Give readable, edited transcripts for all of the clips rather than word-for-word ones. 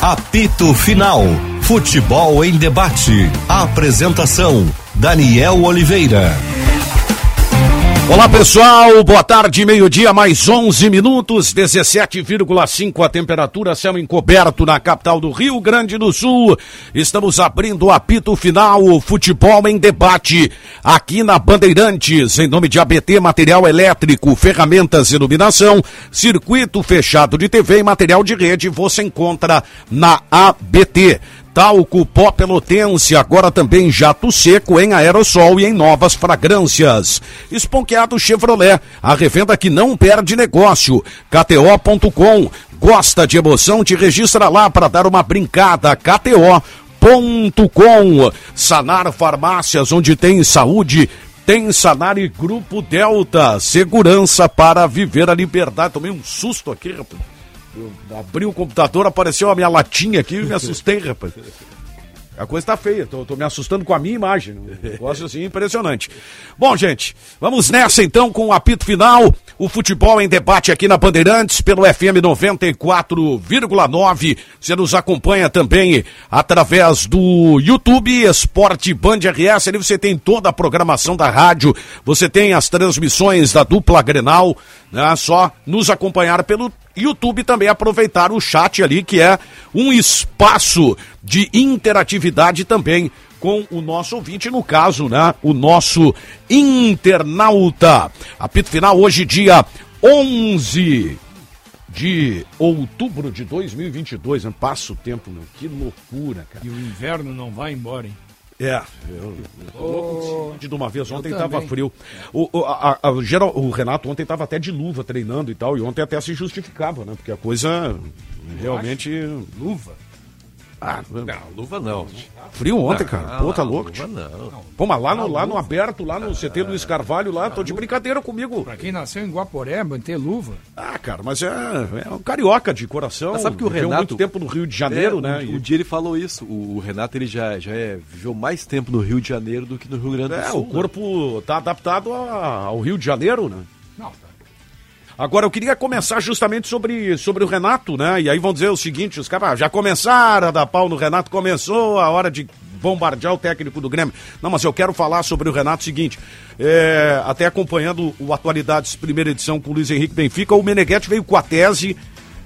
Apito Final. Futebol em debate. Apresentação: Daniel Oliveira. Olá pessoal, boa tarde, meio-dia, mais 11 minutos, 17,5 a temperatura, céu encoberto na capital do Rio Grande do Sul. Estamos abrindo o apito final, o futebol em debate, aqui na Bandeirantes, em nome de ABT, material elétrico, ferramentas e iluminação, circuito fechado de TV e material de rede, você encontra na ABT. Talco Pó Pelotense, agora também jato seco em aerossol e em novas fragrâncias. Esponqueado Chevrolet, a revenda que não perde negócio. KTO.com, gosta de emoção? Te registra lá para dar uma brincada. KTO.com, Sanar Farmácias, onde tem saúde, tem Sanar e Grupo Delta, segurança para viver a liberdade. Tomei um susto aqui, rapaz. Eu abri o computador, apareceu a minha latinha aqui e me assustei, rapaz. A coisa tá feia, tô me assustando com a minha imagem. Um negócio assim impressionante. Bom, gente, vamos nessa então com o apito final. O futebol em debate aqui na Bandeirantes, pelo FM 94,9. Você nos acompanha também através do YouTube, Esporte Band RS. Ali você tem toda a programação da rádio. Você tem as transmissões da dupla Grenal. Né? Só nos acompanhar pelo YouTube, também aproveitar o chat ali, que é um espaço de interatividade também com o nosso ouvinte, no caso, né, o nosso internauta. Apito final hoje, dia 11 de outubro de 2022, né? Passa o tempo, meu, que loucura, cara. E o inverno não vai embora, hein? Eu de uma vez, ontem estava frio. O Renato ontem estava até de luva treinando e tal, e ontem até se justificava, né? Porque a coisa realmente... Luva? Não, luva não. Frio ontem, cara. Pô, tá louco? Luva não. Pô, mas lá no aberto, lá no CT Luiz Carvalho, lá, tô de brincadeira comigo. Pra quem nasceu em Guaporé, manter luva. Ah, cara, mas é um carioca de coração. Mas sabe que o Renato... muito tempo no Rio de Janeiro, né? Um dia ele falou isso. O Renato, ele já viveu mais tempo no Rio de Janeiro do que no Rio Grande do Sul. O corpo tá adaptado ao Rio de Janeiro, né? Não, Agora, eu queria começar justamente sobre o Renato, né? E aí vão dizer o seguinte, os caras já começaram a dar pau no Renato, começou a hora de bombardear o técnico do Grêmio. Não, mas eu quero falar sobre o Renato o seguinte, até acompanhando o Atualidades primeira edição com o Luiz Henrique Benfica, o Meneghetti veio com a tese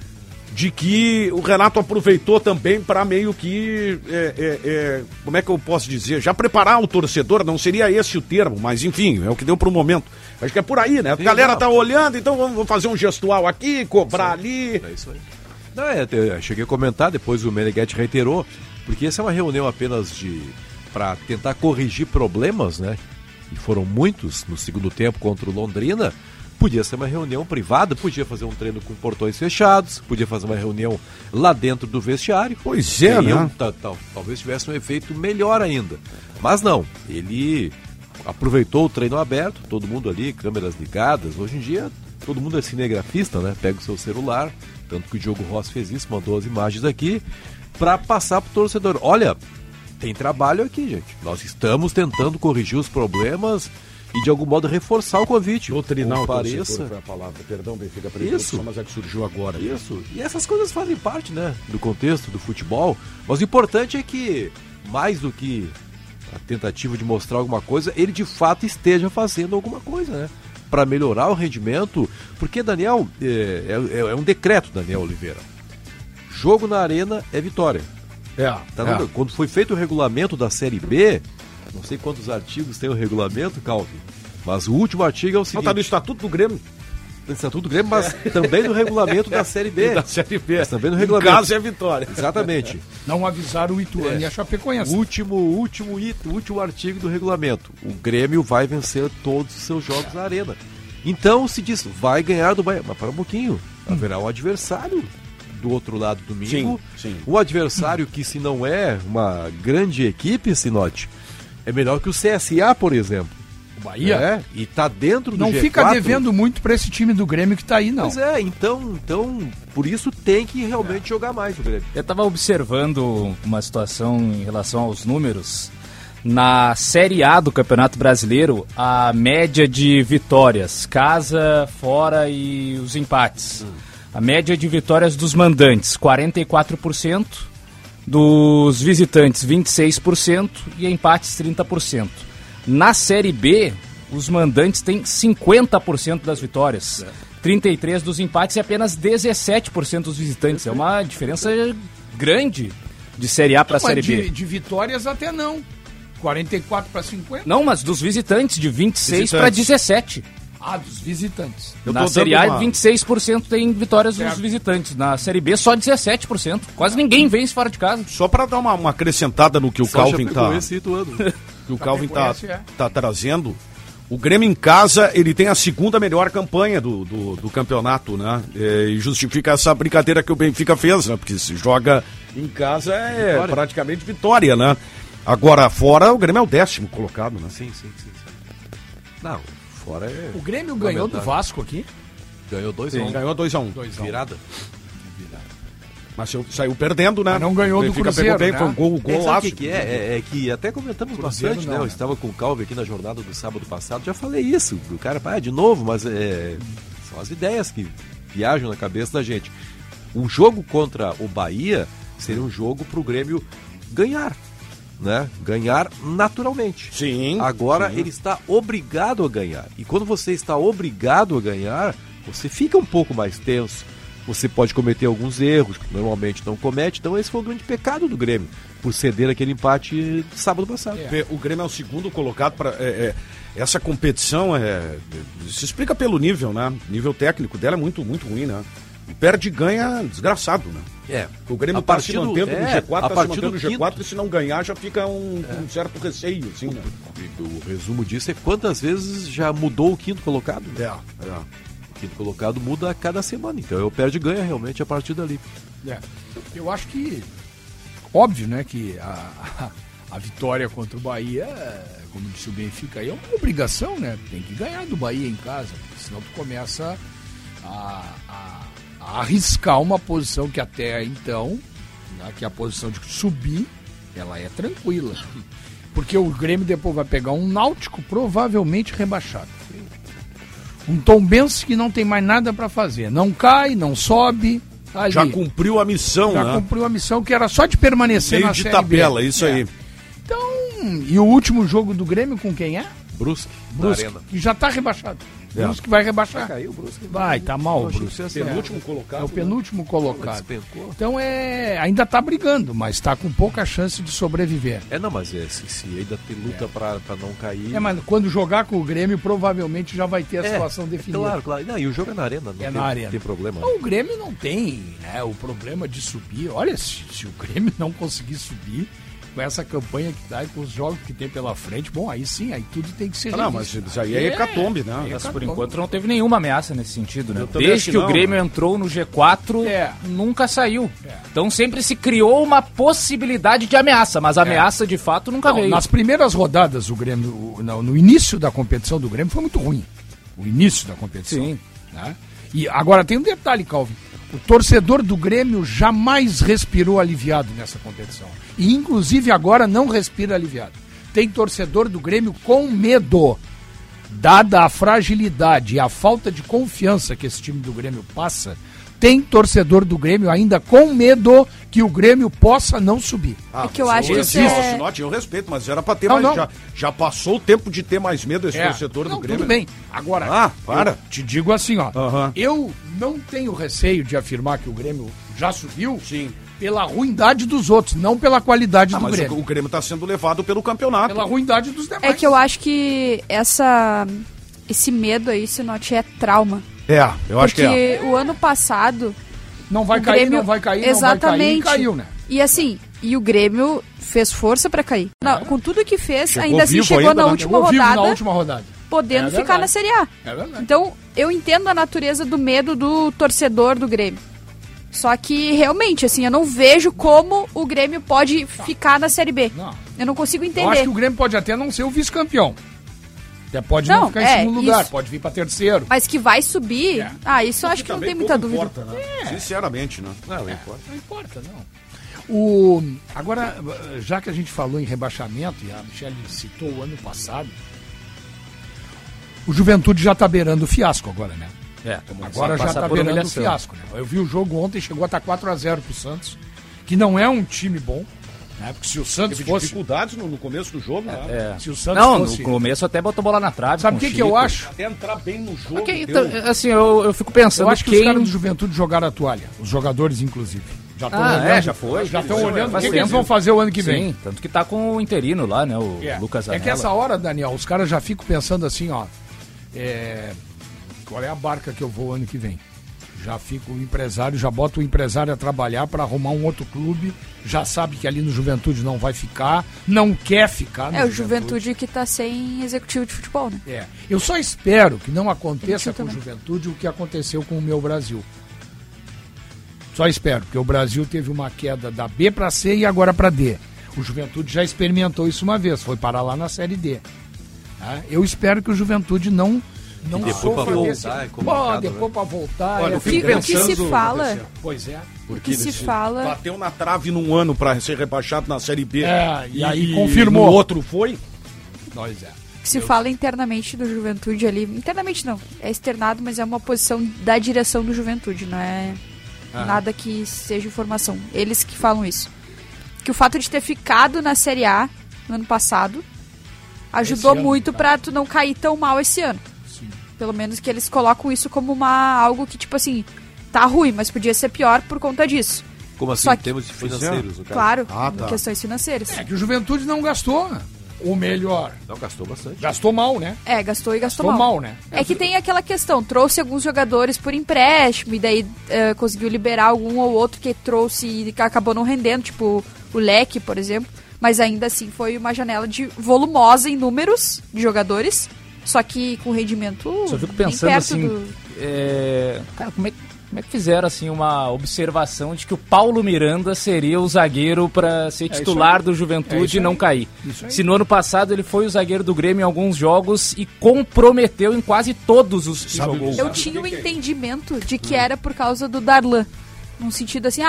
de que o Renato aproveitou também para meio que, como é que eu posso dizer, já preparar o torcedor, não seria esse o termo, mas enfim, é o que deu para o momento. Acho que é por aí, né? A galera tá olhando, então vamos fazer um gestual aqui, cobrar ali. É isso aí. Não, eu cheguei a comentar, depois o Meneghetti reiterou, porque essa é uma reunião apenas para tentar corrigir problemas, né? E foram muitos no segundo tempo contra o Londrina. Podia ser uma reunião privada, podia fazer um treino com portões fechados, podia fazer uma reunião lá dentro do vestiário. Pois é, né? Talvez tivesse um efeito melhor ainda. Mas não, ele aproveitou o treino aberto, todo mundo ali, câmeras ligadas. Hoje em dia, todo mundo é cinegrafista, né? Pega o seu celular, tanto que o Diogo Rossi fez isso, mandou as imagens aqui, para passar pro torcedor. Olha, tem trabalho aqui, gente. Nós estamos tentando corrigir os problemas e de algum modo reforçar o convite. Doutrinar o torcedor foi a palavra. Perdão, Benfica, isso, mas é que surgiu agora. Isso. E essas coisas fazem parte, né, do contexto do futebol. Mas o importante é que, mais do que a tentativa de mostrar alguma coisa, ele de fato esteja fazendo alguma coisa, né? Para melhorar o rendimento. Porque, Daniel, é um decreto, Daniel Oliveira. Jogo na arena é vitória. Quando foi feito o regulamento da Série B, não sei quantos artigos tem o regulamento, Calvin, mas o último artigo é o seguinte... Não, tá no Estatuto do Grêmio. No Estatuto do Grêmio, mas também no regulamento da Série B. Da Série B. Mas também no regulamento. No caso é vitória. Exatamente. Não avisaram o Ituano e a Chapecoense. O último artigo do regulamento. O Grêmio vai vencer todos os seus jogos na arena. Então se diz, vai ganhar do Bahia. Mas para um pouquinho, haverá um adversário do outro lado domingo. Sim. Um adversário que, se não é uma grande equipe, Sinote, é melhor que o CSA, por exemplo. O Bahia? E tá dentro do não G4. Não fica devendo muito pra esse time do Grêmio que tá aí, não. Pois então, por isso tem que realmente jogar mais o Grêmio. Eu tava observando uma situação em relação aos números. Na Série A do Campeonato Brasileiro, a média de vitórias, casa, fora e os empates. A média de vitórias dos mandantes, 44%, dos visitantes, 26% e empates, 30%. Na Série B, os mandantes têm 50% das vitórias, 33% dos empates e apenas 17% dos visitantes. É uma diferença grande de Série A para Série B. De vitórias até não. 44 para 50? Não, mas dos visitantes, de 26 para 17. Ah, dos visitantes. Na Série A, 26% tem vitórias dos visitantes. Na Série B, só 17%. Quase ninguém vence fora de casa. Só para dar uma acrescentada no que o Calvin tá trazendo, o Grêmio em casa, ele tem a segunda melhor campanha do campeonato, né? E justifica essa brincadeira que o Benfica fez, né? Porque se joga em casa praticamente vitória, né? Agora, fora, o Grêmio é o 10º colocado, né? Sim. Não, fora é... O Grêmio ganhou do Vasco aqui? Ganhou 2-1. Ganhou 2-1. Virada. Mas saiu perdendo, né? Mas não ganhou do Cruzeiro, bem, né? foi um golaço. Sabe o que é? É que até comentamos bastante, né? Eu estava com o Calvi aqui na jornada do sábado passado, já falei isso. O cara, de novo, mas são as ideias que viajam na cabeça da gente. O jogo contra o Bahia seria um jogo pro Grêmio ganhar, né? Ganhar naturalmente. Sim. Agora ele está obrigado a ganhar. E quando você está obrigado a ganhar, você fica um pouco mais tenso. Você pode cometer alguns erros que normalmente não comete. Então esse foi o grande pecado do Grêmio, por ceder aquele empate de sábado passado. O Grêmio é o segundo colocado para essa competição se explica pelo nível, né? O nível técnico dela é muito, muito ruim, né? E perde e ganha desgraçado, né? O Grêmio está se mantendo no G4, e se não ganhar já fica um certo receio, assim, né? O resumo disso é quantas vezes já mudou o quinto colocado. O quinto colocado muda a cada semana, então eu perde e ganha realmente a partir dali. Eu acho que, óbvio, né, que a vitória contra o Bahia, como disse o Benfica, aí é uma obrigação, né? Tem que ganhar do Bahia em casa, porque senão tu começa a arriscar uma posição que até então, né, que é a posição de subir, ela é tranquila. Porque o Grêmio depois vai pegar um Náutico provavelmente rebaixado. Um Tombense que não tem mais nada para fazer. Não cai, não sobe. Ali. Já cumpriu a missão, Já cumpriu a missão, que era só de permanecer meio na de Série tabela, B. isso aí. Então, e o último jogo do Grêmio com quem é? Brusque, que já tá rebaixado. Brusque vai rebaixar. Caiu o Brusque. Vai, tá mal o Brusque. Penúltimo colocado. É o penúltimo colocado. Despencou. Então ainda tá brigando, mas tá com pouca chance de sobreviver. Não, mas se ainda tem luta pra não cair... Mas quando jogar com o Grêmio, provavelmente já vai ter a situação definida. Claro. Não, e o jogo é na arena, não tem problema. Não, o Grêmio não tem, né, o problema de subir. Olha, se o Grêmio não conseguir subir, com essa campanha que dá e com os jogos que tem pela frente, bom, aí sim, aí tudo tem que ser revisto. Não, mas isso aí é hecatombe, né? Mas por enquanto não teve nenhuma ameaça nesse sentido, né? Desde que o Grêmio entrou no G4, nunca saiu. Então sempre se criou uma possibilidade de ameaça, mas a ameaça de fato nunca veio. Nas primeiras rodadas, o Grêmio, no início da competição do Grêmio foi muito ruim. O início da competição. Sim. Né? E agora tem um detalhe, Calvin. O torcedor do Grêmio jamais respirou aliviado nessa competição. E inclusive agora não respira aliviado. Tem torcedor do Grêmio com medo. Dada a fragilidade e a falta de confiança que esse time do Grêmio passa, tem torcedor do Grêmio ainda com medo que o Grêmio possa não subir. É que eu acho que isso eu respeito, mas era pra ter mais... Já passou o tempo de ter mais medo esse torcedor do Grêmio. Tudo bem. Agora, te digo assim, ó. Uhum. Eu não tenho receio de afirmar que o Grêmio já subiu. Sim. Pela ruindade dos outros, não pela qualidade do mas Grêmio. O Grêmio está sendo levado pelo campeonato. Pela ruindade dos demais. É que eu acho que esse medo aí, Sinote, é trauma. Eu acho que é. Porque o ano passado... Não vai cair, Grêmio... não vai cair, Exatamente. não vai cair, e caiu, né? E assim, o Grêmio fez força pra cair. Não, com tudo que fez, Chegou ainda assim chegou ainda, na né? última rodada. Na última rodada. Podendo ficar na Série A. É verdade. Então, eu entendo a natureza do medo do torcedor do Grêmio. Só que, realmente, assim, eu não vejo como o Grêmio pode ficar na Série B. Não. Eu não consigo entender. Eu acho que o Grêmio pode até não ser o vice-campeão. Até pode não ficar em segundo lugar, pode vir pra terceiro. Mas que vai subir, isso eu acho que não tem muita dúvida. Importa, né? Sinceramente, né? Não importa, não. Agora, já que a gente falou em rebaixamento, e a Michele citou o ano passado, o Juventude já tá beirando o fiasco agora, né? Agora já tá beirando o fiasco, né? Eu vi o jogo ontem, chegou a estar 4-0 pro Santos, que não é um time bom, né? Porque se o Santos Teve fosse... dificuldades no começo do jogo, né? Se o Santos fosse... no começo até botou bola na trave. Sabe o que eu acho? Até entrar bem no jogo. Assim, eu fico pensando Eu acho que os caras do Juventude jogaram a toalha, os jogadores inclusive. Já estão olhando, já foi. Já estão olhando o que tempo. eles vão fazer o ano que vem. Sim, tanto que tá com o interino lá, né, o Lucas Anela. É que essa hora, Daniel, os caras já ficam pensando assim, ó, qual é a barca que eu vou ano que vem? Já fica o empresário, já bota o empresário a trabalhar para arrumar um outro clube, já sabe que ali no Juventude não vai ficar, não quer ficar no o Juventude que tá sem executivo de futebol, né? Eu só espero que não aconteça com o também. Juventude o que aconteceu com o meu Brasil. Só espero, porque o Brasil teve uma queda da B para C e agora para D. O Juventude já experimentou isso uma vez, foi parar lá na Série D. Tá? Eu espero que o Juventude não sofra desse... depois para voltar. Olha, O que se fala... Pois é. O que se fala... Bateu na trave num ano pra ser rebaixado na Série B. E aí confirmou. No outro foi? Pois é. O que se fala internamente do Juventude ali... Internamente não, é externado, mas é uma posição da direção do Juventude, não é nada que seja informação. Eles que falam isso. Que o fato de ter ficado na Série A no ano passado ajudou muito pra tu não cair tão mal esse ano. Sim. Pelo menos que eles colocam isso como algo que, tipo assim, tá ruim, mas podia ser pior por conta disso. Como assim, Só em que- termos financeiros, no caso? Claro, tá. em questões financeiras. É que o Juventude não gastou. Ou melhor, Não, gastou bastante. gastou mal, né? Gastou e gastou Gastou mal. mal, né? É que tem aquela questão, trouxe alguns jogadores por empréstimo e daí conseguiu liberar algum ou outro que trouxe e acabou não rendendo, tipo o Leque, por exemplo. Mas ainda assim foi uma janela volumosa em números de jogadores, só que com rendimento Só fico bem pensando perto assim, cara, como é que fizeram assim uma observação de que o Paulo Miranda seria o zagueiro para ser titular do Juventude e não cair? Se no ano passado ele foi o zagueiro do Grêmio em alguns jogos e comprometeu em quase todos os que jogou. Eu tinha o entendimento de que era por causa do Darlan. Num sentido assim,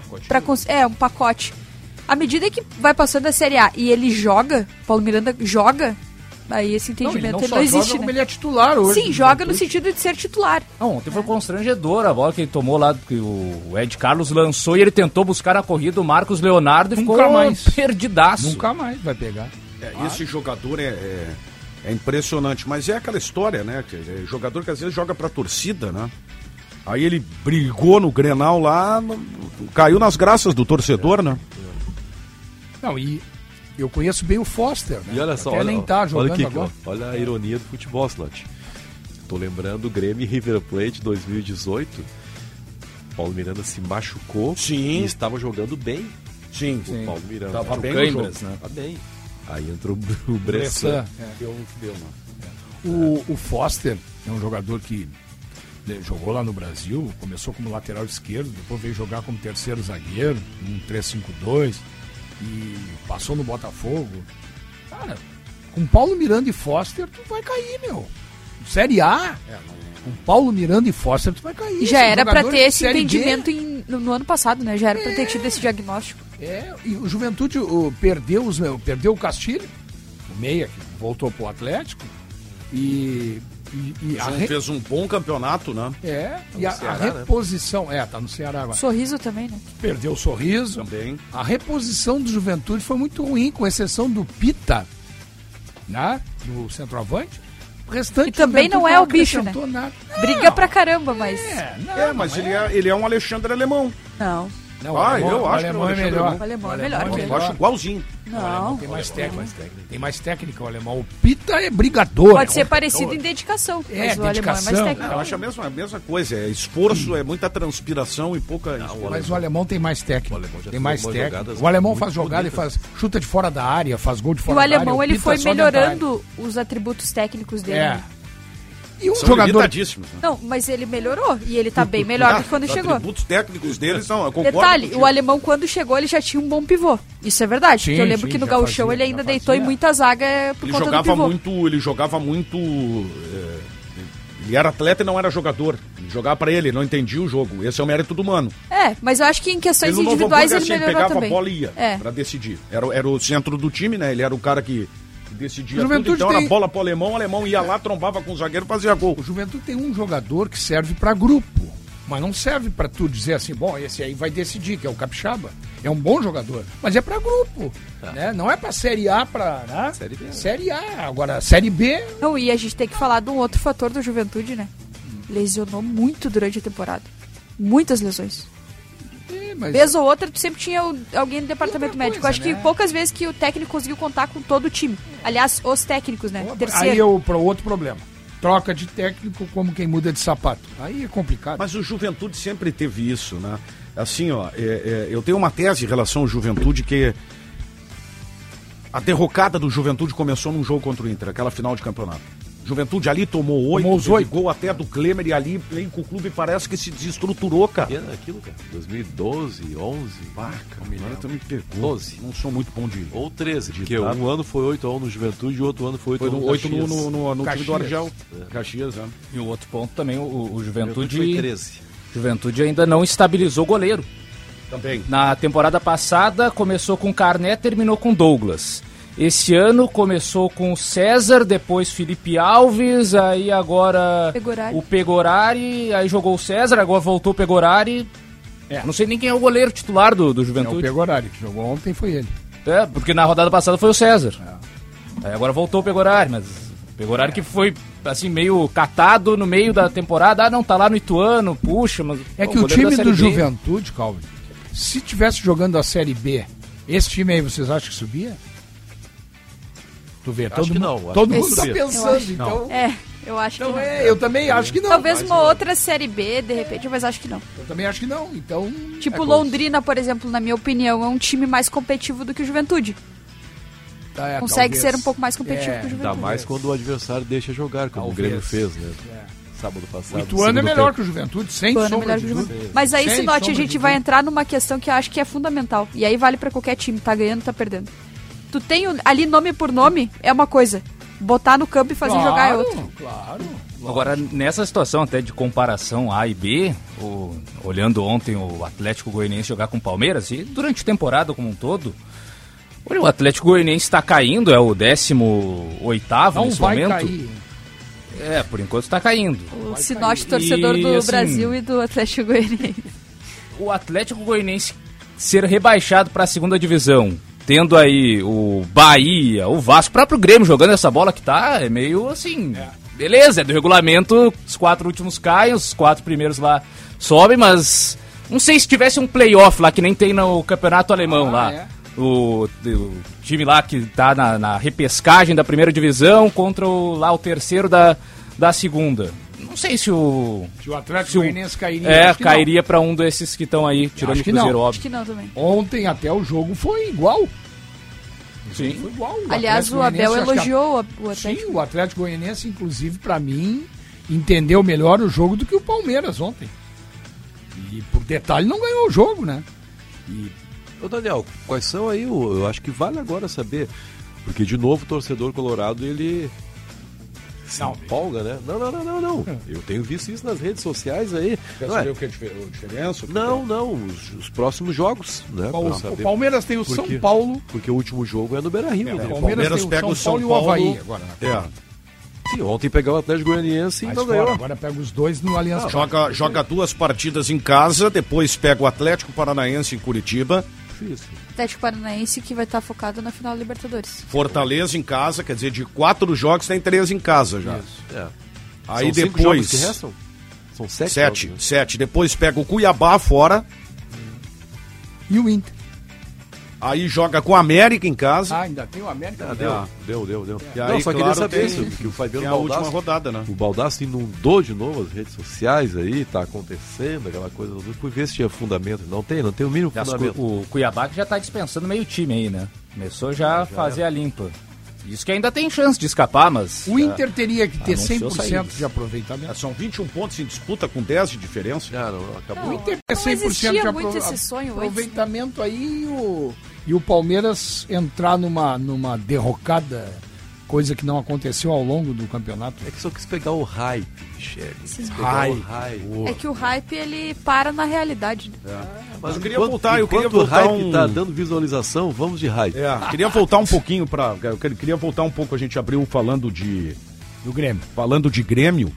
um pacote. À medida que vai passando a Série A e ele joga, Paulo Miranda joga, aí esse entendimento ele não existe, joga como né? ele é titular hoje. Sim, joga no sentido de ser titular. Não, ontem foi constrangedor a bola que ele tomou lá, que o Ed Carlos lançou e ele tentou buscar a corrida, o Marcos Leonardo e Nunca ficou mais. perdidaço. Nunca mais vai pegar. Esse jogador é impressionante, mas é aquela história, né? Que é jogador que às vezes joga pra torcida, né? Aí ele brigou no Grenal lá, caiu nas graças do torcedor, né? Não, e eu conheço bem o Foster, né? E olha só, Até nem tá jogando olha, agora. olha a ironia do futebol, Slot. Tô lembrando o Grêmio e River Plate 2018. Paulo Miranda se machucou Sim. e estava jogando bem. Sim. O Paulo Miranda. Tava bem no Cãibras, jogo. né? Tá bem. Aí entrou o Bressan. Deu, né? O Foster é um jogador que jogou lá no Brasil, começou como lateral esquerdo, depois veio jogar como terceiro zagueiro, um 3-5-2, e passou no Botafogo. Cara, com Paulo Miranda e Foster, tu vai cair, meu. Série A, com Paulo Miranda e Foster, tu vai cair. E já São era pra jogadores ter de esse Série B. entendimento no ano passado, né? Já era pra ter tido esse diagnóstico. E o Juventude perdeu o Castilho, o meia, que voltou pro Atlético, e Fez um bom campeonato, né? e a reposição... tá no Ceará agora. Sorriso também, né? Perdeu o Sorriso. Também. A reposição do Juventude foi muito ruim, com exceção do Pita, né? Do centroavante. O restante E também Juventude não é o bicho, né? acrescentou nada. Briga pra caramba, mas... Mas ele é um Alexandre Alemão. Não. Não, eu acho que o alemão é melhor. O alemão é melhor que ele. Eu acho igualzinho. Não. Tem mais técnica. Tem mais técnica o alemão. O Pita é brigador. Pode ser parecido em dedicação, mas o alemão é mais dedicação. técnico. Eu acho a mesma coisa. É esforço, é muita transpiração e pouca... Mas o alemão tem mais técnica. O alemão já Tem mais fez técnica. jogadas O alemão muito faz jogada bonitas. e chuta de fora da área, faz gol de E fora o da área. alemão, ele Pita foi só dentro da área. melhorando os atributos técnicos dele. né? E um São jogador... limitadíssimos, né? Não, mas ele melhorou. E ele tá bem melhor do que quando Os chegou. atributos técnicos deles são... eu concordo Detalhe, contigo. o alemão quando chegou ele já tinha um bom pivô. Isso é verdade. Sim, porque eu lembro sim, que no já gauchão fazia, ele ainda já deitou em fazia. muita zaga por conta do pivô. Ele jogava muito... Ele era atleta e não era jogador. Jogava pra ele não entendia o jogo. Esse é o mérito do Mano. Mas eu acho que em questões Ele no Novo individuais Hamburgo, ele assim, melhorou pegava também. a bola e ia pra decidir. Era o centro do time, né? Ele era o cara que decidia Juventude tudo, então tem- era bola pro alemão, o alemão ia lá, trombava com o zagueiro e fazia gol. O Juventude tem um jogador que serve para grupo, mas não serve para tu dizer assim, bom, esse aí vai decidir, que é o Capixaba. É um bom jogador, mas é para grupo, né? Não é para Série A, né? Série B. Série A, agora Série B... Não, e a gente tem que falar de um outro fator do Juventude, né? Lesionou muito durante a temporada. Muitas lesões. mas... Vez ou outra, tu sempre tinha alguém do departamento outra médico. coisa, Acho que né? poucas vezes que o técnico conseguiu contar com todo o time. Aliás, os técnicos, né? Aí Terceiro. para outro problema. Troca de técnico como quem muda de sapato. Aí é complicado. Mas o Juventude sempre teve isso, né? Assim, ó, eu tenho uma tese em relação ao Juventude que a derrocada do Juventude começou num jogo contra o Inter, aquela final de campeonato. Juventude ali tomou 8, os 8. gol até do Klemer e ali com o clube parece que se desestruturou, cara. E era aquilo, cara. 2012, 11, Agora tu me pegou. 12. Não sou muito bom de... ou 13, porque Ditado. um ano foi 8-1 no Juventude e o outro ano foi 8-1 Foi no no 8 Caxias. no time do Caxias. Argel. Caxias, né? E o outro ponto também, o Juventude foi Juventude... 13. Juventude ainda não estabilizou o goleiro. Também. Na temporada passada começou com Carné, terminou com Douglas. Esse ano começou com o César, depois Felipe Alves, aí agora Pegorari. o Pegorari, aí jogou o César, agora voltou o Pegorari. Não sei nem quem é o goleiro titular do É o Juventude. Pegorari, que jogou ontem, foi ele. Porque na rodada passada foi o César. Aí agora voltou o Pegorari, mas o Pegorari que foi assim meio catado no meio da temporada. Não, tá lá no Ituano, puxa, mas... É pô, que o goleiro da time Série do B. Juventude, Calvin, se tivesse jogando a Série B, esse time aí, vocês acham que subia? Tu vê, Acho que não, acho todo que mundo não tá subia. Eu pensando, acho. então... Eu acho que Então não. eu também acho que não. Talvez Mas uma outra Série B, de repente, mas acho que não. Eu também acho que não, então... Tipo, é Londrina, por exemplo, na minha opinião, é um time mais competitivo do que o Juventude. Consegue talvez. ser um pouco mais competitivo que o Juventude. Ainda mais quando o adversário deixa jogar, como Talvez. o Grêmio fez, né? Sábado passado. O Ituano é segundo melhor tempo. que o Juventude, sem Ituano é sombra melhor de que o dúvida. Juventude. Mas aí, Sem Sinote, a sombra gente de vai dúvida. entrar numa questão que eu acho que é fundamental. E aí vale pra qualquer time, tá ganhando, tá perdendo. Tu tem ali nome por nome, é uma coisa. Botar no campo e fazer jogar é outra. Claro. Agora, nessa situação até de comparação A e B, olhando ontem o Atlético Goianiense jogar com o Palmeiras, e durante a temporada como um todo, olha, o Atlético Goianiense está caindo, é o 18º Não nesse vai momento. cair. Por enquanto está caindo. O Sinote, torcedor E, do assim, Brasil e do Atlético Goianiense. O Atlético Goianiense ser rebaixado para a segunda divisão, tendo aí o Bahia, o Vasco, o próprio Grêmio jogando essa bola que tá, é meio assim... Beleza, é do regulamento, os 4 últimos caem, os 4 primeiros lá sobem, mas não sei se tivesse um playoff lá, que nem tem no campeonato alemão lá. É. O time lá que tá na repescagem da primeira divisão contra o terceiro da segunda. Não sei se o... Se o Atlético se o- Goianiense cairia. acho que cairia pra um desses que estão aí, tirando Acho o que Cruzeiro, não. Acho óbvio. que não também. não. Ontem até o jogo foi igual. Sim. Foi igual. Aliás, Atlético o Abel Goianiense, acho que elogiou o Sim, Atlético. o Atlético Goianiense, inclusive, pra mim, entendeu melhor o jogo do que o Palmeiras ontem. E, por detalhe, não ganhou o jogo, né? Ô Daniel, quais são aí, eu acho que vale agora saber, porque de novo o torcedor colorado, ele se empolga, né? Não. Eu tenho visto isso nas redes sociais aí. Quer Não, é? saber o que é a diferença? não, os próximos jogos, né? pra O saber. Palmeiras tem o Por São quê? Paulo. Porque o último jogo é no Beira-Rio. né? O Palmeiras tem pega o São e o Paulo. Avaí agora. Né? Sim, ontem pegou o Atlético Goianiense e Mas não fora, ganhou. agora pega os dois no Allianz Joga 2 partidas em casa, depois pega o Atlético Paranaense em Curitiba, Difícil. Atlético Paranaense que vai estar focado na final da Libertadores. Fortaleza em casa, quer dizer, de 4 jogos tem 3 em casa já. É. Aí São 5 depois... jogos que restam? São 7 jogos, né? 7. Depois pega o Cuiabá fora, E o Inter. aí joga com o América em casa. Ainda tem o América. Deu. E Não, aí, só claro, queria saber tem- isso, porque o Fabiano Tem a última Baldassi, rodada, né? o Baldassi inundou de novo as redes sociais aí, tá acontecendo aquela coisa, eu fui ver se tinha fundamento, não tem o mínimo fundamento. O Cuiabá que já tá dispensando meio time aí, né? Começou já a fazer a limpa. Isso que ainda tem chance de escapar, mas... O Inter teria que ter anunciou 100% saídas. de aproveitamento. São 21 pontos em disputa com 10 de diferença. Não, acabou. O Inter Não ter 100% existia de muito esse sonho antes. aproveitamento aí e o Palmeiras entrar numa derrocada coisa que não aconteceu ao longo do campeonato. É que só quis pegar o hype, Michele. Quis pegar Hype. o hype. É que o hype, ele para na realidade. Mas Eu queria enquanto- voltar, eu queria enquanto o voltar hype um- tá dando visualização, vamos de hype. Queria voltar um pouquinho queria voltar um pouco, a gente abriu falando Do Grêmio. de Grêmio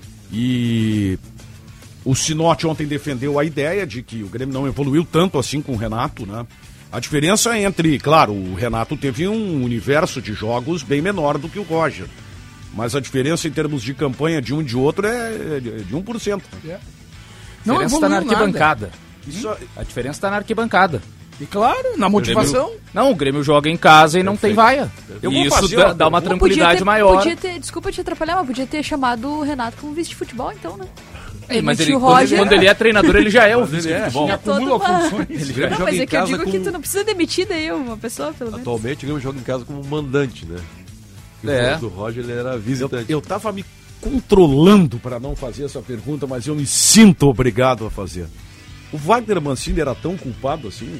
e o Sinotti ontem defendeu a ideia de que o Grêmio não evoluiu tanto assim com o Renato, né? A diferença entre, claro, o Renato teve um universo de jogos bem menor do que o Roger, mas a diferença em termos de campanha de um e de outro é de 1%. A diferença está na evoluiu nada. arquibancada. Isso, A diferença está na arquibancada. E claro, na motivação. Não, o Grêmio joga em casa e não tem vaia. Eu E vou isso fazer dá, uma dá uma pergunta. tranquilidade maior. Desculpa te atrapalhar, mas podia ter chamado o Renato como vice de futebol, então, né? Mas Ele ele, o Roger- quando ele é treinador, ele já é o vice de é. futebol. Ele acumula Toda uma- funções. O Grêmio Não, joga mas em é que eu casa digo com... que tu não precisa demitir daí uma pessoa, pelo menos. Atualmente o Grêmio joga em casa como mandante, né? E É. o do Roger ele era visitante. eu tava me controlando para não fazer essa pergunta, mas eu me sinto obrigado a fazer. O Wagner Mancini era tão culpado assim?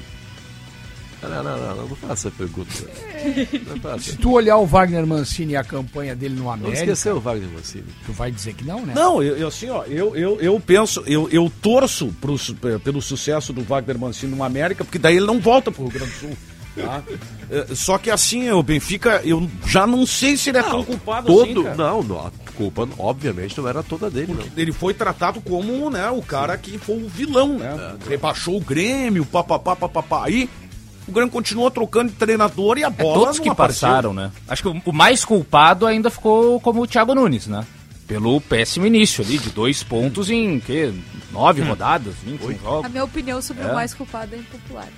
Não faça essa pergunta. Não faça. Se tu olhar o Wagner Mancini e a campanha dele no Não América, esqueceu o Wagner Mancini. tu vai dizer que não, né? Não, eu assim, ó, eu penso, eu torço pelo sucesso do Wagner Mancini no América, porque daí ele não volta pro Rio Grande do Sul. Tá? Só que assim, o Benfica, eu já não sei se ele é tão culpado assim, cara. Não, a culpa obviamente não era toda dele, não. Ele foi tratado como, né, o cara que foi o vilão, né? Rebaixou o Grêmio, papapá. Aí o Grêmio continuou trocando de treinador e a bola Todos não que apareceu. passaram, né? Acho que o mais culpado ainda ficou como o Thiago Nunes, né? Pelo péssimo início ali, de 2 pontos em 9 rodadas, 21 A jogos. minha opinião sobre É. o mais culpado é impopular.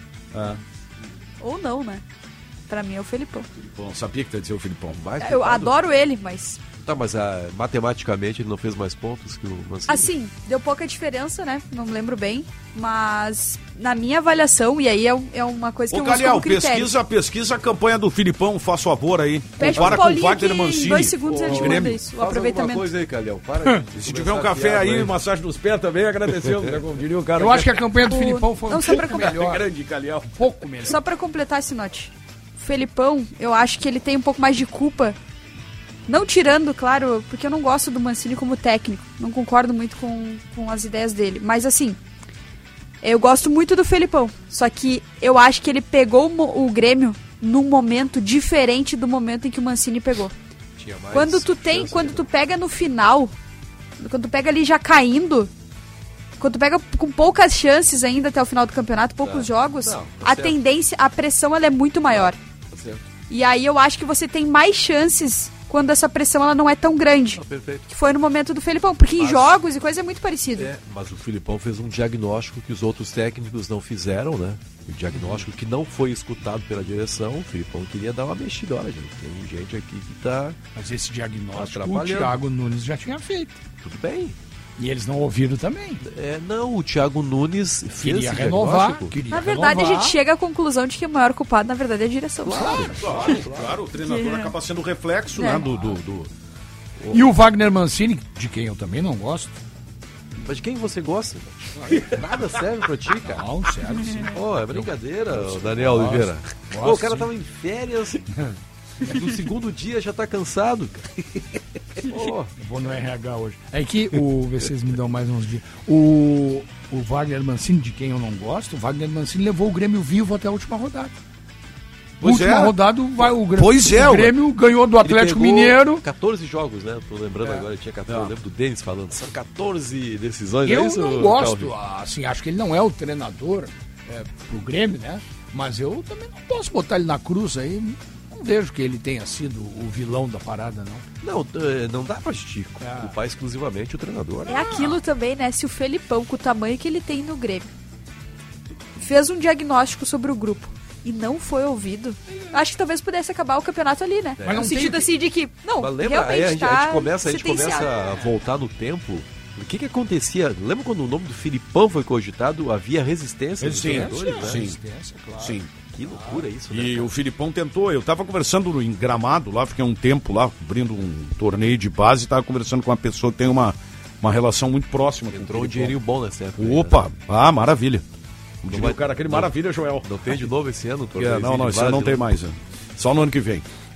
Ou não, né? Pra mim é o Felipão. Bom, sabia que ia dizer o Filipão. Mais Eu culpado. adoro ele, mas Tá, mas matematicamente ele não fez mais pontos que o Mancini? assim, deu pouca diferença, né? Não me lembro bem. Mas na minha avaliação, e aí é uma coisa que Ô, eu uso Calhau, como critério. pesquisa a campanha do Filipão, faz favor aí. Pede Compara pro com o Paulinho Wagner que Mancini. em 2 segundos ele te manda Grêmio. isso, o Faz aproveitamento. alguma coisa aí, Calhau. Para de Se tiver um começar café piada aí, massagem nos pés também, agradecemos, né? Como diria o cara. Eu acho que a campanha do Filipão foi Não, um só pra pouco comprar. melhor. grande, Calhau. Um pouco melhor. Só pra completar esse note. O Felipão, eu acho que ele tem um pouco mais de culpa. Não tirando, claro, porque eu não gosto do Mancini como técnico. Não concordo muito com as ideias dele. Mas assim, eu gosto muito do Felipão. Só que eu acho que ele pegou o Grêmio num momento diferente do momento em que o Mancini pegou. Tinha mais Quando tu pega no final, quando tu pega ali já caindo, quando tu pega com poucas chances ainda até o final do campeonato, poucos jogos, Não, tá a certo. tendência, a pressão ela é muito maior. Tá certo. E aí eu acho que você tem mais chances quando essa pressão ela não é tão grande. Não, perfeito. Que foi no momento do Felipão, porque em jogos e coisa é muito parecido. Mas o Filipão fez um diagnóstico que os outros técnicos não fizeram, né? O diagnóstico que não foi escutado pela direção. O Filipão queria dar uma mexida. Olha, gente, tem gente aqui que tá... Mas esse diagnóstico o Atrapalhando. Thiago Nunes já tinha feito. Tudo bem. E eles não ouviram também. Não, o Thiago Nunes fez Queria esse renovar. diagnóstico. Queria Na verdade, a renovar. gente chega à conclusão de que o maior culpado, na verdade, é a direção. Claro, o treinador acaba sendo reflexo, É. né, do... E o Wagner Mancini, de quem eu também não gosto. Mas de quem você gosta? Nada serve pra ti, cara. Não, sério, sim. Pô, é brincadeira, ô Daniel Oliveira. gosto, Pô, o cara sim. tava em férias. No segundo dia já tá cansado, cara. Pô, Eu vou no RH hoje. É que vocês me dão mais uns dias. O Wagner Mancini, de quem eu não gosto, o Wagner Mancini levou o Grêmio vivo até a última rodada. Pois última é. rodada, o Grêmio, Pois é, o Grêmio ganhou do ele Atlético pegou Mineiro. 14 jogos, né? Tô lembrando agora, tinha 14. Eu lembro do Denis falando. São 14 decisões, Eu é isso, não gosto, Calvin? assim, acho que ele não é o treinador pro Grêmio, né? Mas eu também não posso botar ele na cruz aí. Não vejo que ele tenha sido o vilão da parada, não. Não dá pra gente culpar exclusivamente o treinador. É aquilo também, né? Se o Felipão, com o tamanho que ele tem no Grêmio, fez um diagnóstico sobre o grupo e não foi ouvido, acho que talvez pudesse acabar o campeonato ali, né? Mas não No tem sentido que- assim de que, não, Mas lembra, realmente aí a gente tá começa sentenciado. a voltar no tempo. O que acontecia? Lembra quando o nome do Filipão foi cogitado? Havia resistência dos treinadores, né? Sim. Resistência, claro. Sim. Que loucura isso, né? E cara? o Filipão tentou, eu tava conversando em Gramado lá, fiquei um tempo lá, cobrindo um torneio de base, tava conversando com uma pessoa que tem uma relação muito próxima. com o Entrou um Filipão. dinheirinho bom nessa época. aí, né? Opa, maravilha. Como diria vai- o cara, aquele não- maravilha, Joel. Não tem de novo esse ano o torneio? Não, esse ano não tem mais. Só no ano que vem.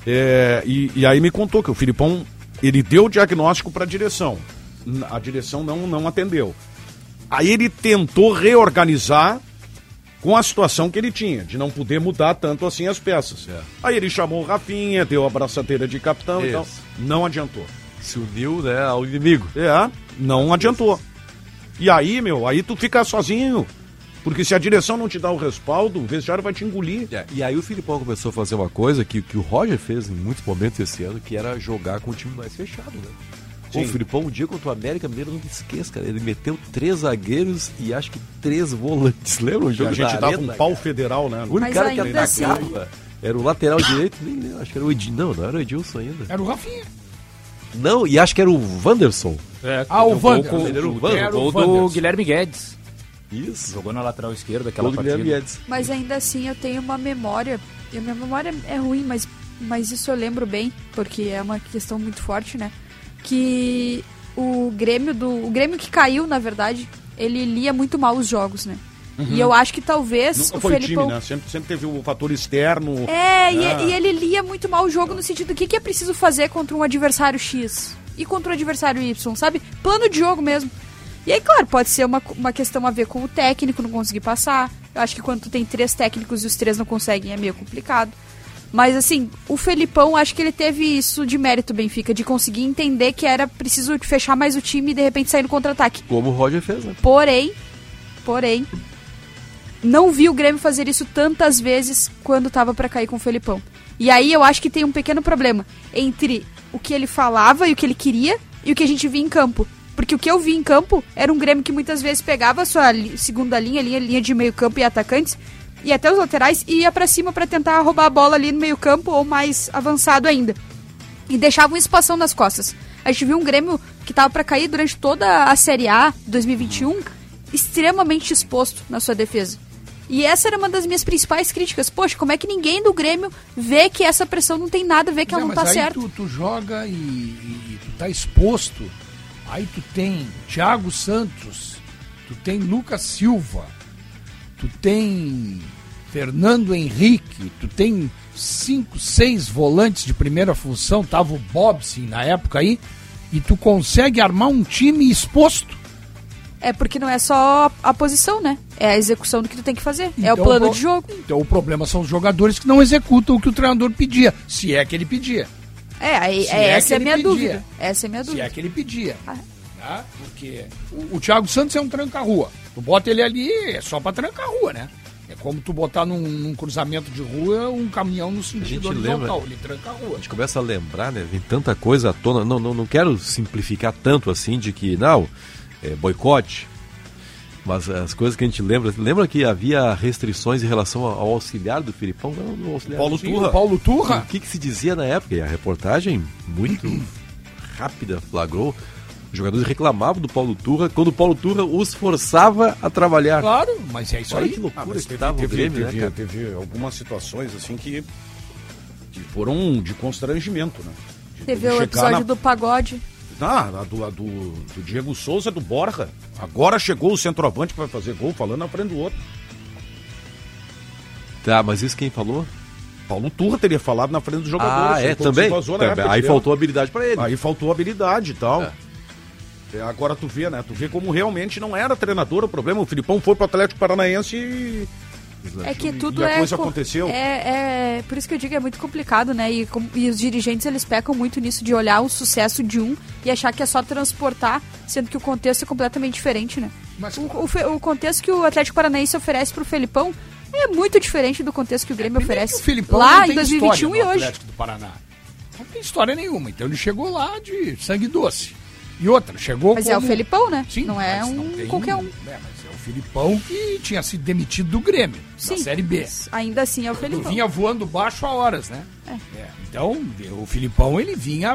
E aí me contou que o Filipão, ele deu o diagnóstico para a direção não atendeu. Aí ele tentou reorganizar com a situação que ele tinha, de não poder mudar tanto assim as peças. Aí ele chamou o Rafinha, deu a braçadeira de capitão e tal. Não adiantou. Se uniu, né, ao inimigo. Não adiantou. E aí, aí tu fica sozinho. Porque se a direção não te dá o respaldo, o vestiário vai te engolir. E aí o Filipão começou a fazer uma coisa que o Roger fez em muitos momentos esse ano, que era jogar com o time mais fechado, né? O Filipão, um dia contra o América Mineiro, não me esqueça, cara. Ele meteu 3 zagueiros e acho que 3 volantes. Lembra o jogo? A gente dava um pau federal, né? O único cara que atacava era o lateral direito, nem lembro, acho que era o Edilson. Não era o Edilson ainda. Era o Rafinha. Não, e acho que era o Wanderson. O Wanderson. Era o gol do Guilherme Guedes. Isso. Jogou na lateral esquerda aquela partida. Mas ainda assim eu tenho uma memória, e a minha memória é ruim, mas isso eu lembro bem, porque é uma questão muito forte, né? Que o Grêmio que caiu, na verdade, ele lia muito mal os jogos, né? E eu acho que talvez nunca foi Felipão... time, né? Sempre teve o fator externo. E ele lia muito mal o jogo no sentido do que é preciso fazer contra um adversário X e contra um adversário Y, sabe? Plano de jogo mesmo. E aí, claro, pode ser uma questão a ver com o técnico não conseguir passar. Eu acho que quando tu tem 3 técnicos e os 3 não conseguem é meio complicado. Mas assim, o Felipão, acho que ele teve isso de mérito, Benfica, de conseguir entender que era preciso fechar mais o time e de repente sair no contra-ataque. Como o Roger fez, né? Porém, não vi o Grêmio fazer isso tantas vezes quando tava pra cair com o Felipão. E aí eu acho que tem um pequeno problema entre o que ele falava e o que ele queria e o que a gente via em campo. Porque o que eu vi em campo era um Grêmio que muitas vezes pegava a sua segunda linha de meio campo e atacantes, e até os laterais, e ia pra cima pra tentar roubar a bola ali no meio campo ou mais avançado ainda. E deixava um espação nas costas. A gente viu um Grêmio que tava pra cair durante toda a Série A 2021, extremamente exposto na sua defesa. E essa era uma das minhas principais críticas. Poxa, como é que ninguém do Grêmio vê que essa pressão não tem nada a ver, que ela não tá certa? Mas aí tu joga e tu tá exposto. Aí tu tem Thiago Santos, tu tem Lucas Silva, tu tem Fernando Henrique, tu tem 5, 6 volantes de primeira função, tava o Bobson na época aí, e tu consegue armar um time exposto. É porque não é só a posição, né? É a execução do que tu tem que fazer. Então, é o plano de jogo. Então o problema são os jogadores que não executam o que o treinador pedia, se é que ele pedia. Essa é a minha dúvida. Essa é a minha dúvida. Se é que ele pedia. Tá? Porque o Thiago Santos é um tranca-rua. Tu bota ele ali, é só pra tranca-rua, né? É como tu botar num cruzamento de rua um caminhão no sentido horizontal, ele tranca a rua. A gente começa a lembrar, né? Vem tanta coisa à tona. Não quero simplificar tanto assim de que, boicote. Mas as coisas que a gente lembra que havia restrições em relação ao auxiliar do Filipão? Não, auxiliar Paulo Turra. O que se dizia na época? E a reportagem muito rápida flagrou. Os jogadores reclamavam do Paulo Turra quando o Paulo Turra os forçava a trabalhar. Claro, mas é isso aí. Que loucura que estava o Grêmio, né, cara? Teve algumas situações assim que foram de constrangimento, né? Teve o episódio do pagode. Do Diego Souza, do Borja. Agora chegou o centroavante para fazer gol, falando na frente do outro. Tá, mas isso quem falou? Paulo Turra teria falado na frente dos jogadores. Também. Aí faltou habilidade para ele. Aí faltou habilidade e tal. Agora tu vê, né? Tu vê como realmente não era treinador o problema. O Filipão foi pro Atlético Paranaense e... É que tudo e a coisa aconteceu. Por isso que eu digo, é muito complicado, né? E os dirigentes, eles pecam muito nisso de olhar o sucesso de um e achar que é só transportar, sendo que o contexto é completamente diferente, né? Mas o contexto que o Atlético Paranaense oferece pro Felipão é muito diferente do contexto que o Grêmio oferece. O Felipão lá em 2021 e hoje. Atlético do Paraná. Não tem história nenhuma. Então ele chegou lá de sangue doce. E outra, chegou Mas é o Felipão, né? Sim, não é qualquer um. Mas é o Felipão que tinha sido demitido do Grêmio, da Série B. Ainda assim é o Felipão. Ele vinha voando baixo a horas, né? Então, o Felipão, ele vinha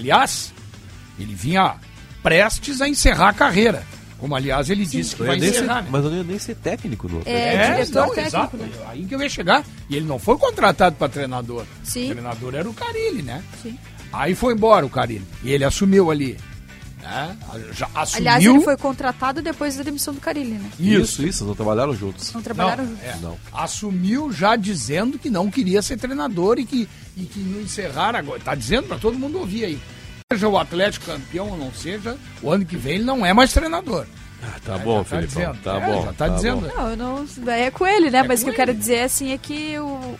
prestes a encerrar a carreira. Como, aliás, ele disse que vai encerrar, né? Mas eu não ia nem ser técnico. Diretor técnico. Exato. Né? Aí que eu ia chegar. E ele não foi contratado para treinador. Sim. O treinador era o Carille, né? Sim. Aí foi embora o Carille. E ele assumiu ali. né? Já assumiu... Aliás, ele foi contratado depois da demissão do Carille, né? Isso, não trabalharam juntos. Não trabalharam juntos. Não. Assumiu já dizendo que não queria ser treinador e que no encerrar agora. Tá dizendo pra todo mundo ouvir aí. Seja o Atlético campeão ou não seja, o ano que vem ele não é mais treinador. Tá bom, Felipão. Tá bom. Já tá dizendo. Não, eu não. É com ele, né? Mas o que eu quero dizer assim é que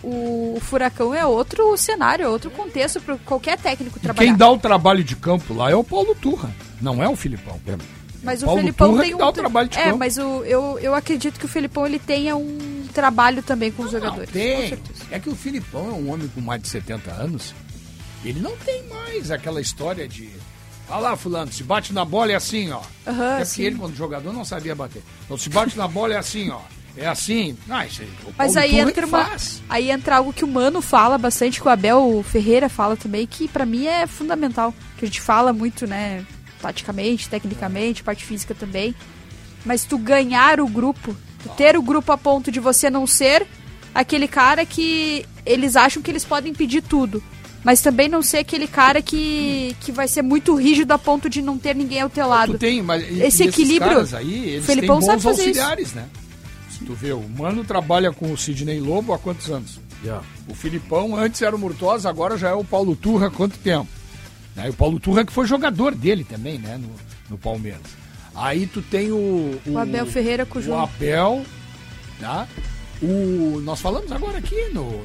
o Furacão é outro cenário, é outro contexto para qualquer técnico trabalhar. Quem dá o trabalho de campo lá é o Paulo Turra, não é o Filipão. Mas o Paulo Felipão Turra tem que dá o trabalho de campo. mas eu acredito que o Felipão ele tenha um trabalho também com os jogadores. Tem. Com certeza. É que o Filipão é um homem com mais de 70 anos. Ele não tem mais aquela história de... Olha lá, fulano, se bate na bola é assim, ó. É porque ele, quando jogador, não sabia bater. Então, se bate na bola é assim, ó. É assim. Ah, isso aí, mas aí entra algo que o Mano fala bastante, que o Abel Ferreira fala também, que pra mim é fundamental. Que a gente fala muito, né, taticamente, tecnicamente, parte física também. Mas tu ganhar o grupo, tu ter o grupo a ponto de você não ser aquele cara que eles acham que eles podem pedir tudo. Mas também não ser aquele cara que vai ser muito rígido a ponto de não ter ninguém ao teu lado. Tu tem, mas esse equilíbrio, aí, eles Felipão têm bons sabe fazer auxiliares, isso. Né? Se tu vê, o Mano trabalha com o Sidney Lobo há quantos anos? O Filipão antes era o Murtosa, agora já é o Paulo Turra há quanto tempo? Né? E o Paulo Turra que foi jogador dele também, né? No Palmeiras. Aí tu tem o Abel Ferreira com o João. O Abel, tá? Nós falamos agora aqui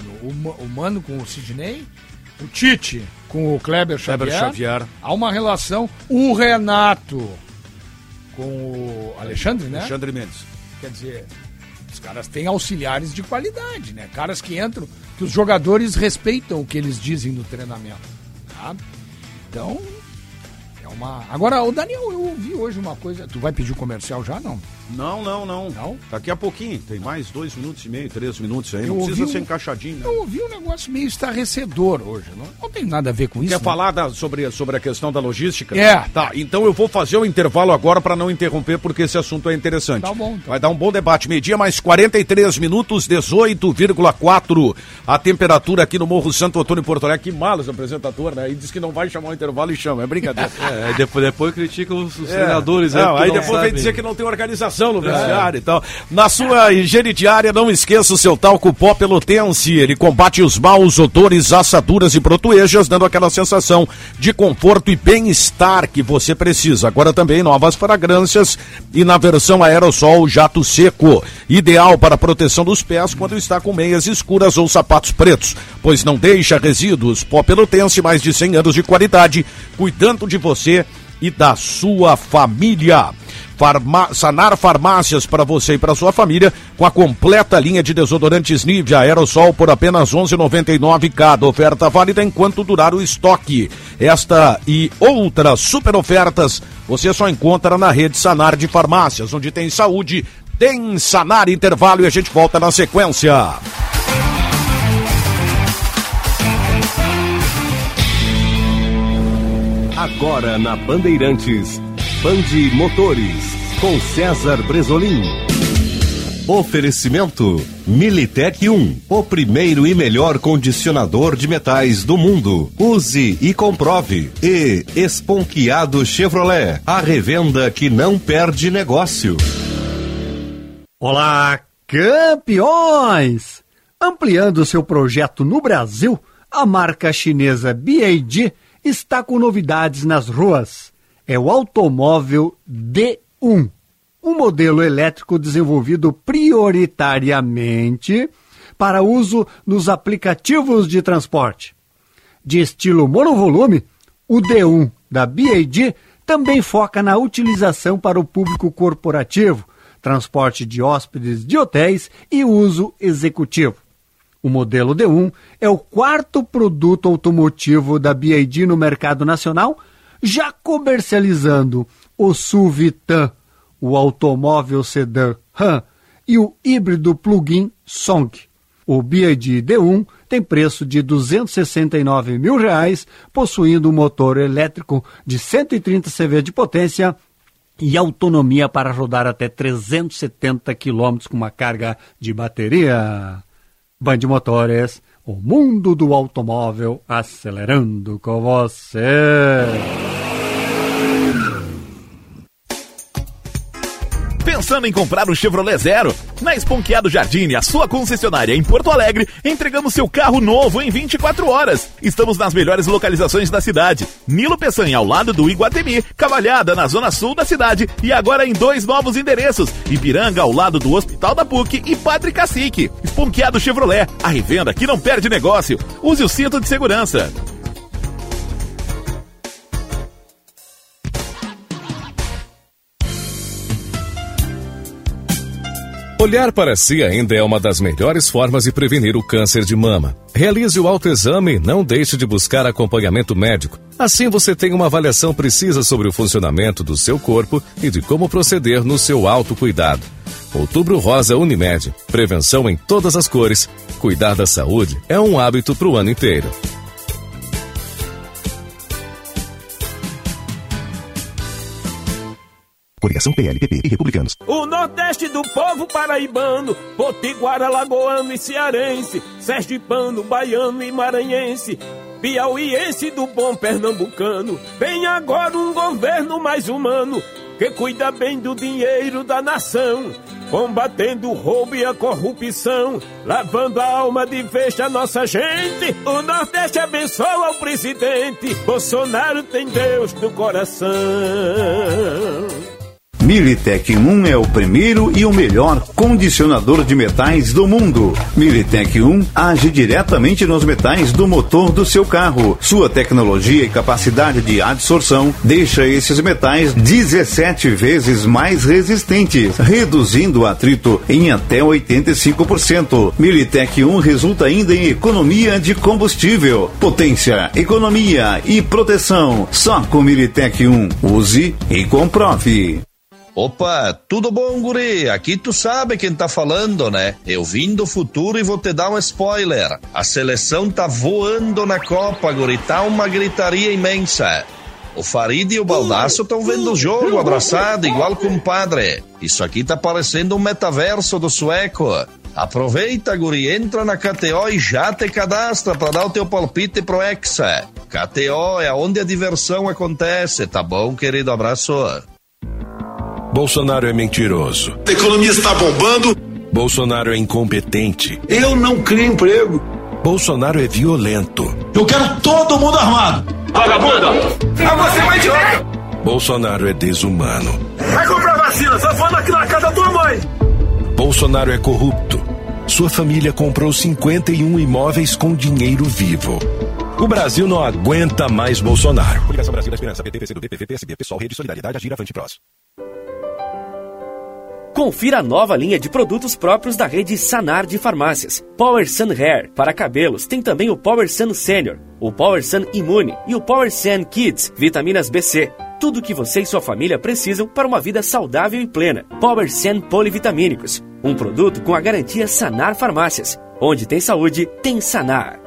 o Mano com o Sidney. O Tite com o Kleber Xavier. Há uma relação. O Renato com o Alexandre, né? Alexandre Mendes. Quer dizer, os caras têm auxiliares de qualidade, né? Caras que entram, que os jogadores respeitam o que eles dizem no treinamento. Tá? Então, é uma... Agora, o Daniel, eu ouvi hoje uma coisa... Tu vai pedir o comercial já, não? Não. Não? Daqui a pouquinho, tem mais 2 minutos e meio, 3 minutos aí, Eu não precisa ouvi ser encaixadinho, né? Eu ouvi um negócio meio estarrecedor hoje, não tem nada a ver com isso. Quer né? falar sobre a questão da logística? É. Tá, então eu vou fazer o intervalo agora para não interromper, porque esse assunto é interessante. Tá bom. Então. Vai dar um bom debate. Meio-dia mais 43 minutos, 18,4 a temperatura aqui no Morro Santo Antônio, Porto Alegre. Que malas o apresentador, né? E diz que não vai chamar o intervalo e chama, é brincadeira. Depois critica os treinadores. Não, aí depois vai dizer que não tem organização no vestiário e tal. Na sua higiene diária, não esqueça o seu talco pó pelotense. Ele combate os maus odores, assaduras e brotoejas, dando aquela sensação de conforto e bem-estar que você precisa. Agora também novas fragrâncias e na versão aerossol jato seco. Ideal para proteção dos pés quando está com meias escuras ou sapatos pretos, pois não deixa resíduos. Pó pelotense, mais de 100 anos de qualidade, cuidando de você e da sua família. Sanar Farmácias para você e para sua família, com a completa linha de desodorantes Nivea aerossol por apenas R$ 11,99 cada. Oferta válida enquanto durar o estoque. Esta e outras super ofertas você só encontra na rede Sanar de Farmácias. Onde tem saúde, tem Sanar. Intervalo e a gente volta na sequência. Agora na Bandeirantes, Band Motores, com César Bresolim. Oferecimento Militec 1, o primeiro e melhor condicionador de metais do mundo. Use e comprove. E Esponquiado Chevrolet, a revenda que não perde negócio. Olá, campeões! Ampliando seu projeto no Brasil, a marca chinesa BYD está com novidades nas ruas. É o automóvel D1, um modelo elétrico desenvolvido prioritariamente para uso nos aplicativos de transporte. De estilo monovolume, o D1 da BYD também foca na utilização para o público corporativo, transporte de hóspedes de hotéis e uso executivo. O modelo D1 é o 4º produto automotivo da BYD no mercado nacional, já comercializando o SUV Tan, o automóvel sedã Han e o híbrido plug-in Song. O BYD D1 tem preço de R$ 269 mil, possuindo um motor elétrico de 130 CV de potência e autonomia para rodar até 370 km com uma carga de bateria. Band Motores, o mundo do automóvel acelerando com você. Pensando em comprar um Chevrolet Zero? Na Esponqueado Jardine, a sua concessionária em Porto Alegre, entregamos seu carro novo em 24 horas. Estamos nas melhores localizações da cidade. Nilo Peçanha, ao lado do Iguatemi, Cavalhada, na zona sul da cidade, e agora em 2 novos endereços, Ipiranga, ao lado do Hospital da PUC, e Padre Cacique. Esponqueado Chevrolet, a revenda que não perde negócio. Use o cinto de segurança. Olhar para si ainda é uma das melhores formas de prevenir o câncer de mama. Realize o autoexame e não deixe de buscar acompanhamento médico. Assim você tem uma avaliação precisa sobre o funcionamento do seu corpo e de como proceder no seu autocuidado. Outubro Rosa Unimed. Prevenção em todas as cores. Cuidar da saúde é um hábito para o ano inteiro. Coligação PLPP e Republicanos. O Nordeste do povo paraibano, potiguara, lagoano e cearense, sergipano, baiano e maranhense, piauiense do bom pernambucano. Vem agora um governo mais humano, que cuida bem do dinheiro da nação, combatendo o roubo e a corrupção, lavando a alma de vez a nossa gente. O Nordeste abençoa o presidente, Bolsonaro tem Deus no coração. Militec 1 é o primeiro e o melhor condicionador de metais do mundo. Militec 1 age diretamente nos metais do motor do seu carro. Sua tecnologia e capacidade de adsorção deixa esses metais 17 vezes mais resistentes, reduzindo o atrito em até 85%. Militec 1 resulta ainda em economia de combustível, potência, economia e proteção. Só com Militec 1. Use e comprove. Opa, tudo bom, guri? Aqui tu sabe quem tá falando, né? Eu vim do futuro e vou te dar um spoiler. A seleção tá voando na Copa, guri, tá uma gritaria imensa. O Farid e o Baldasso estão vendo o jogo abraçado, igual compadre. Isso aqui tá parecendo um metaverso do sueco. Aproveita, guri, entra na KTO e já te cadastra pra dar o teu palpite pro Hexa. KTO é onde a diversão acontece, tá bom, querido? Abraço. Bolsonaro é mentiroso. A economia está bombando. Bolsonaro é incompetente. Eu não crio emprego. Bolsonaro é violento. Eu quero todo mundo armado. Vagabundo! Ah, você vai idiota! Bolsonaro é desumano. Vai comprar vacina, só falando aqui na casa da tua mãe. Bolsonaro é corrupto. Sua família comprou 51 imóveis com dinheiro vivo. O Brasil não aguenta mais Bolsonaro. Coligação Brasil da Esperança, PT, PCdoB, PV, PSB, PSOL, Rede Solidariedade, Agir, Avante, Prós. Confira a nova linha de produtos próprios da rede Sanar de farmácias. Power Sun Hair, para cabelos, tem também o Power Sun Senior, o Power Sun Immune e o Power Sun Kids, vitaminas BC. Tudo o que você e sua família precisam para uma vida saudável e plena. Power Sun Polivitamínicos, um produto com a garantia Sanar Farmácias. Onde tem saúde, tem Sanar.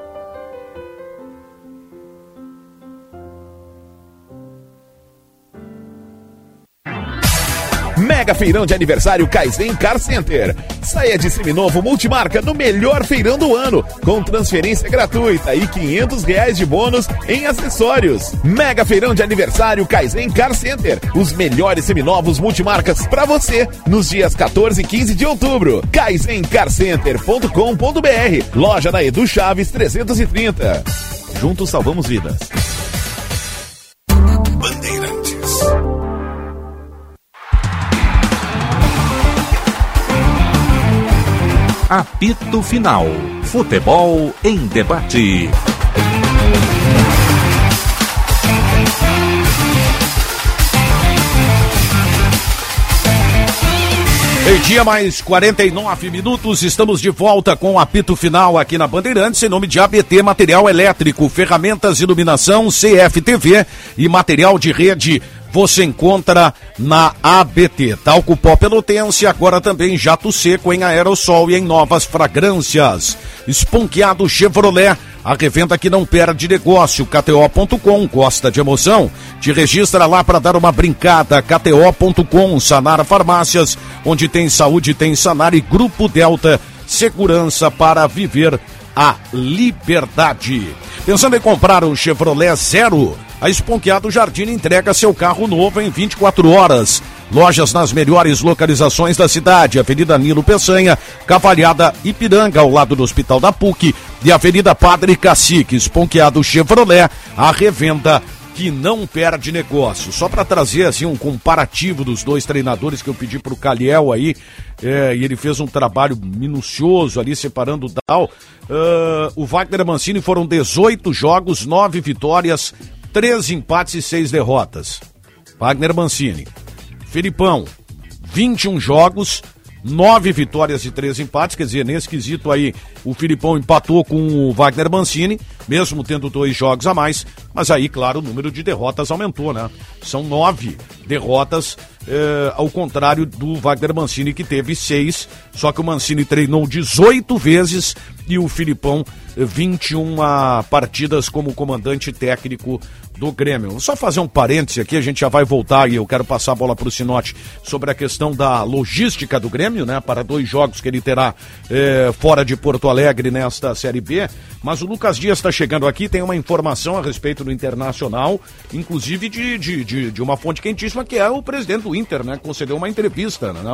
Mega feirão de aniversário Kaizen Car Center. Saia de seminovo multimarca no melhor feirão do ano, com transferência gratuita e R$500 de bônus em acessórios. Mega feirão de aniversário Kaizen Car Center. Os melhores seminovos multimarcas para você nos dias 14 e 15 de outubro. kaizencarcenter.com.br. Loja na Edu Chaves 330. Juntos salvamos vidas. Bandeirantes. Apito Final. Futebol em debate. Meio-dia mais 49 minutos, estamos de volta com o Apito Final aqui na Bandeirantes, em nome de ABT Material Elétrico, ferramentas, iluminação, CFTV e material de rede. Você encontra na ABT. Talco Pó Pelotense, agora também jato seco em aerossol e em novas fragrâncias. Esponqueado Chevrolet, a revenda que não perde negócio. KTO.com, gosta de emoção? Te registra lá para dar uma brincada. KTO.com, Sanar Farmácias, onde tem saúde, tem Sanar, e Grupo Delta, segurança para viver a liberdade. Pensando em comprar um Chevrolet Zero? A Esponqueado Jardim entrega seu carro novo em 24 horas. Lojas nas melhores localizações da cidade. Avenida Nilo Peçanha, Cavalhada, Ipiranga, ao lado do Hospital da PUC, e Avenida Padre Cacique. Esponqueado Chevrolet, a revenda que não perde negócio. Só para trazer assim um comparativo dos dois treinadores que eu pedi para o Caliel aí, e ele fez um trabalho minucioso ali separando o tal. O Wagner Mancini foram 18 jogos, 9 vitórias, 3 empates e 6 derrotas. Wagner Mancini. Filipão, 21 jogos, 9 vitórias e 3 empates, quer dizer, nesse quesito aí, o Filipão empatou com o Wagner Mancini, mesmo tendo 2 jogos a mais, mas aí, claro, o número de derrotas aumentou, né? São 9 derrotas, ao contrário do Wagner Mancini, que teve 6, só que o Mancini treinou 18 vezes e o Filipão 21 partidas como comandante técnico do Grêmio. Vou só fazer um parêntese aqui, a gente já vai voltar e eu quero passar a bola para o Sinote sobre a questão da logística do Grêmio, né, para 2 jogos que ele terá fora de Porto Alegre nesta Série B, mas o Lucas Dias está chegando aqui, tem uma informação a respeito do Internacional, inclusive de uma fonte quentíssima, que é o presidente do Inter, né, que concedeu uma entrevista, né,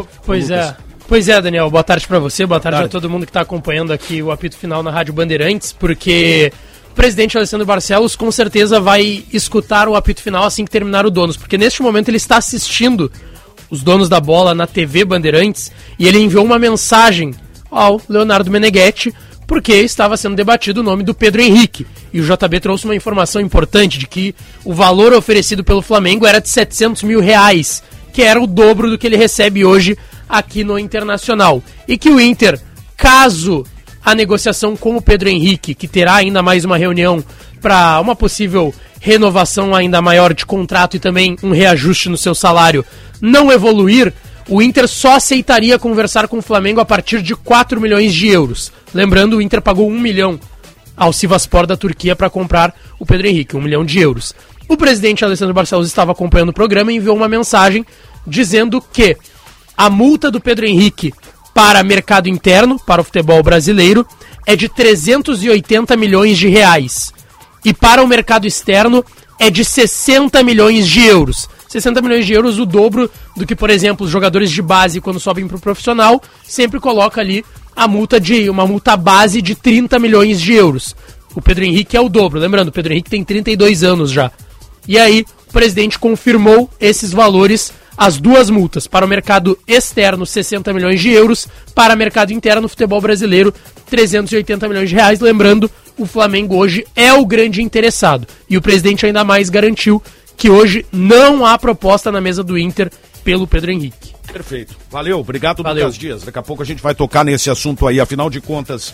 Pois é, Daniel, boa tarde para você, boa tarde a todo mundo que está acompanhando aqui o apito final na Rádio Bandeirantes, porque o presidente Alessandro Barcelos com certeza vai escutar o apito final assim que terminar o Donos, porque neste momento ele está assistindo os Donos da Bola na TV Bandeirantes e ele enviou uma mensagem ao Leonardo Meneghetti porque estava sendo debatido o nome do Pedro Henrique. E o JB trouxe uma informação importante de que o valor oferecido pelo Flamengo era de R$700 mil, que era o dobro do que ele recebe hoje aqui no Internacional. E que o Inter, caso a negociação com o Pedro Henrique, que terá ainda mais uma reunião para uma possível renovação ainda maior de contrato e também um reajuste no seu salário, não evoluir, o Inter só aceitaria conversar com o Flamengo a partir de 4 milhões de euros. Lembrando, o Inter pagou 1 milhão ao Sivasspor da Turquia para comprar o Pedro Henrique, 1 milhão de euros. O presidente Alessandro Barcelos estava acompanhando o programa e enviou uma mensagem dizendo que a multa do Pedro Henrique para mercado interno, para o futebol brasileiro, é de 380 milhões de reais. E para o mercado externo é de 60 milhões de euros. 60 milhões de euros, o dobro do que, por exemplo, os jogadores de base, quando sobem para o profissional, sempre coloca ali uma multa base de 30 milhões de euros. O Pedro Henrique é o dobro. Lembrando, o Pedro Henrique tem 32 anos já. E aí, o presidente confirmou esses valores, as 2 multas. Para o mercado externo, 60 milhões de euros. Para o mercado interno, futebol brasileiro, 380 milhões de reais. Lembrando, o Flamengo hoje é o grande interessado. E o presidente ainda mais garantiu que hoje não há proposta na mesa do Inter pelo Pedro Henrique. Perfeito. Valeu, obrigado, Lucas Dias. Daqui a pouco a gente vai tocar nesse assunto aí. Afinal de contas,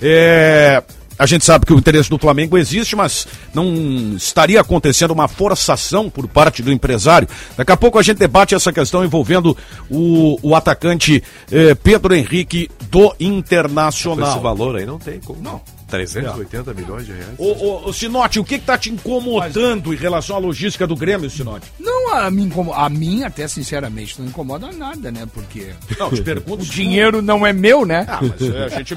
a gente sabe que o interesse do Flamengo existe, mas não estaria acontecendo uma forçação por parte do empresário. Daqui a pouco a gente debate essa questão envolvendo o atacante Pedro Henrique do Internacional. Esse valor aí não tem como. Não. 380 milhões de reais. Ô Sinote, o que tá te incomodando em relação à logística do Grêmio, Sinote? Não, a mim até sinceramente não incomoda nada, né? Porque não, te pergunto, o dinheiro não é meu, né? Ah, mas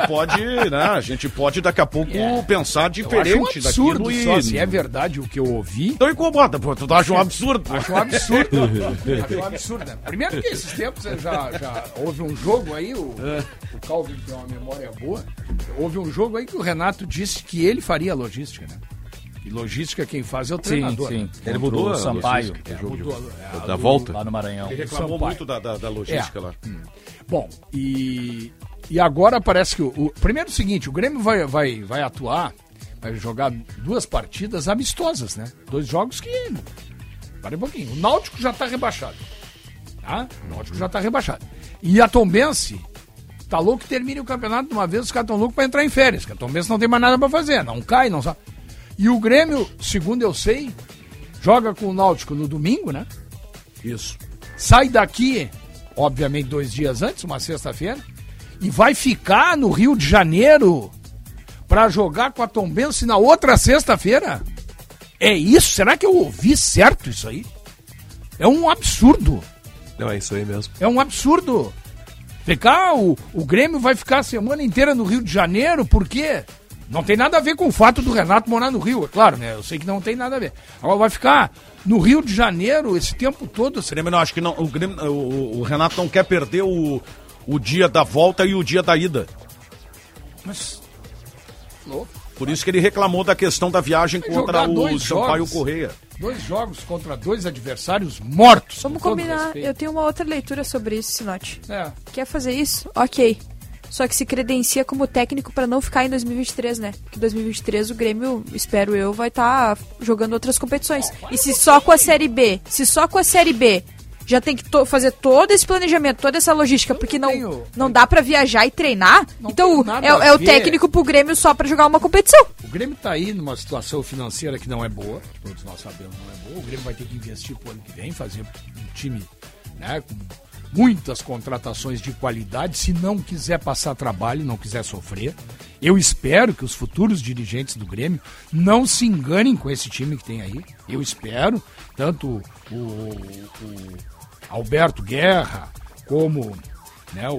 a gente pode daqui a pouco pensar diferente daquilo e... Só se é verdade o que eu ouvi. Então incomoda, pô, tu acha um absurdo. Acho um absurdo. Acho um absurdo, né? Primeiro que esses tempos já houve um jogo aí, o Calvin tem uma memória boa, houve um jogo aí que o Renato disse que ele faria a logística, né? E logística quem faz é o treinador. Sim. Né? Ele mudou o Sampaio. Da volta? Lá no Maranhão. Ele reclamou muito da logística lá. Bom, e agora parece que primeiro é o seguinte, o Grêmio vai atuar, vai jogar 2 partidas amistosas, né? 2 jogos que... Para um pouquinho. O Náutico já está rebaixado. Tá? O Náutico já está rebaixado. E a Tombense tá louco que termine o campeonato de uma vez, os caras estão loucos para entrar em férias, que a Tombense não tem mais nada para fazer, não cai, não sabe. E o Grêmio, segundo eu sei, joga com o Náutico no domingo, né? Isso. Sai daqui, obviamente 2 dias antes, uma sexta-feira, e vai ficar no Rio de Janeiro para jogar com a Tombense na outra sexta-feira? É isso? Será que eu ouvi certo isso aí? É um absurdo. Não, é isso aí mesmo. É um absurdo. Explicar, o Grêmio vai ficar a semana inteira no Rio de Janeiro, por quê? Não tem nada a ver com o fato do Renato morar no Rio, é claro, né? Eu sei que não tem nada a ver. Agora vai ficar no Rio de Janeiro esse tempo todo. O Grêmio não, acho que não. O Renato não quer perder o dia da volta e o dia da ida. Mas... Por isso que ele reclamou da questão da viagem contra o Sampaio Correia. 2 jogos contra 2 adversários mortos. Vamos combinar, eu tenho uma outra leitura sobre isso, Sinote. É. Quer fazer isso? Ok. Só que se credencia como técnico pra não ficar em 2023, né? Porque em 2023 o Grêmio, espero eu, vai estar jogando outras competições. E se só com a Série B, já tem que fazer todo esse planejamento, toda essa logística, porque não dá pra viajar e treinar, então é o técnico pro Grêmio só pra jogar uma competição. O Grêmio tá aí numa situação financeira que não é boa, todos nós sabemos que não é boa. O Grêmio vai ter que investir pro ano que vem, fazer um time, né, com muitas contratações de qualidade, se não quiser passar trabalho, não quiser sofrer. Eu espero que os futuros dirigentes do Grêmio não se enganem com esse time que tem aí. Eu espero, tanto o Alberto Guerra, como, né,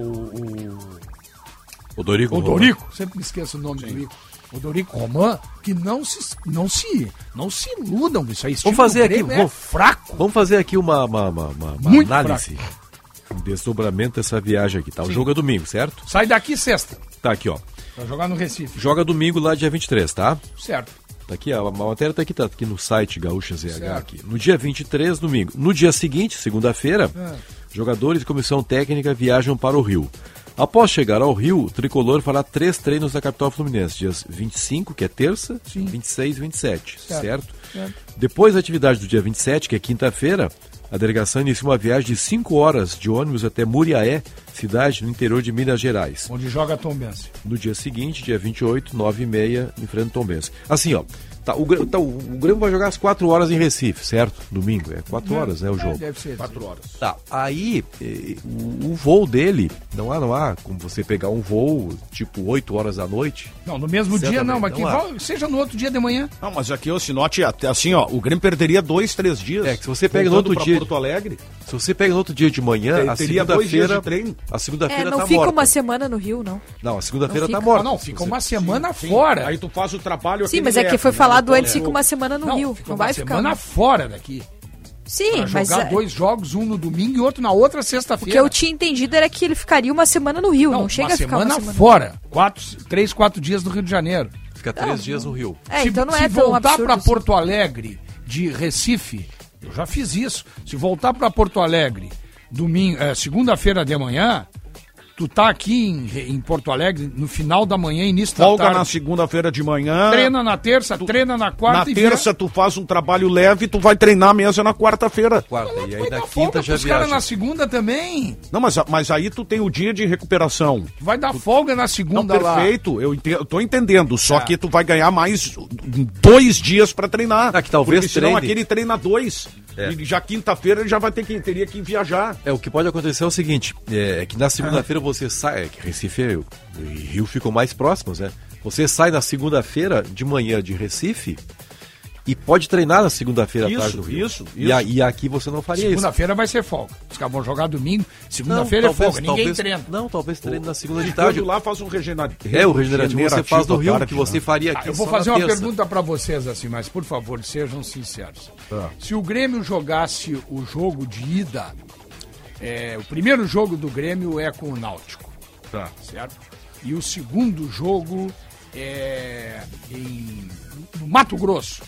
o Dorico, sempre me esqueço o nome do Dorico. O Dorico Roman, que não se iludam com isso aí. Vamos fazer aqui, fraco. Vamos fazer aqui uma análise, um desdobramento dessa viagem aqui, tá? O jogo é domingo, certo? Sai daqui sexta. Tá aqui, ó. Pra jogar no Recife. Joga domingo lá dia 23, tá? Certo. Tá aqui, a matéria tá aqui no site Gaúcha ZH aqui. No dia 23, domingo. No dia seguinte, segunda-feira, jogadores e comissão técnica viajam para o Rio. Após chegar ao Rio, o Tricolor fará 3 treinos na capital fluminense, dias 25, que é terça, 26 e 27, certo? Depois da atividade do dia 27, que é quinta-feira, a delegação inicia uma viagem de 5 horas de ônibus até Muriaé, cidade no interior de Minas Gerais. Onde joga Tombense. No dia seguinte, dia 28, 9h30, enfrenta o Tombense. Assim, ó, o Grêmio vai jogar às 4 horas em Recife, certo? Domingo, 4 horas, né, o jogo. Deve ser 4 horas. Tá, aí o voo dele, não há como você pegar um voo tipo 8 horas da noite. Não, no mesmo dia não, mas seja no outro dia de manhã. Não, mas aqui, o Sinote, assim, ó, o Grêmio perderia 2, 3 dias. É, que se você pega no outro dia... Porto Alegre. Se você pega no outro dia de manhã, a segunda-feira... A segunda-feira tá morta. Não fica uma semana no Rio, não. Não, a segunda-feira tá morta. Não, fica uma semana fora. Aí tu faz o trabalho... Sim, mas é que foi falado antes, fica uma semana no Rio. Não vai ficar. Uma semana fora daqui. Sim, mas jogar 2 jogos, um no domingo e outro na outra sexta-feira. O que eu tinha entendido era que ele ficaria uma semana no Rio, não chega a ficar uma semana fora. 3, 4 dias no Rio de Janeiro. Fica 3 dias no Rio. Então não é tão absurdo. Se voltar para Porto Alegre de Recife, eu já fiz isso. Se voltar para Porto Alegre segunda-feira de manhã, tu tá aqui em Porto Alegre no final da manhã, início da tarde. Folga na segunda-feira de manhã. Treina na terça, treina na quarta. Na terça tu faz um trabalho leve e tu vai treinar mesmo na quarta-feira. E aí na quinta já viaja. Os caras na segunda também. Não, mas aí tu tem o dia de recuperação. Tu vai dar folga na segunda lá. Perfeito, eu tô entendendo. Só que tu vai ganhar mais 2 dias pra treinar. Que talvez porque senão aquele treina 2. E já quinta-feira ele já teria que viajar. O que pode acontecer é o seguinte, é que na segunda-feira você sai, que Recife e Rio ficam mais próximos, né? Você sai na segunda-feira de manhã de Recife e pode treinar na segunda-feira à tarde do Rio. Isso. E aqui você não faria isso. Segunda-feira vai ser folga. Os caras vão jogar domingo, segunda-feira é folga, ninguém treina. Não, talvez treine na segunda de tarde. lá faz um regenerativo. O regenerativo você faz no Rio, que você faria aqui. Eu vou fazer uma pergunta pra vocês assim, mas por favor, sejam sinceros. Se o Grêmio jogasse o jogo de ida, o primeiro jogo do Grêmio é com o Náutico. Certo? E o segundo jogo é no Mato Grosso.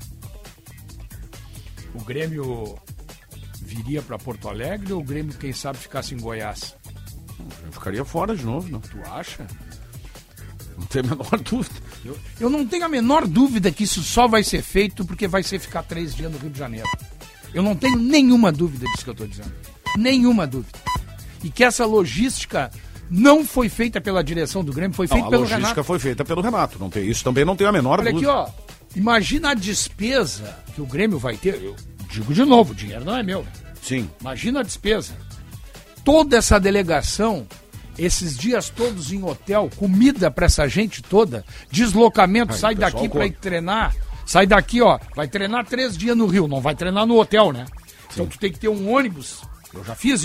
O Grêmio viria para Porto Alegre ou o Grêmio, quem sabe, ficasse em Goiás? Eu ficaria fora de novo, não? Tu acha? Não tenho a menor dúvida. Eu não tenho a menor dúvida que isso só vai ser feito porque vai ser ficar 3 dias no Rio de Janeiro. Eu não tenho nenhuma dúvida disso que eu estou dizendo. Nenhuma dúvida. E que essa logística não foi feita pela direção do Grêmio, foi feita pelo Renato. A logística foi feita pelo Renato. Isso também não tenho a menor dúvida. Olha aqui, ó. Imagina a despesa que o Grêmio vai ter. Eu digo de novo, o dinheiro não é meu. Sim. Imagina a despesa. Toda essa delegação, esses dias todos em hotel, comida pra essa gente toda, deslocamento, sai daqui pra ir treinar. Sai daqui, ó, vai treinar 3 dias no Rio, não vai treinar no hotel, né? Sim. Então tu tem que ter um ônibus, eu já fiz isso,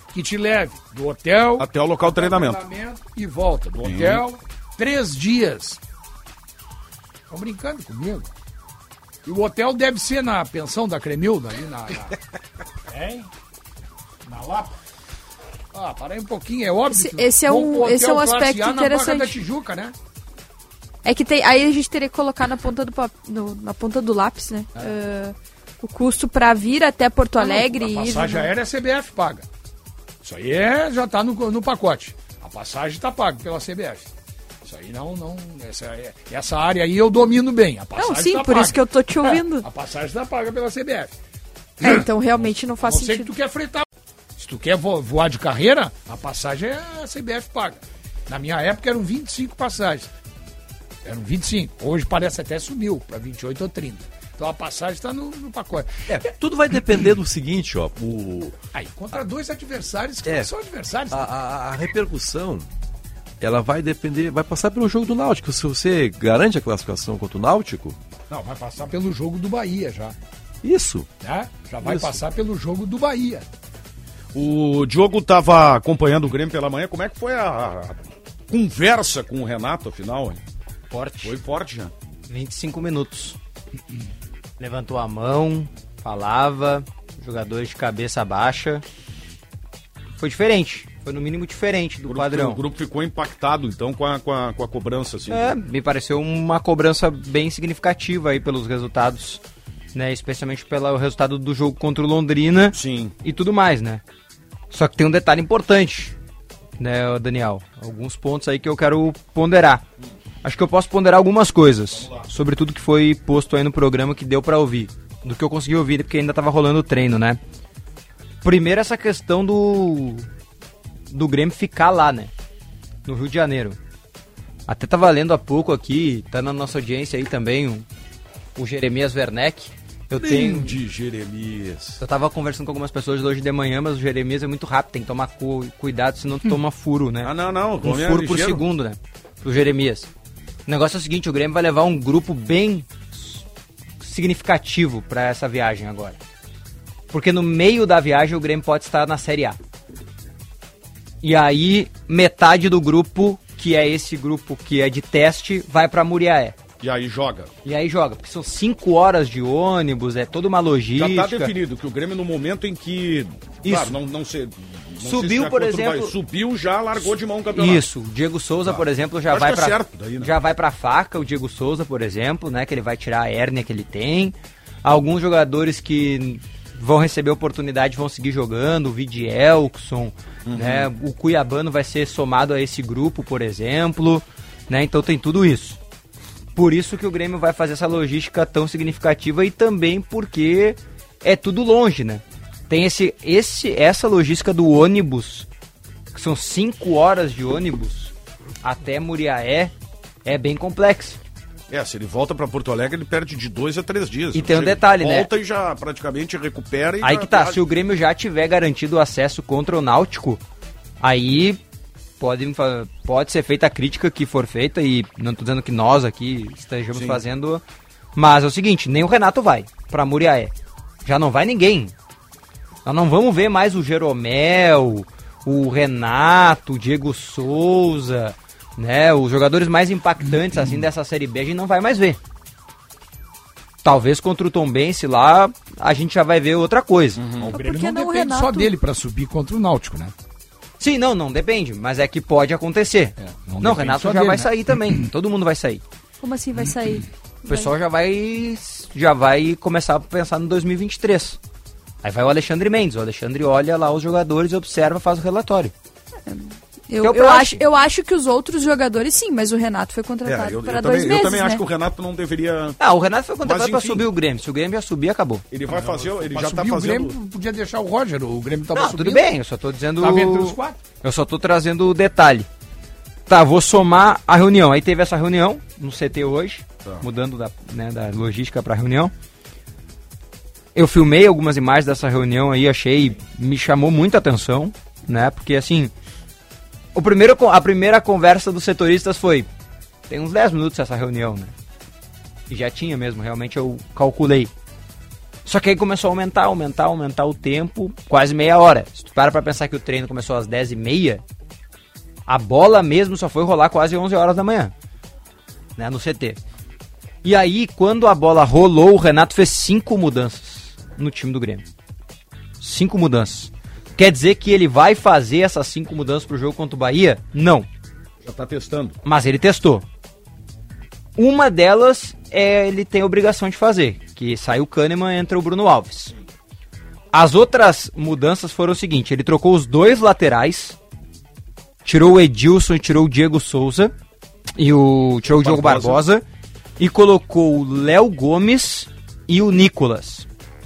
que te leve do hotel até o local de treinamento e volta do hotel, 3 dias. Estão brincando comigo. E o hotel deve ser na pensão da Cremilda, ali hein? Na Lapa. Para aí um pouquinho, é óbvio. Esse é um aspecto interessante. Na da Tijuca, né? É que aí a gente teria que colocar na ponta do lápis, né? O custo para vir até Porto Alegre. A passagem aérea a CBF paga. Isso aí já tá no pacote. A passagem está paga pela CBF. Isso aí não essa área aí eu domino bem. A passagem não, sim, por paga. Isso que eu tô te ouvindo. A passagem está paga pela CBF. Então realmente não faz sentido. Sei que tu quer fretar. Se tu quer voar de carreira, a passagem a CBF paga. Na minha época eram 25 passagens. Eram 25. Hoje parece até subiu para 28 ou 30. Então a passagem está no pacote. Tudo vai depender do seguinte, ó. Aí, contra 2 adversários que não são adversários. A repercussão, ela vai depender, vai passar pelo jogo do Náutico. Se você garante a classificação contra o Náutico... Não, vai passar pelo jogo do Bahia já. Isso. Né? Já vai passar pelo jogo do Bahia. O Diogo estava acompanhando o Grêmio pela manhã. Como é que foi a conversa com o Renato, afinal? Forte. Foi forte já. 25 minutos. Levantou a mão, falava, jogadores de cabeça baixa. Foi diferente. Foi no mínimo diferente do padrão. O grupo ficou impactado, então, com a cobrança. Assim, me pareceu uma cobrança bem significativa aí pelos resultados, né? Especialmente pelo resultado do jogo contra o Londrina. Sim. E tudo mais, né? Só que tem um detalhe importante, né, Daniel? Alguns pontos aí que eu quero ponderar. Acho que eu posso ponderar algumas coisas sobre tudo que foi posto aí no programa que deu pra ouvir. Do que eu consegui ouvir, porque ainda tava rolando o treino, né? Primeiro, essa questão do Grêmio ficar lá, né? No Rio de Janeiro. Até tava lendo há pouco aqui, tá na nossa audiência aí também, o Jeremias Werneck. Jeremias. Eu tava conversando com algumas pessoas hoje de manhã, mas o Jeremias é muito rápido, tem que tomar cuidado, senão tu toma furo, né? Não. Um furo por segundo, né? Pro Jeremias. O negócio é o seguinte, o Grêmio vai levar um grupo bem significativo para essa viagem agora. Porque no meio da viagem o Grêmio pode estar na Série A. E aí metade do grupo, que é esse grupo que é de teste, vai para Muriaé. E aí joga, porque são 5 horas de ônibus, é toda uma logística. Já tá definido que o Grêmio no momento em que... Isso. Claro, não sei... Subiu, por exemplo... Subiu, já largou de mão o campeonato. Isso, o Diego Souza, por exemplo, já vai pra faca, o Diego Souza, por exemplo, né, que ele vai tirar a hérnia que ele tem. Alguns jogadores que vão receber oportunidade vão seguir jogando, o Vidielson, né, o Cuiabano vai ser somado a esse grupo, por exemplo, né, então tem tudo isso. Por isso que o Grêmio vai fazer essa logística tão significativa e também porque é tudo longe, né? Tem essa logística do ônibus, que são 5 horas de ônibus até Muriaé, é bem complexa. Se ele volta para Porto Alegre, ele perde de 2 a 3 dias. E tem um detalhe, né? Volta e já praticamente recupera. E aí que tá, se o Grêmio já tiver garantido o acesso contra o Náutico, aí pode ser feita a crítica que for feita, e não tô dizendo que nós aqui estejamos fazendo, mas é o seguinte, nem o Renato vai para Muriaé. Já não vai ninguém. Nós não vamos ver mais o Jeromel, o Renato, o Diego Souza, né? Os jogadores mais impactantes assim dessa Série B a gente não vai mais ver. Talvez contra o Tombense lá a gente já vai ver outra coisa. O Grêmio não depende só dele para subir contra o Náutico, né? Sim, não depende, mas é que pode acontecer. Não, o Renato já vai sair também, todo mundo vai sair. Como assim vai sair? O pessoal já vai começar a pensar no 2023. Aí vai o Alexandre Mendes, o Alexandre olha lá os jogadores, observa, faz o relatório. Eu acho que os outros jogadores sim, mas o Renato foi contratado para 2 meses, Eu também acho né? que o Renato não deveria... o Renato foi contratado para subir o Grêmio. Se o Grêmio já subir, acabou. Ele vai fazer, ele já tá fazendo... O Grêmio podia deixar o Roger, o Grêmio tava subindo. Tudo bem, eu só tô dizendo... Tava entre os 4. Eu só tô trazendo o detalhe. Tá, vou somar a reunião. Aí teve essa reunião no CT hoje, mudando da logística para reunião. Eu filmei algumas imagens dessa reunião aí, me chamou muita atenção, né? Porque assim, a primeira conversa dos setoristas foi, tem uns 10 minutos essa reunião, né? E já tinha mesmo, realmente eu calculei. Só que aí começou a aumentar o tempo, quase meia hora. Se tu para pra pensar que o treino começou às 10h30, a bola mesmo só foi rolar quase 11 horas da manhã, né, no CT. E aí, quando a bola rolou, o Renato fez 5 mudanças no time do Grêmio. 5 mudanças. Quer dizer que ele vai fazer essas 5 mudanças pro jogo contra o Bahia? Não. Já tá testando. Mas ele testou. Uma delas ele tem a obrigação de fazer, que sai o Kahneman, entra o Bruno Alves. As outras mudanças foram o seguinte: ele trocou os 2 laterais, tirou o Edilson e tirou o Diego Souza, tirou o Diogo Barbosa, e colocou o Léo Gomes e o Nicolas.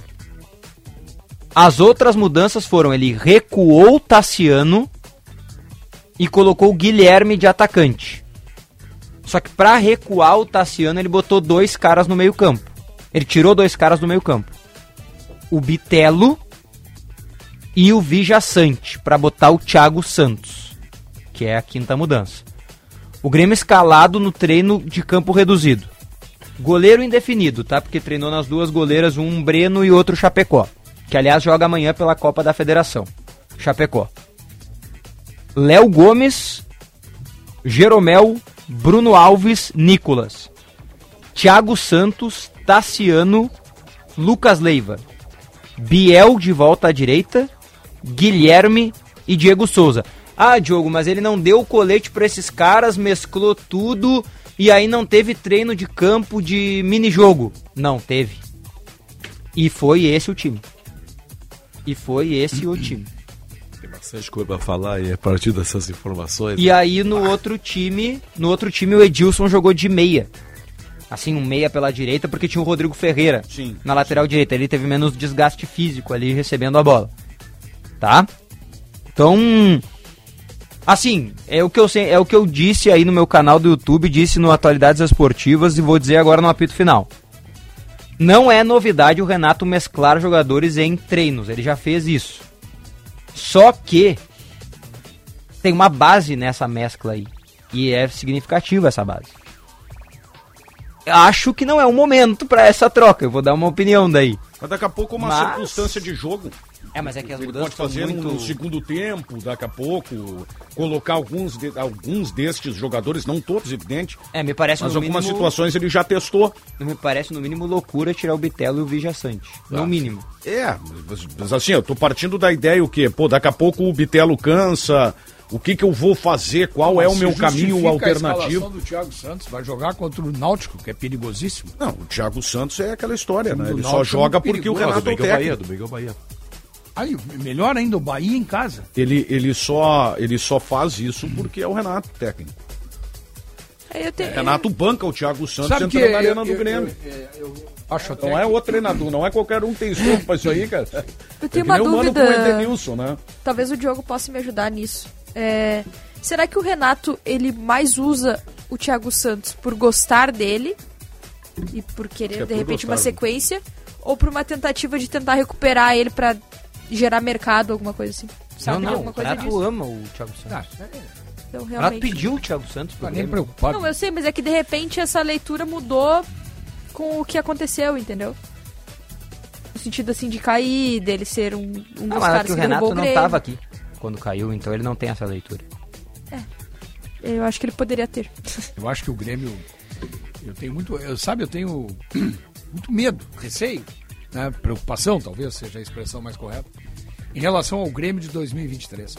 As outras mudanças foram: ele recuou o Tassiano e colocou o Guilherme de atacante. Só que pra recuar o Tassiano, ele botou 2 caras no meio campo. Ele tirou 2 caras do meio campo. O Bitelo e o Vijaçante, pra botar o Thiago Santos, que é a 5ª mudança. O Grêmio escalado no treino de campo reduzido. Goleiro indefinido, tá? Porque treinou nas 2 goleiras, um Breno e outro Chapecó, que aliás joga amanhã pela Copa da Federação. Chapecó. Léo Gomes, Jeromel, Bruno Alves, Nicolas, Thiago Santos, Tassiano, Lucas Leiva, Biel de volta à direita, Guilherme e Diego Souza. Ah, Diogo, mas ele não deu o colete para esses caras, mesclou tudo e aí não teve treino de campo de mini-jogo. Não teve. E foi esse o time. Tem bastante coisa pra falar e a partir dessas informações. E aí no outro time o Edilson jogou de meia. Assim, um meia pela direita, porque tinha o Rodrigo Ferreira na lateral direita. Ele teve menos desgaste físico ali recebendo a bola. Tá? Então, assim, é o que eu disse aí no meu canal do YouTube, disse no Atualidades Esportivas e vou dizer agora no apito final. Não é novidade o Renato mesclar jogadores em treinos, ele já fez isso. Só que tem uma base nessa mescla aí, e é significativa essa base. Acho que não é o momento pra essa troca, eu vou dar uma opinião daí. Mas daqui a pouco uma circunstância de jogo. Mas é que as ele mudanças pode fazer muito... no segundo tempo, daqui a pouco, colocar alguns destes jogadores, não todos, evidente. Me parece mas algumas situações ele já testou. Me parece, no mínimo, loucura tirar o Bitelo e o Vijaçante. No mínimo. Mas assim, eu tô partindo da ideia o quê? Daqui a pouco o Bitelo cansa. O que eu vou fazer? Qual é o meu caminho alternativo? A escalação do Thiago Santos vai jogar contra o Náutico, que é perigosíssimo. Não, o Thiago Santos é aquela história, né? Ele só joga porque o Renato é o técnico. Do Miguel Bahia. Aí, melhor ainda, o Bahia em casa. Ele só faz isso porque é o Renato técnico. Renato banca o Thiago Santos entrando na arena do Grêmio. Acho até não é outro treinador, não é qualquer um que tem estômago pra isso aí, cara. Eu tenho uma dúvida. Com o Edenilson, né? Talvez o Diogo possa me ajudar nisso. Será que o Renato ele mais usa o Thiago Santos por gostar dele e por querer de repente uma sequência, ou por uma tentativa de tentar recuperar ele pra gerar mercado, alguma coisa assim? Sabe? Não, o Renato ama o Thiago Santos. Então, o Renato pediu o Thiago Santos. Tá nem preocupado. Não, eu sei, mas é que de repente essa leitura mudou com o que aconteceu, entendeu? No sentido assim de cair, dele ser um dos caras que o Renato não estava aqui quando caiu, então ele não tem essa leitura. Eu acho que ele poderia ter. Eu acho que o Grêmio, eu tenho muito muito medo, receio, né? Preocupação, talvez seja a expressão mais correta, em relação ao Grêmio de 2023.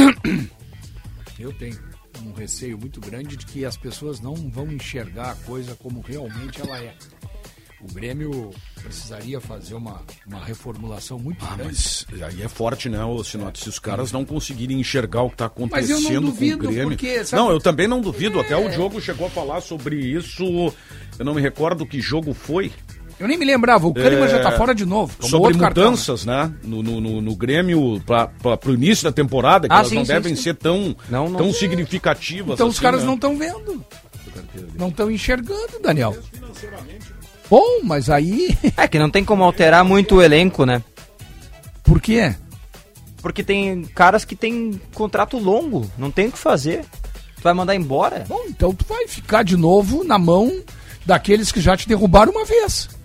Eu tenho um receio muito grande de que as pessoas não vão enxergar a coisa como realmente ela é. O Grêmio precisaria fazer uma reformulação muito grande. Mas aí é forte, né, Sinote? Se os caras não conseguirem enxergar o que está acontecendo mas eu não duvido, com o Grêmio... Porque, sabe... Não, eu também não duvido. Até o Diogo chegou a falar sobre isso. Eu não me recordo que jogo foi. Eu nem me lembrava. O Kahneman já está fora de novo. Sobre mudanças, cartão, né? No Grêmio para o início da temporada, que elas não devem ser tão significativas. Então assim, os caras né? não estão vendo. Não estão enxergando, Daniel. Bom, mas aí... É que não tem como alterar muito o elenco, né? Por quê? Porque tem caras que tem contrato longo, não tem o que fazer. Tu vai mandar embora? Bom, então tu vai ficar de novo na mão daqueles que já te derrubaram uma vez.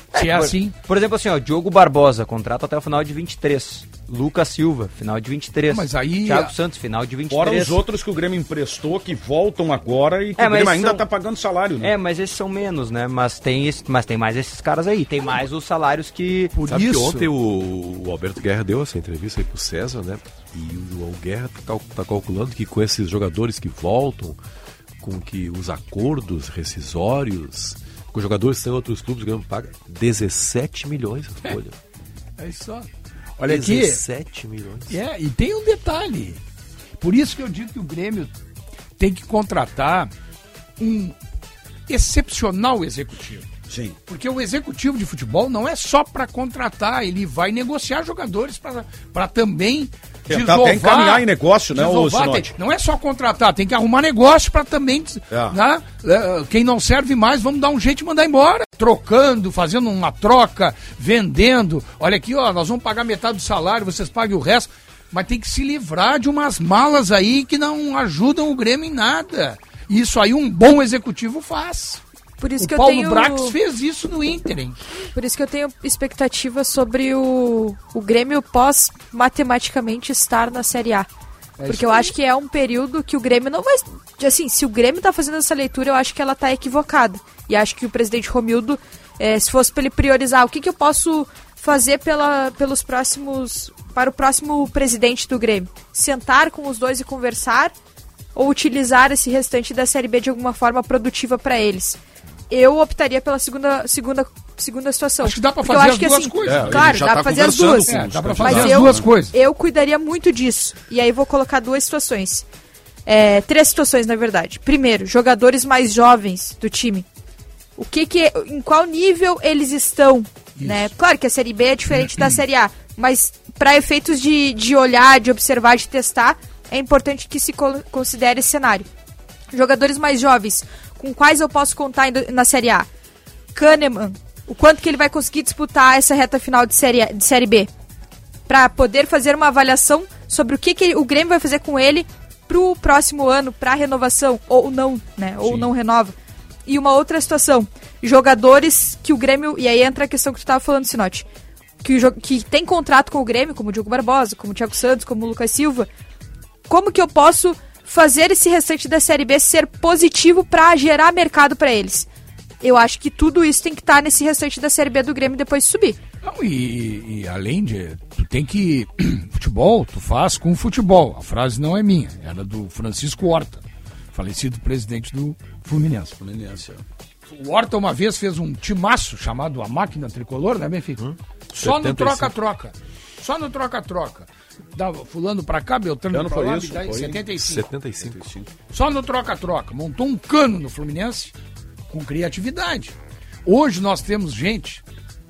Se é assim. Por exemplo, assim, ó, Diogo Barbosa, contrato até o final de 23. Lucas Silva, final de 23. Mas aí... Thiago Santos, final de 23. Fora os outros que o Grêmio emprestou, que voltam agora e que o Grêmio ainda tá pagando salário, né? Mas esses são menos, né? Mas tem mais esses caras aí. Tem mais os salários que... Sabe que ontem o Alberto Guerra deu essa entrevista aí pro César, né? E o Guerra tá calculando que com esses jogadores que voltam, com que os acordos rescisórios, com os jogadores que estão em outros clubes, o Grêmio paga 17 milhões a folha. É isso só. Olha 17 milhões. E tem um detalhe. Por isso que eu digo que o Grêmio tem que contratar um excepcional executivo. Sim. Porque o executivo de futebol não é só para contratar, ele vai negociar jogadores para também tentar até encaminhar em negócio, né, o Sinote? Não é só contratar, tem que arrumar negócio para também, né, quem não serve mais, vamos dar um jeito de mandar embora. Trocando, fazendo uma troca, vendendo. Olha aqui, ó, nós vamos pagar metade do salário, vocês paguem o resto. Mas tem que se livrar de umas malas aí que não ajudam o Grêmio em nada. Isso aí um bom executivo faz. Por isso o que Paulo Brax fez isso no Inter, hein? Por isso que eu tenho expectativa sobre o Grêmio pós-matematicamente estar na Série A. Porque eu acho que é um período que o Grêmio não vai... Assim, se o Grêmio tá fazendo essa leitura, eu acho que ela tá equivocada. E acho que o presidente Romildo, se fosse para ele priorizar, o que eu posso fazer para o próximo presidente do Grêmio? Sentar com os dois e conversar? Ou utilizar esse restante da Série B de alguma forma produtiva para eles? Eu optaria pela segunda situação. Acho que dá pra fazer as duas coisas. Claro, dá pra fazer as duas. Dá pra fazer as duas coisas. Eu cuidaria muito disso. E aí vou colocar duas situações. 3 situações, na verdade. Primeiro, jogadores mais jovens do time. Em qual nível eles estão? Né? Claro que a Série B é diferente da Série A. Mas para efeitos de olhar, de observar, de testar, é importante que se considere esse cenário. Jogadores mais jovens, com quais eu posso contar na Série A? Kahneman, o quanto que ele vai conseguir disputar essa reta final de Série B? Para poder fazer uma avaliação sobre o que o Grêmio vai fazer com ele pro próximo ano, pra renovação, ou não, né? Ou não renova. E uma outra situação, jogadores que o Grêmio, e aí entra a questão que tu estava falando, Sinote, que tem contrato com o Grêmio, como o Diogo Barbosa, como o Thiago Santos, como o Lucas Silva, como que eu posso fazer esse restante da Série B ser positivo para gerar mercado para eles? Eu acho que tudo isso tem que estar nesse restante da Série B do Grêmio depois de subir. Não, e além de... Tu tem que... Futebol, tu faz com futebol. A frase não é minha, era do Francisco Horta, falecido presidente do Fluminense. O Horta uma vez fez um timaço chamado A Máquina Tricolor, né, Benfica? Só no troca-troca. Só no troca-troca. Dava fulano pra cá, Beltrano pra lá, isso, 75. Só no troca-troca. Montou um cano no Fluminense com criatividade. Hoje nós temos gente...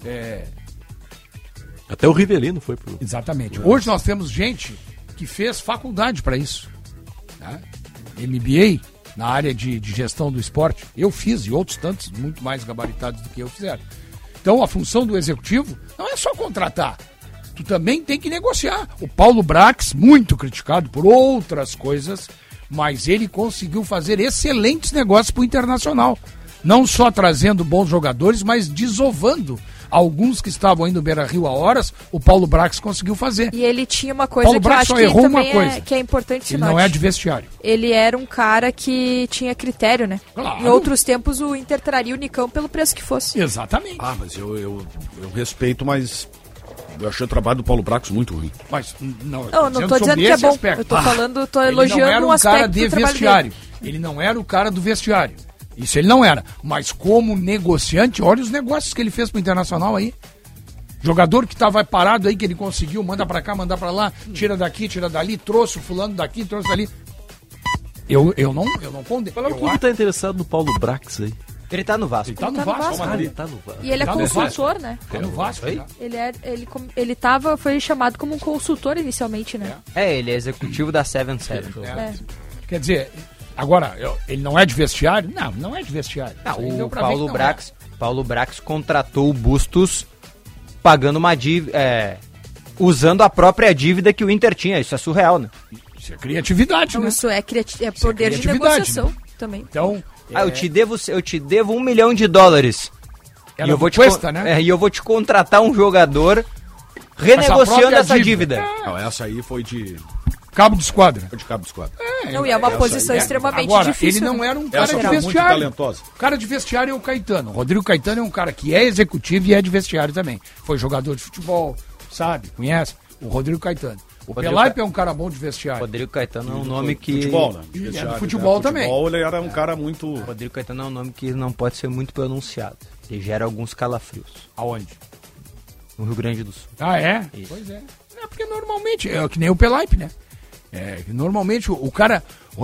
Até o Rivelino foi pro... Exatamente. Hoje nós temos gente que fez faculdade para isso. Né? MBA na área de gestão do esporte. Eu fiz, e outros tantos, muito mais gabaritados do que eu fizeram. Então a função do executivo não é só contratar. Tu também tem que negociar. O Paulo Brax, muito criticado por outras coisas, mas ele conseguiu fazer excelentes negócios pro Internacional. Não só trazendo bons jogadores, mas desovando alguns que estavam indo no Beira-Rio há horas, o Paulo Brax conseguiu fazer. E ele tinha uma coisa Paulo que eu Brax acho só que errou também uma coisa. que é importante. Ele não é de vestiário. Ele era um cara que tinha critério, né? Claro. Em outros tempos o Inter traria o Nicão pelo preço que fosse. Exatamente. Ah, mas eu respeito, mas eu achei o trabalho do Paulo Brax muito ruim. Mas não tô dizendo que é bom. Aspecto. Eu tô falando, tô elogiando um aspecto do trabalho vestiário. dele. Ele não era o cara do vestiário. Isso ele não era. Mas como negociante, olha os negócios que ele fez pro Internacional aí. Jogador que tava parado aí, que ele conseguiu, manda pra cá, manda pra lá, tira daqui, tira dali, trouxe o fulano daqui, trouxe dali. Eu não condeno. Qual é o clube que tá interessado no Paulo Brax aí? Ele tá no Vasco. Ele tá no Vasco. E ele é consultor, né? Tá no Vasco. Ele foi chamado como um consultor inicialmente, né? Ele é executivo da 77. Quer dizer, agora, ele não é de vestiário? Não é de vestiário. Não, o Paulo Brax contratou o Bustos pagando uma dívida, usando a própria dívida que o Inter tinha. Isso é surreal, né? Isso é criatividade, então, né? Isso é poder de negociação, né? Também. Então, eu te devo $1 milhão. E eu vou e eu vou te contratar um jogador renegociando essa dívida. Não, essa aí foi de cabo de esquadra. Foi de cabo de esquadra. Não, e é uma posição extremamente Agora, difícil. ele não né? era um cara de muito vestiário. talentosa. O cara de vestiário é o Caetano. O Rodrigo Caetano é um cara que é executivo e é de vestiário também. Foi jogador de futebol, sabe? Conhece? O Rodrigo Caetano. O Pelaipe é um cara bom de vestiário. Rodrigo Caetano é um nome que... Futebol, né? E é do futebol também. Futebol, ele era um cara muito... Rodrigo Caetano é um nome que não pode ser muito pronunciado. Ele gera alguns calafrios. Aonde? No Rio Grande do Sul. Ah, é? Isso. Pois é. É porque normalmente, é que nem o Pelaipe, né? É, que normalmente o cara,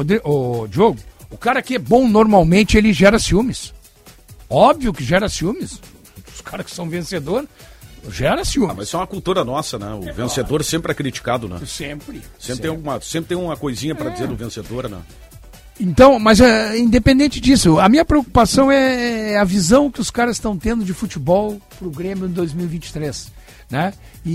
o Diogo, o cara que é bom normalmente ele gera ciúmes. Óbvio que gera ciúmes. Os caras que são vencedores, gera ciúmes. Mas isso é uma cultura nossa, né? O vencedor sempre é criticado, né? Sempre. Sempre tem uma coisinha pra dizer do vencedor, né? Então, mas independente disso, a minha preocupação é a visão que os caras estão tendo de futebol pro Grêmio em 2023, né?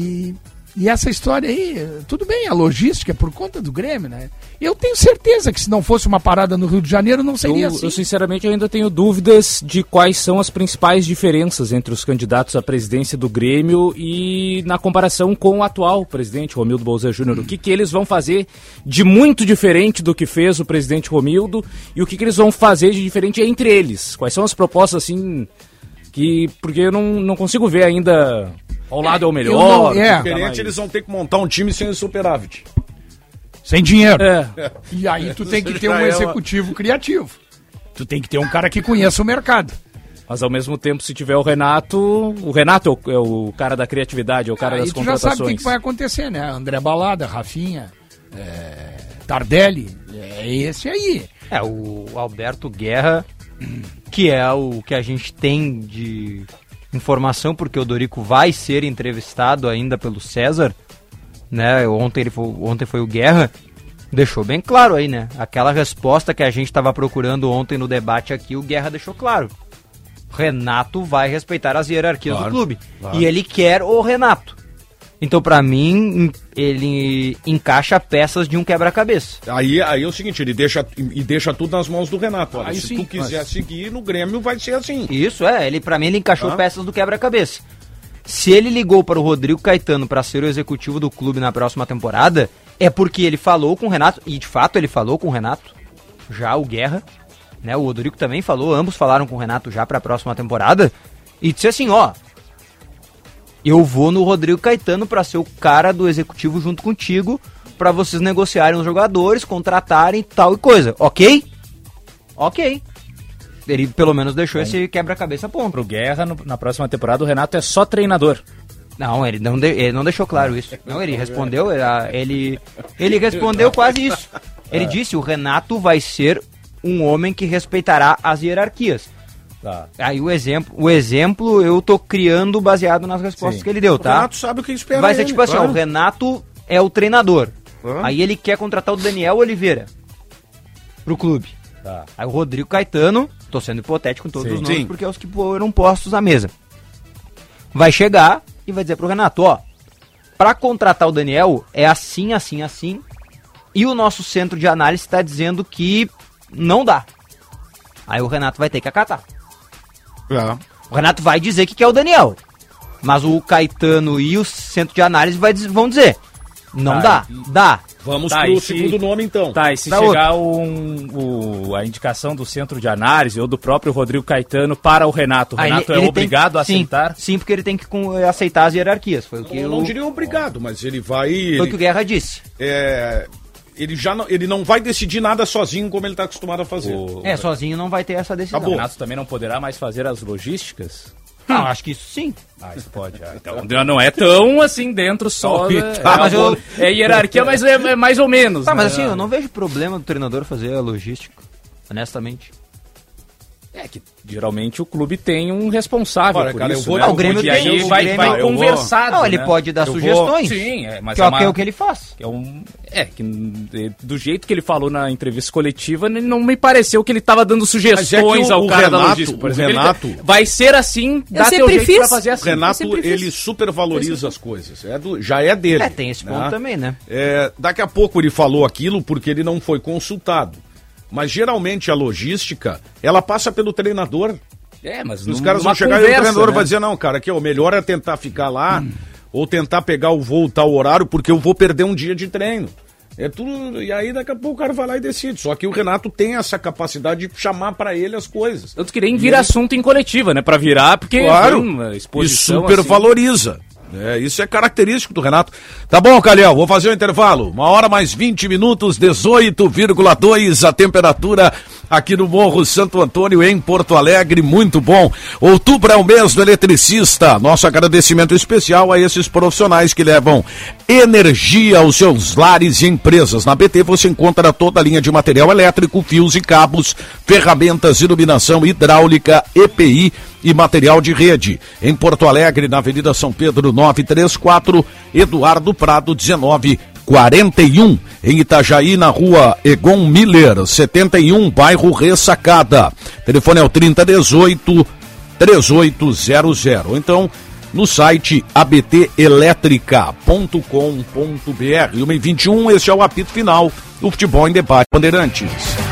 E essa história aí, tudo bem, a logística é por conta do Grêmio, né? Eu tenho certeza que se não fosse uma parada no Rio de Janeiro, não seria assim. Eu sinceramente ainda tenho dúvidas de quais são as principais diferenças entre os candidatos à presidência do Grêmio e na comparação com o atual presidente, Romildo Bolzan Júnior. O que eles vão fazer de muito diferente do que fez o presidente Romildo e o que eles vão fazer de diferente entre eles? Quais são as propostas, assim, porque eu não consigo ver ainda... Ao lado é o melhor. Diferente, eles vão ter que montar um time sem superávit. Sem dinheiro. E aí tu tem que ter um executivo criativo. Tu tem que ter um cara que conheça o mercado. Mas ao mesmo tempo, se tiver o Renato é o cara da criatividade, é o cara das contratações. Tu já sabe o que vai acontecer, né? André Balada, Rafinha, Tardelli, é esse aí. O Alberto Guerra, que é o que a gente tem de... informação, porque o Dorico vai ser entrevistado ainda pelo César, né? Ontem foi o Guerra, deixou bem claro aí, né? Aquela resposta que a gente estava procurando ontem no debate aqui, o Guerra deixou claro. Renato vai respeitar as hierarquias do clube. Claro. E ele quer o Renato. Então, pra mim, ele encaixa peças de um quebra-cabeça. Aí é o seguinte, ele deixa tudo nas mãos do Renato. Olha, se tu quiser seguir no Grêmio, vai ser assim. Isso, pra mim ele encaixou peças do quebra-cabeça. Se ele ligou para o Rodrigo Caetano para ser o executivo do clube na próxima temporada, é porque ele falou com o Renato, e de fato ele falou com o Renato, já o Guerra, né? O Rodrigo também falou, ambos falaram com o Renato já para a próxima temporada, e disse assim, eu vou no Rodrigo Caetano para ser o cara do executivo junto contigo, para vocês negociarem os jogadores, contratarem tal e coisa, ok? Ok. Ele pelo menos deixou esse quebra-cabeça ponto. Pro Guerra, na próxima temporada, o Renato é só treinador. Não, ele não deixou claro isso. Não, ele respondeu, ele respondeu quase isso. Ele disse, o Renato vai ser um homem que respeitará as hierarquias. Tá. Aí o exemplo eu tô criando baseado nas respostas que ele deu, tá? O Renato sabe o que espera. Vai ser tipo assim, o Renato é o treinador. Aí ele quer contratar o Daniel Oliveira pro clube. Tá. Aí o Rodrigo Caetano, tô sendo hipotético em todos os nomes, porque é os que foram postos à mesa. Vai chegar e vai dizer pro Renato, pra contratar o Daniel é assim, assim, assim, e o nosso centro de análise tá dizendo que não dá. Aí o Renato vai ter que acatar. O Renato vai dizer que quer o Daniel, mas o Caetano e o centro de análise vão dizer, não dá, dá. Vamos pro segundo nome, então. Tá, e se chegar a indicação do centro de análise ou do próprio Rodrigo Caetano para o Renato, o Renato ele é obrigado a aceitar? Sim, porque ele tem que aceitar as hierarquias. Foi o que eu não diria obrigado, mas ele vai... Foi o que o Guerra disse. Ele não vai decidir nada sozinho como ele está acostumado a fazer. Sozinho não vai ter essa decisão. O Renato também não poderá mais fazer as logísticas? Não, acho que isso sim. Isso pode. Então não é tão assim dentro só. É hierarquia, mas é mais ou menos. Mas assim, eu não vejo problema do treinador fazer a logística, honestamente. É que geralmente o clube tem um responsável por isso, né? O Grêmio tem. E aí vai conversar. Não, ele pode dar sugestões. Sim, mas que é o que ele faz. Do jeito que ele falou na entrevista coletiva, não me pareceu que ele estava dando sugestões ao cara da logística. Por exemplo, Renato, vai ser assim, dá teu jeito pra fazer assim. O Renato, ele supervaloriza as coisas. Já é dele. Tem esse ponto também, né? Daqui a pouco ele falou aquilo porque ele não foi consultado. Mas geralmente a logística, ela passa pelo treinador. Mas os caras vão chegar e o treinador vai dizer, não, cara, que o melhor é tentar ficar lá ou tentar pegar o voo tal horário, porque eu vou perder um dia de treino. É tudo, e aí daqui a pouco o cara vai lá e decide. Só que o Renato tem essa capacidade de chamar pra ele as coisas. Tanto que nem vira assunto em coletiva, né? Pra virar, porque claro, uma exposição e super assim, valoriza. Isso é característico do Renato. Tá bom, Calhão, vou fazer o intervalo. 1h mais 20 minutos, 18,2 a temperatura aqui no Morro Santo Antônio, em Porto Alegre. Muito bom. Outubro é o mês do eletricista. Nosso agradecimento especial a esses profissionais que levam energia aos seus lares e empresas. Na BT você encontra toda a linha de material elétrico, fios e cabos, ferramentas, iluminação, hidráulica, EPI e material de rede. Em Porto Alegre, na Avenida São Pedro 934, Eduardo Prado 1941. Em Itajaí, na Rua Egon Miller 71, bairro Ressacada. Telefone é o 3018-3800. Então, no site abtelétrica.com.br. 1h21, este é o apito final do Futebol em Debate Bandeirantes.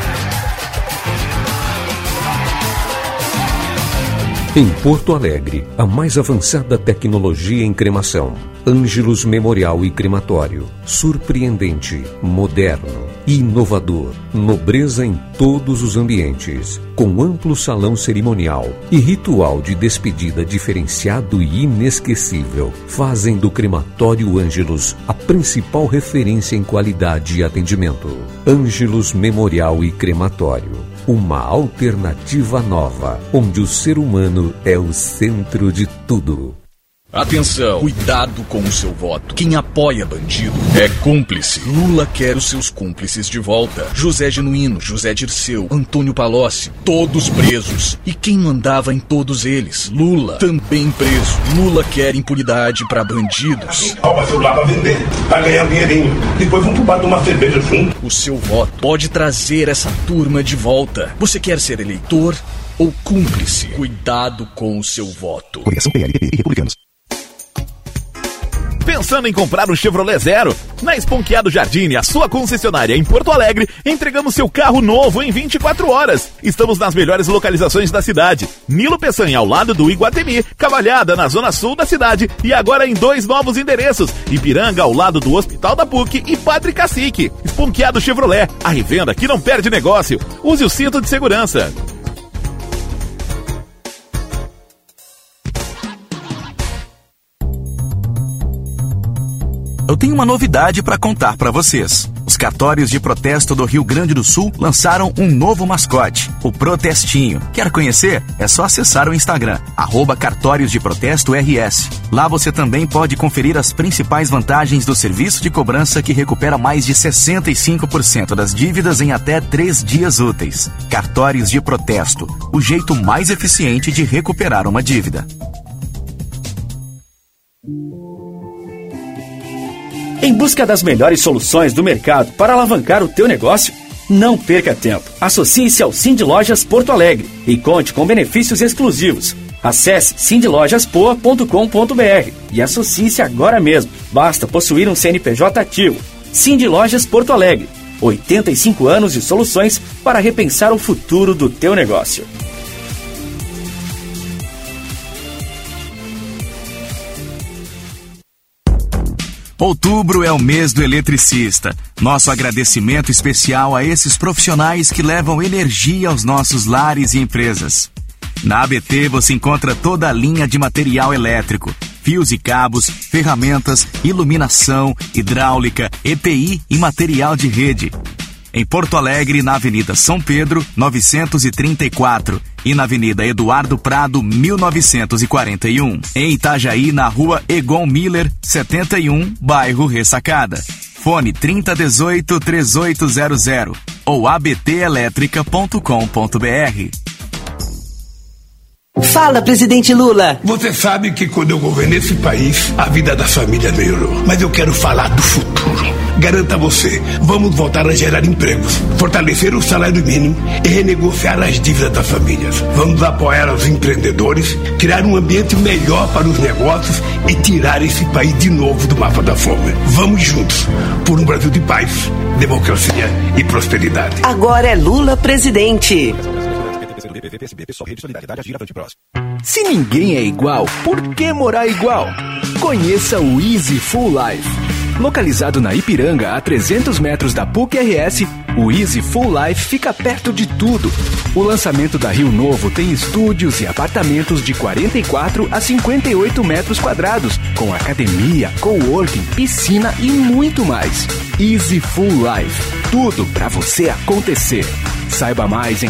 Em Porto Alegre, a mais avançada tecnologia em cremação. Ângelos Memorial e Crematório. Surpreendente, moderno, inovador. Nobreza em todos os ambientes. Com amplo salão cerimonial e ritual de despedida diferenciado e inesquecível. Fazem do Crematório Ângelos a principal referência em qualidade e atendimento. Ângelos Memorial e Crematório. Uma alternativa nova, onde o ser humano é o centro de tudo. Atenção, cuidado com o seu voto. Quem apoia bandido é cúmplice. Lula quer os seus cúmplices de volta. José Genuíno, José Dirceu, Antônio Palocci, todos presos. E quem mandava em todos eles? Lula, também preso. Lula quer impunidade pra bandidos. Rouba celular pra vender, pra ganhar dinheirinho. Depois vão pro bar tomar cerveja junto. O seu voto pode trazer essa turma de volta. Você quer ser eleitor ou cúmplice? Cuidado com o seu voto. Coligação PLPP e Republicanos. Pensando em comprar um Chevrolet Zero? Na Esponqueado Jardine, a sua concessionária em Porto Alegre, entregamos seu carro novo em 24 horas. Estamos nas melhores localizações da cidade. Nilo Peçanha, ao lado do Iguatemi, Cavalhada, na zona sul da cidade, e agora em 2 novos endereços. Ipiranga, ao lado do Hospital da PUC, e Padre Cacique. Esponqueado Chevrolet, a revenda que não perde negócio. Use o cinto de segurança. Eu tenho uma novidade para contar para vocês. Os cartórios de protesto do Rio Grande do Sul lançaram um novo mascote, o Protestinho. Quer conhecer? É só acessar o Instagram, @cartórios-de-protesto-rs. Lá você também pode conferir as principais vantagens do serviço de cobrança que recupera mais de 65% das dívidas em até 3 dias úteis. Cartórios de protesto, o jeito mais eficiente de recuperar uma dívida. Em busca das melhores soluções do mercado para alavancar o teu negócio? Não perca tempo. Associe-se ao Cindy Lojas Porto Alegre e conte com benefícios exclusivos. Acesse cindylojaspoa.com.br e associe-se agora mesmo. Basta possuir um CNPJ ativo. Cindy Lojas Porto Alegre. 85 anos de soluções para repensar o futuro do teu negócio. Outubro é o mês do eletricista. Nosso agradecimento especial a esses profissionais que levam energia aos nossos lares e empresas. Na ABT você encontra toda a linha de material elétrico, fios e cabos, ferramentas, iluminação, hidráulica, EPI e material de rede. Em Porto Alegre, na Avenida São Pedro, 934, e na Avenida Eduardo Prado, 1941. Em Itajaí, na Rua Egon Miller, 71, bairro Ressacada. Fone 3018-3800 ou abtelétrica.com.br. Fala, presidente Lula. Você sabe que quando eu governei esse país, a vida das famílias melhorou. Mas eu quero falar do futuro. Garanto a você, vamos voltar a gerar empregos, fortalecer o salário mínimo e renegociar as dívidas das famílias. Vamos apoiar os empreendedores, criar um ambiente melhor para os negócios e tirar esse país de novo do mapa da fome. Vamos juntos, por um Brasil de paz, democracia e prosperidade. Agora é Lula presidente. CPVP, PSB, Pessoal, Rede Solidariedade, Agir, Avante, Próximo. Se ninguém é igual, por que morar igual? Conheça o Easy Full Life. Localizado na Ipiranga, a 300 metros da PUC-RS, o Easy Full Life fica perto de tudo. O lançamento da Rio Novo tem estúdios e apartamentos de 44 a 58 metros quadrados, com academia, coworking, piscina e muito mais. Easy Full Life. Tudo para você acontecer. Saiba mais em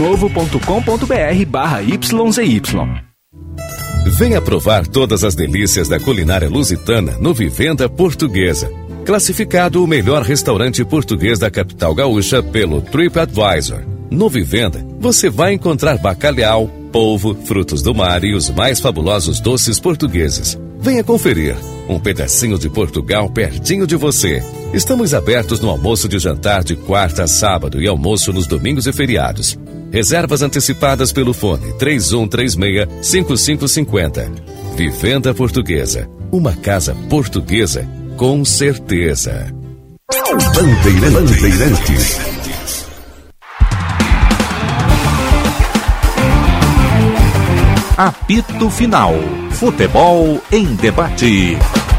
rionovo.com.br/YZY. Venha provar todas as delícias da culinária lusitana no Vivenda Portuguesa. Classificado o melhor restaurante português da capital gaúcha pelo TripAdvisor. No Vivenda, você vai encontrar bacalhau, polvo, frutos do mar e os mais fabulosos doces portugueses. Venha conferir. Um pedacinho de Portugal pertinho de você. Estamos abertos no almoço de jantar de quarta a sábado e almoço nos domingos e feriados. Reservas antecipadas pelo fone 3136-5550. Vivenda Portuguesa. Uma casa portuguesa com certeza. Bandeirantes. Apito Final. Futebol em debate.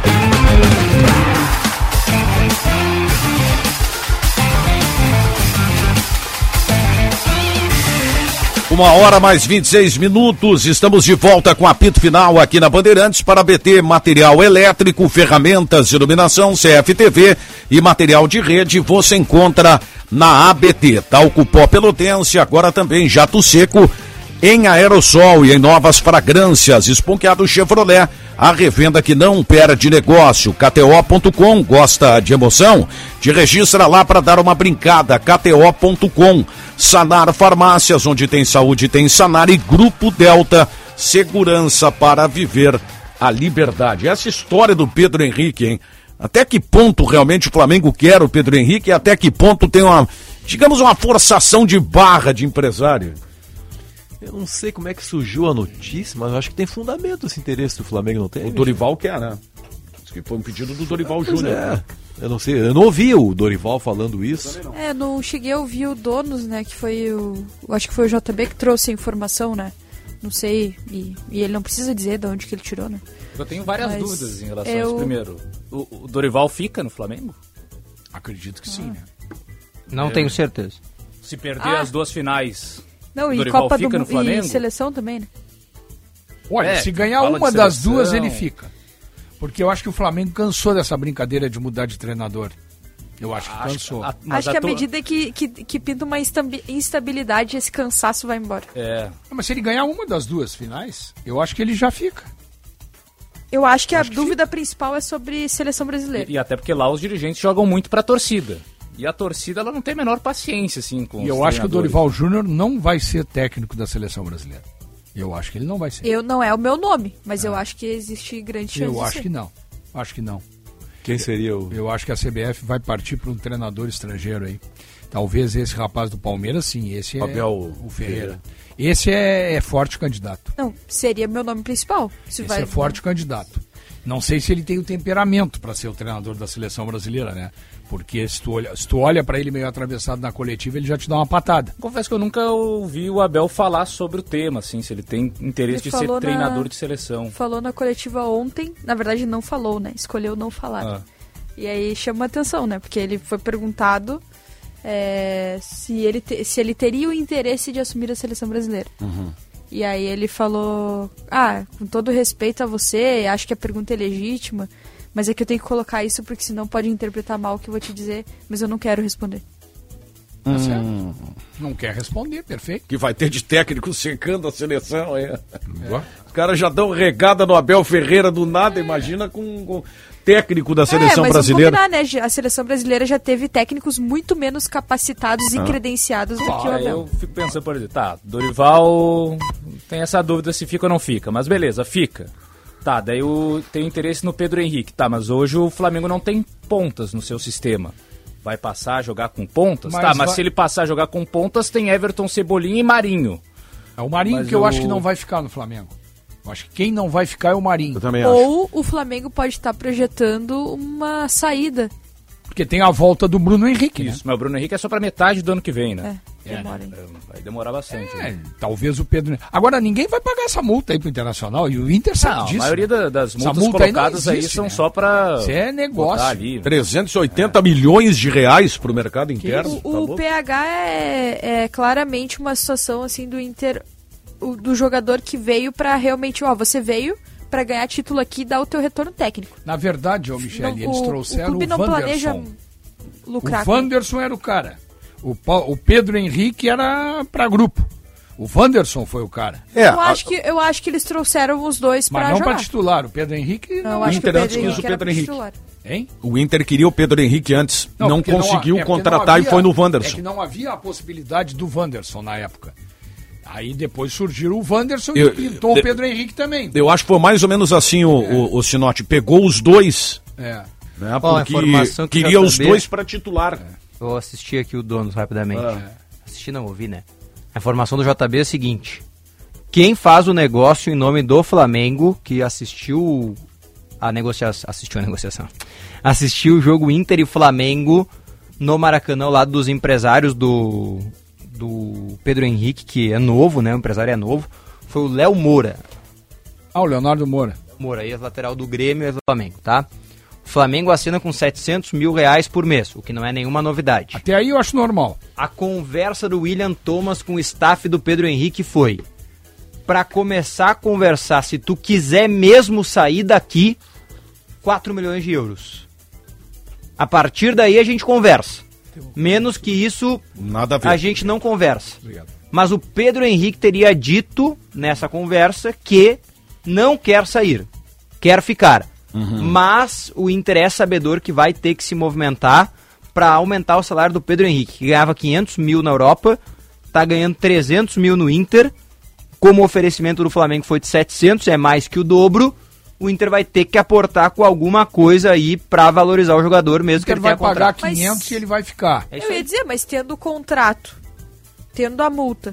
Uma hora mais 26 minutos, estamos de volta com apito final aqui na Bandeirantes para BT Material Elétrico, ferramentas, iluminação, CFTV e material de rede, você encontra na ABT. Talco Pó Pelotense, agora também jato seco em aerossol e em novas fragrâncias. Esponqueado Chevrolet, a revenda que não perde negócio. KTO.com, gosta de emoção? Te registra lá para dar uma brincada. KTO.com. Sanar Farmácias, onde tem saúde tem Sanar, e Grupo Delta, segurança para viver a liberdade. Essa história do Pedro Henrique, hein? Até que ponto realmente o Flamengo quer o Pedro Henrique e até que ponto tem uma, digamos, uma forçação de barra de empresário? Eu não sei como é que surgiu a notícia, mas eu acho que tem fundamento esse interesse do Flamengo, não tem? O Dorival quer, né? Diz que foi um pedido do Dorival Júnior. Né? Eu não sei, eu não ouvi o Dorival falando isso. Não cheguei a ouvir o Donos, né, que foi acho que foi o JB que trouxe a informação, né? Não sei, e ele não precisa dizer de onde que ele tirou, né? Eu tenho várias dúvidas em relação a isso. Primeiro, o Dorival fica no Flamengo? Acredito que sim, né? Não tenho certeza. Se perder as duas finais... Não, e Dorival Copa fica no Flamengo? E seleção também, né? Olha, se ganhar uma das duas, ele fica. Porque eu acho que o Flamengo cansou dessa brincadeira de mudar de treinador. Eu acho que cansou. Acho que à medida que pinta uma instabilidade, esse cansaço vai embora. Mas se ele ganhar uma das duas finais, eu acho que ele já fica. Eu acho que a dúvida principal é sobre seleção brasileira. E até porque lá os dirigentes jogam muito pra torcida. E a torcida, ela não tem a menor paciência, assim, com E eu acho que o Dorival Júnior não vai ser técnico da seleção brasileira. Eu acho que ele não vai ser. Não é o meu nome, mas eu acho que existe grande chance Eu acho que não. Acho que não. Quem seria o... Eu acho que a CBF vai partir para um treinador estrangeiro aí. Talvez esse rapaz do Palmeiras, sim. Esse Abel o Ferreira. Esse é forte candidato. Não, seria meu nome principal. Esse é forte candidato. Não sei se ele tem o temperamento para ser o treinador da seleção brasileira, né? Porque se tu olha para ele meio atravessado na coletiva, ele já te dá uma patada. Confesso que eu nunca ouvi o Abel falar sobre o tema, assim, se ele tem interesse de ser treinador de seleção. Falou na coletiva ontem, na verdade não falou, né? Escolheu não falar. E aí chama a atenção, né? Porque ele foi perguntado se ele teria o interesse de assumir a seleção brasileira. Uhum. E aí ele falou, com todo respeito a você, acho que a pergunta é legítima, mas é que eu tenho que colocar isso porque senão pode interpretar mal o que eu vou te dizer, mas eu não quero responder. Tá certo? Não quer responder, perfeito. Que vai ter de técnico secando a seleção. Os caras já dão regada no Abel Ferreira do nada, imagina com técnico da seleção brasileira. Vamos combinar, né? A seleção brasileira já teve técnicos muito menos capacitados e credenciados do que o Abel. Eu fico pensando, por exemplo, Dorival tem essa dúvida se fica ou não fica, mas beleza, fica. Daí eu tenho interesse no Pedro Henrique, mas hoje o Flamengo não tem pontas no seu sistema. Vai passar a jogar com pontas? Mas se ele passar a jogar com pontas, tem Everton, Cebolinha e Marinho. É o Marinho que eu acho que não vai ficar no Flamengo. Eu acho que quem não vai ficar é o Marinho. Eu também acho. Ou o Flamengo pode estar projetando uma saída. Porque tem a volta do Bruno Henrique, Isso, mas o Bruno Henrique é só pra metade do ano que vem, né? Demora, hein? Vai demorar bastante. Talvez o Pedro... Agora, ninguém vai pagar essa multa aí pro Internacional, e o Inter sabe disso. A maioria das multas multa colocadas aí, aí são só para... Isso é negócio. Ali, 380 milhões de reais pro mercado interno. O PH é claramente uma situação assim do Inter, do jogador que veio para realmente, você veio para ganhar título aqui e dar o teu retorno técnico. Na verdade, Michele, eles trouxeram o clube não planeja lucrar. O Wanderson era o cara. O Pedro Henrique era para grupo. O Wanderson foi o cara. Eu acho que eles trouxeram os dois para jogar. Mas não para titular. O Pedro Henrique... Não, acho que o Pedro Henrique era para titular. Hein? O Inter queria o Pedro Henrique antes, não conseguiu contratar e foi no Wanderson. É que não havia a possibilidade do Wanderson na época. Aí depois surgiu o Wanderson e pintou o Pedro Henrique também. Eu acho que foi mais ou menos assim o Sinotti. Pegou os dois, né, porque queria os dois para titular. Eu assisti aqui o Donos rapidamente. Assisti, não ouvi, né? A informação do JB é a seguinte: quem faz o negócio em nome do Flamengo, que assistiu a negociação, assistiu o jogo Inter e Flamengo no Maracanã, ao lado dos empresários do Pedro Henrique, que é novo, né? O empresário é novo, foi o Léo Moura. O Leonardo Moura. Moura, ex-lateral do Grêmio e do Flamengo, tá? O Flamengo assina com R$700 mil por mês, o que não é nenhuma novidade. Até aí eu acho normal. A conversa do William Thomas com o staff do Pedro Henrique foi: para começar a conversar, se tu quiser mesmo sair daqui, 4 milhões de euros. A partir daí a gente conversa. Menos que isso, nada a ver. A gente não conversa. Obrigado. Mas o Pedro Henrique teria dito nessa conversa que não quer sair, quer ficar. Mas o Inter é sabedor que vai ter que se movimentar para aumentar o salário do Pedro Henrique, que ganhava 500 mil na Europa, tá ganhando 300 mil no Inter. Como o oferecimento do Flamengo foi de 700, é mais que o dobro, o Inter vai ter que aportar com alguma coisa aí para valorizar o jogador, mesmo que ele tenha contrato. Vai pagar 500 e ele vai ficar. Eu ia dizer, mas tendo o contrato, tendo a multa,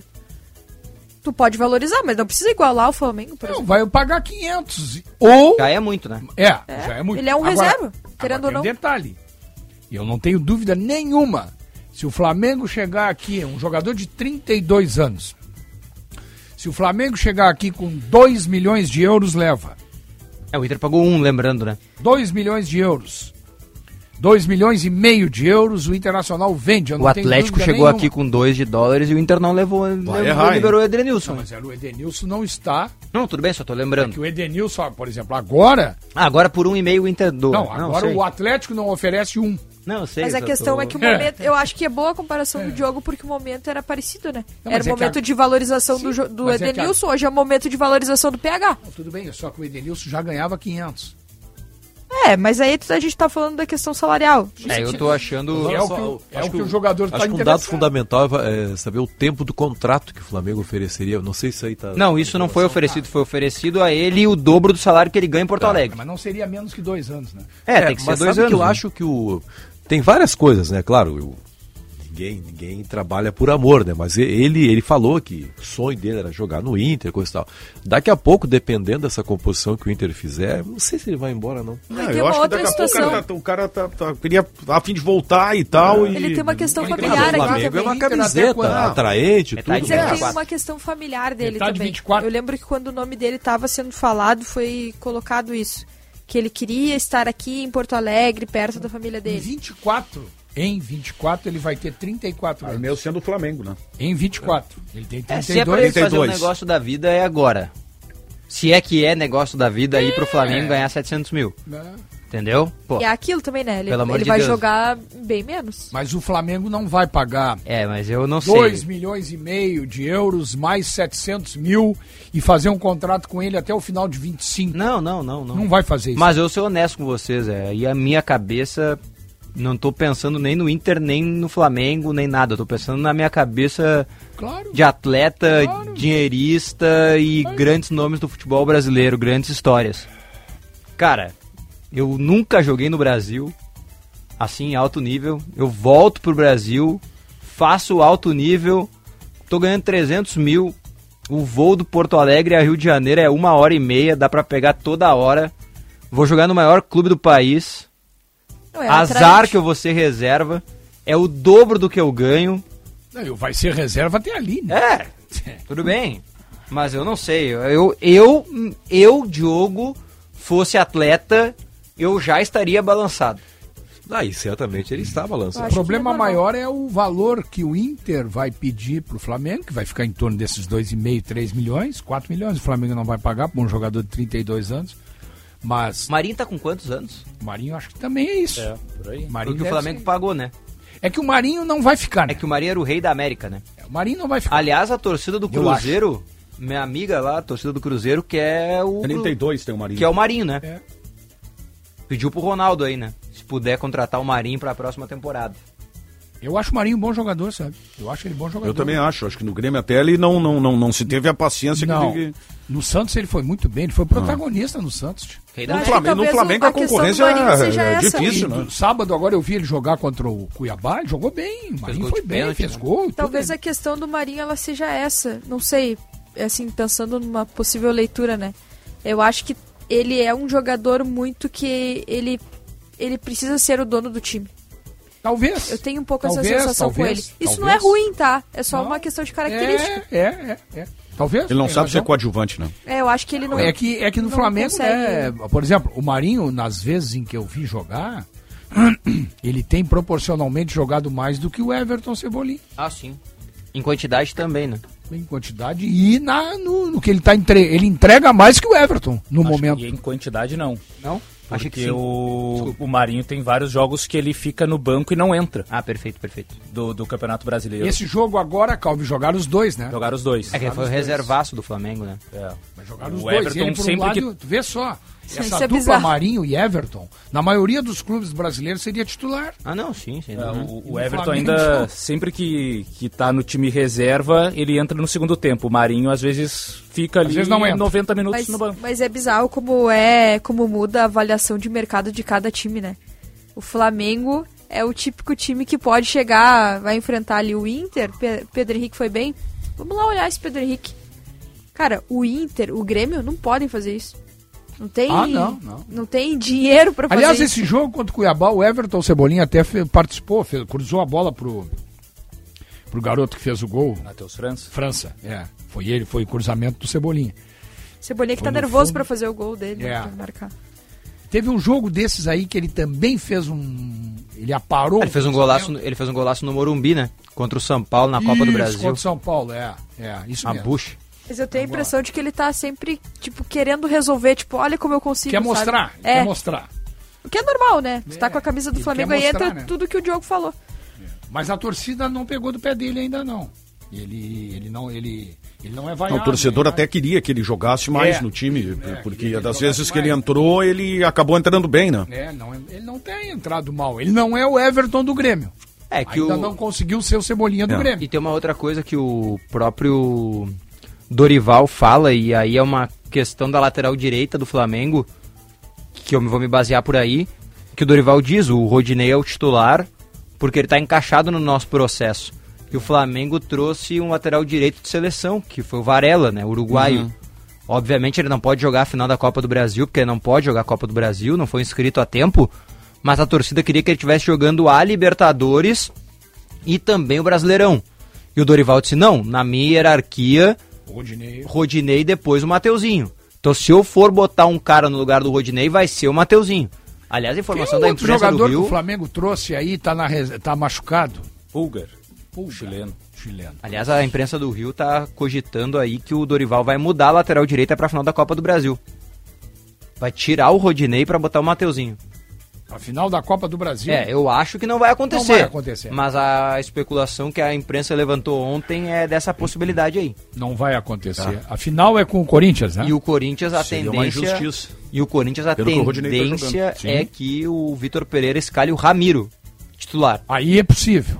tu pode valorizar, mas não precisa igualar o Flamengo, por exemplo. Vai pagar 500. Ou... Já é muito, né? Já é muito. Ele é um reserva, querendo ou não. Tem um detalhe. E eu não tenho dúvida nenhuma. Se o Flamengo chegar aqui, um jogador de 32 anos, se o Flamengo chegar aqui com 2 milhões de euros, leva. O Inter pagou lembrando, né? 2 milhões de euros. 2 milhões e meio de euros, o Internacional vende. O Atlético chegou aqui com 2 de dólares e o Inter não levou, liberou o Edenilson. Não, mas o Edenilson não está... Não, tudo bem, só tô lembrando. É que o Edenilson, por exemplo, agora... Agora por 1,5 o Inter do... Não, agora o Atlético não oferece 1. Não, eu sei. Mas a questão é que o momento... Eu acho que é boa a comparação do Diogo, porque o momento era parecido, né? Era o momento de valorização do Edenilson, hoje é o momento de valorização do PH. Não, tudo bem, só que o Edenilson já ganhava 500. Mas aí a gente tá falando da questão salarial. Eu tô achando... É o que o jogador tá interessado. Acho que um dado fundamental é saber o tempo do contrato que o Flamengo ofereceria. Não sei se aí tá... Não, isso não foi oferecido. Foi oferecido a ele o dobro do salário que ele ganha em Porto Alegre. Mas não seria menos que 2 anos, né? Tem que ser 2 anos. Que eu acho que tem várias coisas, né? Claro, ninguém trabalha por amor, né? Mas ele falou que o sonho dele era jogar no Inter, coisa e tal. Daqui a pouco, dependendo dessa composição que o Inter fizer, não sei se ele vai embora, não. Eu acho que daqui a pouco o cara queria a fim de voltar e tal. Ele tem uma questão familiar aqui também. É uma camiseta atraente, tudo. Mas ele tem uma questão familiar dele também. 24. Eu lembro que quando o nome dele estava sendo falado, foi colocado isso. Que ele queria estar aqui em Porto Alegre, perto da família dele. Em 24 ele vai ter 34 anos. Mesmo sendo o Flamengo, né? Em 24. Ele tem 32. Se é pra ele fazer o negócio da vida, é agora. Se é que é negócio da vida, ir pro Flamengo ganhar 700 mil. Entendeu? Pô. E é aquilo também, né? Ele vai jogar bem menos. Mas o Flamengo não vai pagar... mas eu não sei. 2 milhões e meio de euros, mais 700 mil e fazer um contrato com ele até o final de 25. Não. Não vai fazer isso. Mas eu sou honesto com vocês, e a minha cabeça... Não tô pensando nem no Inter, nem no Flamengo, nem nada. Eu tô pensando na minha cabeça de atleta, dinheirista e grandes nomes do futebol brasileiro, grandes histórias. Cara, eu nunca joguei no Brasil, assim, em alto nível. Eu volto pro Brasil, faço alto nível, tô ganhando 300 mil. O voo do Porto Alegre a Rio de Janeiro é 1h30, dá pra pegar toda hora. Vou jogar no maior clube do país. Azar que eu vou ser reserva, é o dobro do que eu ganho, Não, vai ser reserva até ali, né? Tudo bem. Mas eu não sei. Eu, Diogo, fosse atleta, eu já estaria balançado. E certamente ele está balançado. O problema maior é o valor que o Inter vai pedir pro Flamengo, que vai ficar em torno desses 2,5, 3 milhões, 4 milhões. O Flamengo não vai pagar para um jogador de 32 anos. Mas... Marinho tá com quantos anos? Marinho acho que também é isso. Por aí. Marinho porque o Flamengo pagou, né? É que o Marinho não vai ficar, né? É que o Marinho era o rei da América, né? O Marinho não vai ficar. Aliás, a torcida do Cruzeiro, minha amiga lá, a torcida do Cruzeiro, que é o... 32 tem o Marinho. Que é o Marinho, né? Pediu pro Ronaldo aí, né? Se puder contratar o Marinho pra próxima temporada. Eu acho o Marinho um bom jogador, sabe? Eu acho ele bom jogador. Eu também acho que no Grêmio até ele não se teve a paciência que teve. No Santos ele foi muito bem, ele foi protagonista no Santos. No Flamengo a concorrência é difícil, né? Sábado agora eu vi ele jogar contra o Cuiabá, ele jogou bem, o Marinho foi bem, fez gol. Talvez a questão do Marinho ela seja essa, não sei, assim, pensando numa possível leitura, né? Eu acho que ele é um jogador muito que ele precisa ser o dono do time. Talvez. Eu tenho um pouco essa sensação com ele. Isso não é ruim, tá? É só uma questão de característica. Talvez. Ele não sabe ser coadjuvante, não. Eu acho que ele não... É que no Flamengo, né, por exemplo, o Marinho, nas vezes em que eu vi jogar, ele tem proporcionalmente jogado mais do que o Everton Cebolinha. Ah, sim. Em quantidade também, né? Em quantidade e no que ele tá ele entrega mais que o Everton no momento. E em quantidade não. Não? Acho que o Marinho tem vários jogos que ele fica no banco e não entra. Ah, perfeito. Do Campeonato Brasileiro. Esse jogo agora, Calvi, jogaram os dois, né? Jogaram os dois. É que foi o reservaço do Flamengo, né? Mas jogaram os dois. Everton sempre tu vê só, essa dupla bizarro. Marinho e Everton, na maioria dos clubes brasileiros seria titular. Ah, não, sim. O Everton ainda, sempre que tá no time reserva, ele entra no segundo tempo. O Marinho, às vezes, fica ali 90 minutos no banco. Mas é bizarro como muda a avaliação de mercado de cada time, né? O Flamengo é o típico time que pode chegar, vai enfrentar ali o Inter. Pedro Henrique foi bem. Vamos lá olhar esse Pedro Henrique. Cara, o Inter, o Grêmio não podem fazer isso. Não tem, não tem dinheiro pra fazer Aliás, isso. esse jogo contra o Cuiabá, o Everton Cebolinha até participou, cruzou a bola pro garoto que fez o gol. Matheus França, foi ele, foi o cruzamento do Cebolinha. Cebolinha que tá nervoso pra fazer o gol dele, pra marcar. Teve um jogo desses aí que ele também fez ele aparou. Ele fez um golaço no Morumbi, né? Contra o São Paulo na Copa do Brasil. Contra o São Paulo, isso mesmo. A bucha. Mas eu tenho a impressão de que ele tá sempre, querendo resolver, olha como eu consigo, Quer mostrar, quer mostrar. O que é normal, né? Tu tá com a camisa do Flamengo aí, entra tudo que o Diogo falou. Mas a torcida não pegou do pé dele ainda não. Ele não é vaiado. O torcedor até queria que ele jogasse mais no time, porque das vezes que ele entrou, ele acabou entrando bem, né? Ele não tem entrado mal. Ele não é o Everton do Grêmio. Que ainda não conseguiu ser o Cebolinha do Grêmio. E tem uma outra coisa que o próprio Dorival fala, e aí é uma questão da lateral direita do Flamengo, que eu vou me basear por aí, que o Dorival diz, o Rodinei é o titular, porque ele está encaixado no nosso processo. E o Flamengo trouxe um lateral direito de seleção, que foi o Varela, né, uruguaio. Obviamente ele não pode jogar a final da Copa do Brasil, porque ele não pode jogar a Copa do Brasil, não foi inscrito a tempo, mas a torcida queria que ele estivesse jogando a Libertadores e também o Brasileirão. E o Dorival disse, não, na minha hierarquia, Rodinei e depois o Mateuzinho. Então se eu for botar um cara no lugar do Rodinei, vai ser o Mateuzinho. Aliás, a informação da imprensa do Rio... O jogador que o Flamengo trouxe aí tá machucado? Pulgar. Chileno. Aliás, a imprensa do Rio tá cogitando aí que o Dorival vai mudar a lateral direita pra final da Copa do Brasil. Vai tirar o Rodinei pra botar o Mateuzinho. A final da Copa do Brasil? Eu acho que não vai acontecer. Não vai acontecer. Mas a especulação que a imprensa levantou ontem é dessa possibilidade aí. Não vai acontecer. A final é com o Corinthians, né? E o Corinthians, a Seria tendência... uma injustiça. E o Corinthians, a tendência é que o Vitor Pereira escalhe o Ramiro, titular. Aí é possível.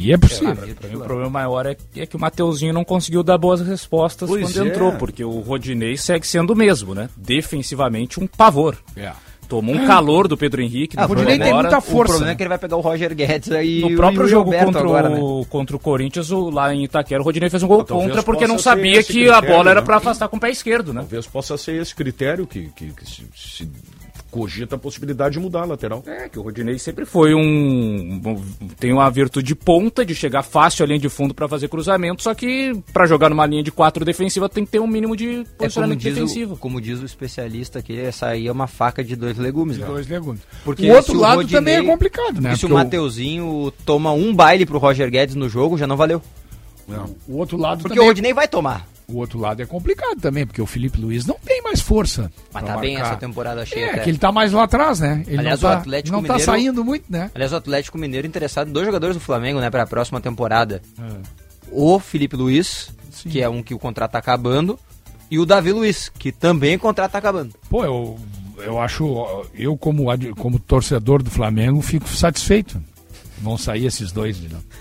Pra mim, o problema maior é que o Mateuzinho não conseguiu dar boas respostas quando entrou, porque o Rodinei segue sendo o mesmo, né? Defensivamente, um pavor. Tomou um calor do Pedro Henrique. O Rodinei tem muita força. O problema é que ele vai pegar o Roger Guedes aí. No próprio jogo agora, contra o Corinthians, lá em Itaquera, o Rodinei fez um gol contra porque não sabia que a bola era para afastar com o pé esquerdo, né? Talvez possa ser esse critério que se cogita a possibilidade de mudar a lateral. Que o Rodinei sempre foi tem uma virtude de ponta, de chegar fácil à linha de fundo para fazer cruzamento, só que para jogar numa linha de 4 defensiva tem que ter um mínimo de posicionamento defensivo. Como diz o especialista, que essa aí é uma faca de 2 legumes. De 2 legumes. Porque o outro lado Rodinei, também é complicado, né? E se o Mateuzinho toma um baile pro Roger Guedes no jogo, já não valeu. Não. O outro lado porque também... o Rodinei vai tomar. O outro lado é complicado também, porque o Felipe Luiz não tem mais força. Mas tá bem essa temporada cheia. Que ele tá mais lá atrás, né? Ele aliás, não o tá, Atlético não Mineiro, tá saindo muito, né? Aliás, o Atlético Mineiro interessado em 2 jogadores do Flamengo, né, pra próxima temporada. O Felipe Luiz, que é um que o contrato tá acabando, e o Davi Luiz, que também o contrato tá acabando. Pô, eu acho, eu como torcedor do Flamengo, fico satisfeito. Vão sair esses dois de lá.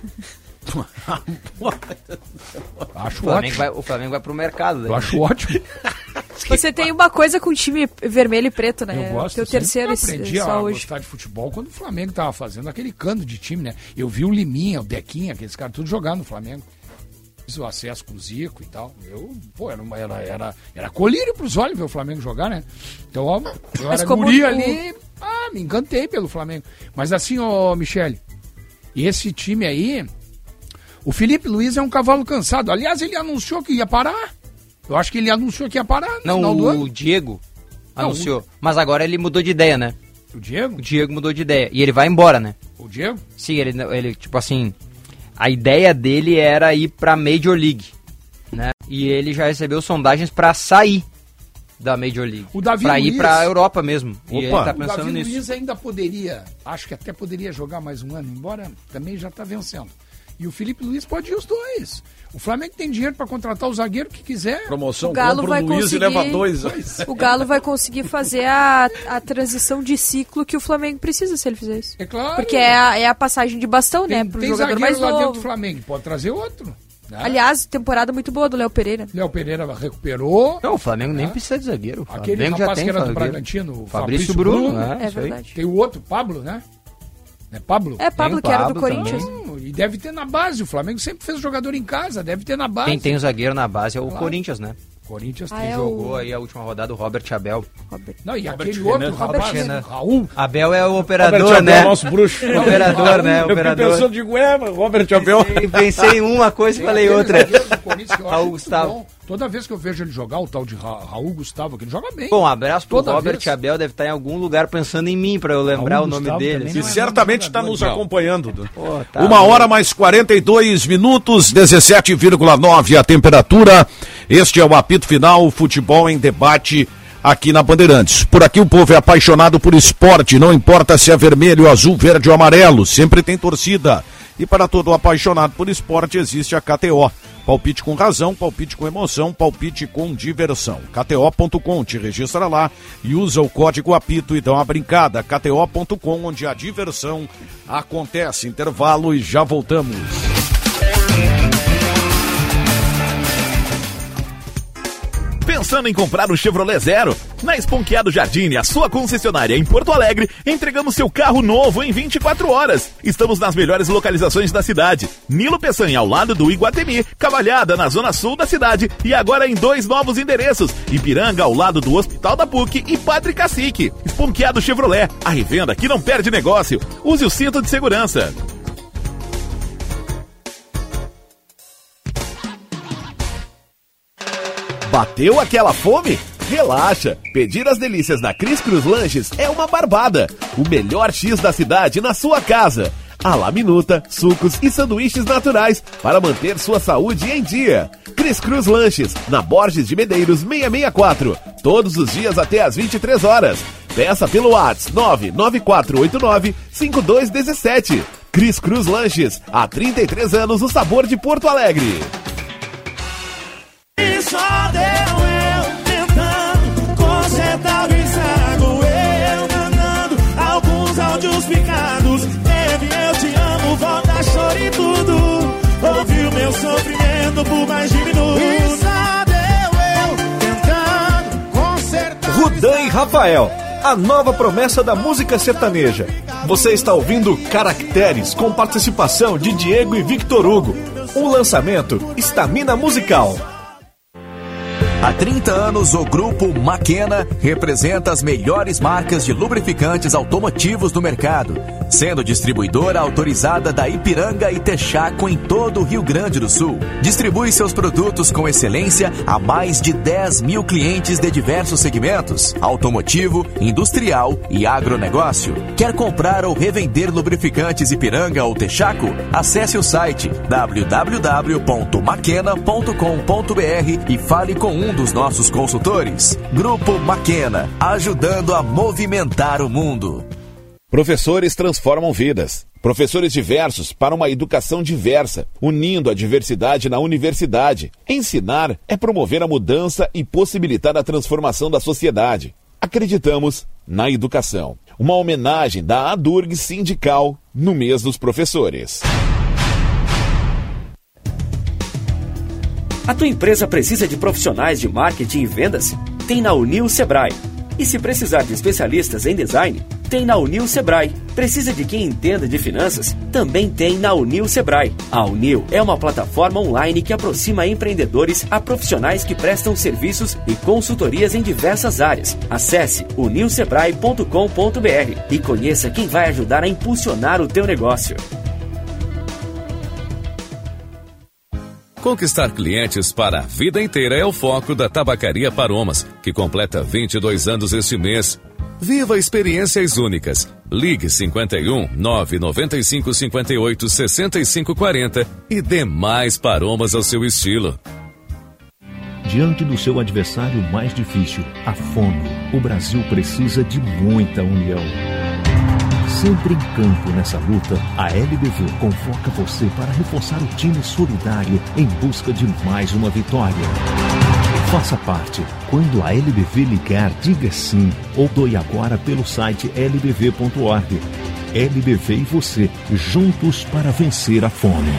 Acho ótimo. O Flamengo vai pro mercado. Eu acho ótimo. Você tem uma coisa com o time vermelho e preto, né? Eu gosto. Teu terceiro aprendi só a hoje. gostar de futebol quando o Flamengo tava fazendo aquele cano de time, né? Eu vi o Liminha, o Dequinha, aqueles caras tudo jogando no Flamengo. Fiz o acesso com o Zico e tal. Era colírio pros olhos ver o Flamengo jogar, né? Então, ó, eu era guri ali, me encantei pelo Flamengo. Mas assim, ó, Michele, esse time aí... O Felipe Luiz é um cavalo cansado. Aliás, ele anunciou que ia parar. Eu acho que ele anunciou que ia parar no final do ano. O Diego anunciou. Mas agora ele mudou de ideia, né? O Diego? O Diego mudou de ideia. E ele vai embora, né? O Diego? Sim, ele tipo assim... A ideia dele era ir pra Major League, né? E ele já recebeu sondagens pra sair da Major League. O Davi pra Luiz... ir pra Europa mesmo. Opa. E ele tá pensando o Davi nisso. Luiz ainda poderia... Acho que até poderia jogar mais um ano, embora também já tá vencendo. E o Felipe Luiz pode ir os dois. O Flamengo tem dinheiro para contratar o zagueiro que quiser. Promoção, o Galo compra o Luiz e leva 2. O Galo vai conseguir fazer a transição de ciclo que o Flamengo precisa se ele fizer isso. É claro. Porque é a passagem de bastão, né? Pro jogador mais lá novo. dentro do Flamengo, pode trazer outro. Né? Aliás, temporada muito boa do Léo Pereira. Léo Pereira recuperou. Não, o Flamengo nem precisa de zagueiro. O Aquele Flamengo rapaz já tem que era do zagueiro. Bragantino, Fabrício Bruno. É verdade. Tem o outro, Pablo, né? É Pablo? É Pablo, que era do Corinthians. E deve ter na base. O Flamengo sempre fez jogador em casa, deve ter na base. Quem tem o zagueiro na base é o Corinthians, né? Corinthians que jogou aí a última rodada o Robert Abel. Não, e Robert aquele Renan, outro Robert rapaz, Renan. Raul. Abel é o operador, Robert né? Abel é o nosso bruxo. Operador, né? Operador. Eu pensando de Robert Abel. Pensei em uma coisa e falei outra. Raul Gustavo. Toda vez que eu vejo ele jogar, o tal de Raul Gustavo, que ele joga bem. Bom, abraço pro Robert Abel, deve estar em algum lugar pensando em mim, pra eu lembrar Raul o nome Gustavo dele. E certamente está nos acompanhando. Pô, tá 1h mais 42 minutos, 17,9 a temperatura. Este é o apito final, futebol em debate aqui na Bandeirantes. Por aqui o povo é apaixonado por esporte, não importa se é vermelho, azul, verde ou amarelo, sempre tem torcida. E para todo apaixonado por esporte existe a KTO. Palpite com razão, palpite com emoção, palpite com diversão. KTO.com, te registra lá e usa o código APITO e dá uma brincada. KTO.com, onde a diversão acontece. Intervalo e já voltamos. Pensando em comprar um Chevrolet Zero? Na Esponqueado Jardim, a sua concessionária em Porto Alegre, entregamos seu carro novo em 24 horas. Estamos nas melhores localizações da cidade. Nilo Peçanha, ao lado do Iguatemi, Cavalhada, na zona sul da cidade, e agora em 2 novos endereços. Ipiranga, ao lado do Hospital da PUC, e Padre Cacique. Esponqueado Chevrolet, a revenda que não perde negócio. Use o cinto de segurança. Bateu aquela fome? Relaxa! Pedir as delícias da Cris Cruz Lanches é uma barbada. O melhor X da cidade na sua casa. A la minuta, sucos e sanduíches naturais para manter sua saúde em dia. Cris Cruz Lanches, na Borges de Medeiros 664. Todos os dias até às 23 horas. Peça pelo WhatsApp 99489-5217. Cris Cruz Lanches, há 33 anos o sabor de Porto Alegre. E só deu eu tentando consertar o estrago, eu mandando alguns áudios picados. Teve eu te amo, volta, choro e tudo. Ouviu meu sofrimento por mais de minutos. E só deu eu tentando consertar. Rudan e Rafael, a nova promessa da música sertaneja. Você está ouvindo Caracteres, com participação de Diego e Victor Hugo. Um lançamento Estamina Musical. Há 30 anos, o Grupo Makena representa as melhores marcas de lubrificantes automotivos do mercado, sendo distribuidora autorizada da Ipiranga e Texaco em todo o Rio Grande do Sul. Distribui seus produtos com excelência a mais de 10 mil clientes de diversos segmentos: automotivo, industrial e agronegócio. Quer comprar ou revender lubrificantes Ipiranga ou Texaco? Acesse o site www.makena.com.br e fale com um dos nossos consultores. Grupo Makena, ajudando a movimentar o mundo. Professores transformam vidas. Professores diversos para uma educação diversa, unindo a diversidade na universidade. Ensinar é promover a mudança e possibilitar a transformação da sociedade. Acreditamos na educação. Uma homenagem da ADURG Sindical no mês dos professores. A tua empresa precisa de profissionais de marketing e vendas? Tem na Unil Sebrae. E se precisar de especialistas em design, tem na Unil Sebrae. Precisa de quem entenda de finanças? Também tem na Unil Sebrae. A Unil é uma plataforma online que aproxima empreendedores a profissionais que prestam serviços e consultorias em diversas áreas. Acesse unilsebrae.com.br e conheça quem vai ajudar a impulsionar o teu negócio. Conquistar clientes para a vida inteira é o foco da Tabacaria Paromas, que completa 22 anos este mês. Viva experiências únicas. Ligue 51 995 58 65 40 e dê mais Paromas ao seu estilo. Diante do seu adversário mais difícil, a fome, o Brasil precisa de muita união. Sempre em campo nessa luta, a LBV convoca você para reforçar o time solidário em busca de mais uma vitória. Faça parte. Quando a LBV ligar, diga sim ou doe agora pelo site lbv.org. LBV e você, juntos para vencer a fome.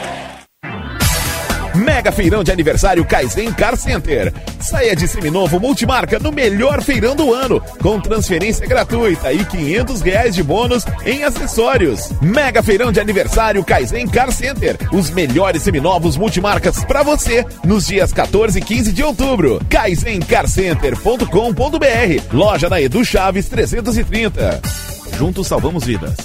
Mega feirão de aniversário Kaizen Car Center. Saia de seminovo multimarca no melhor feirão do ano, com transferência gratuita e R$500 de bônus em acessórios. Mega feirão de aniversário Kaizen Car Center. Os melhores seminovos multimarcas para você nos dias 14 e 15 de outubro. KaizenCarCenter.com.br. Loja na Edu Chaves 330. Juntos salvamos vidas.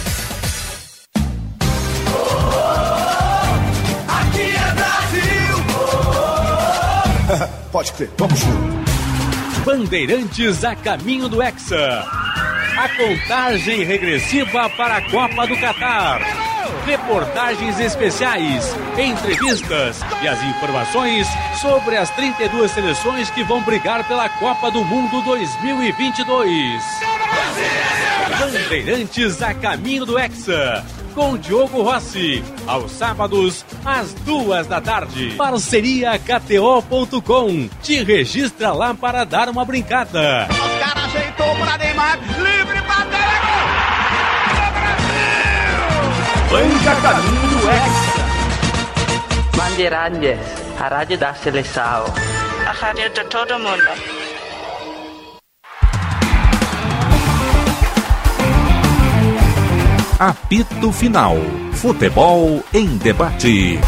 Pode crer, vamos junto. Bandeirantes a caminho do Hexa. A contagem regressiva para a Copa do Catar. Reportagens especiais, entrevistas e as informações sobre as 32 seleções que vão brigar pela Copa do Mundo 2022. Bandeirantes a caminho do Hexa. Com Diogo Rossi, aos sábados, às 14h. Parceria KTO.com. Te registra lá para dar uma brincada. Os caras ajeitou para Neymar, livre para Diego! Banca Caminho do Hexa. Bandeirantes, a rádio da seleção. A rádio de todo mundo. Apito Final. Futebol em debate.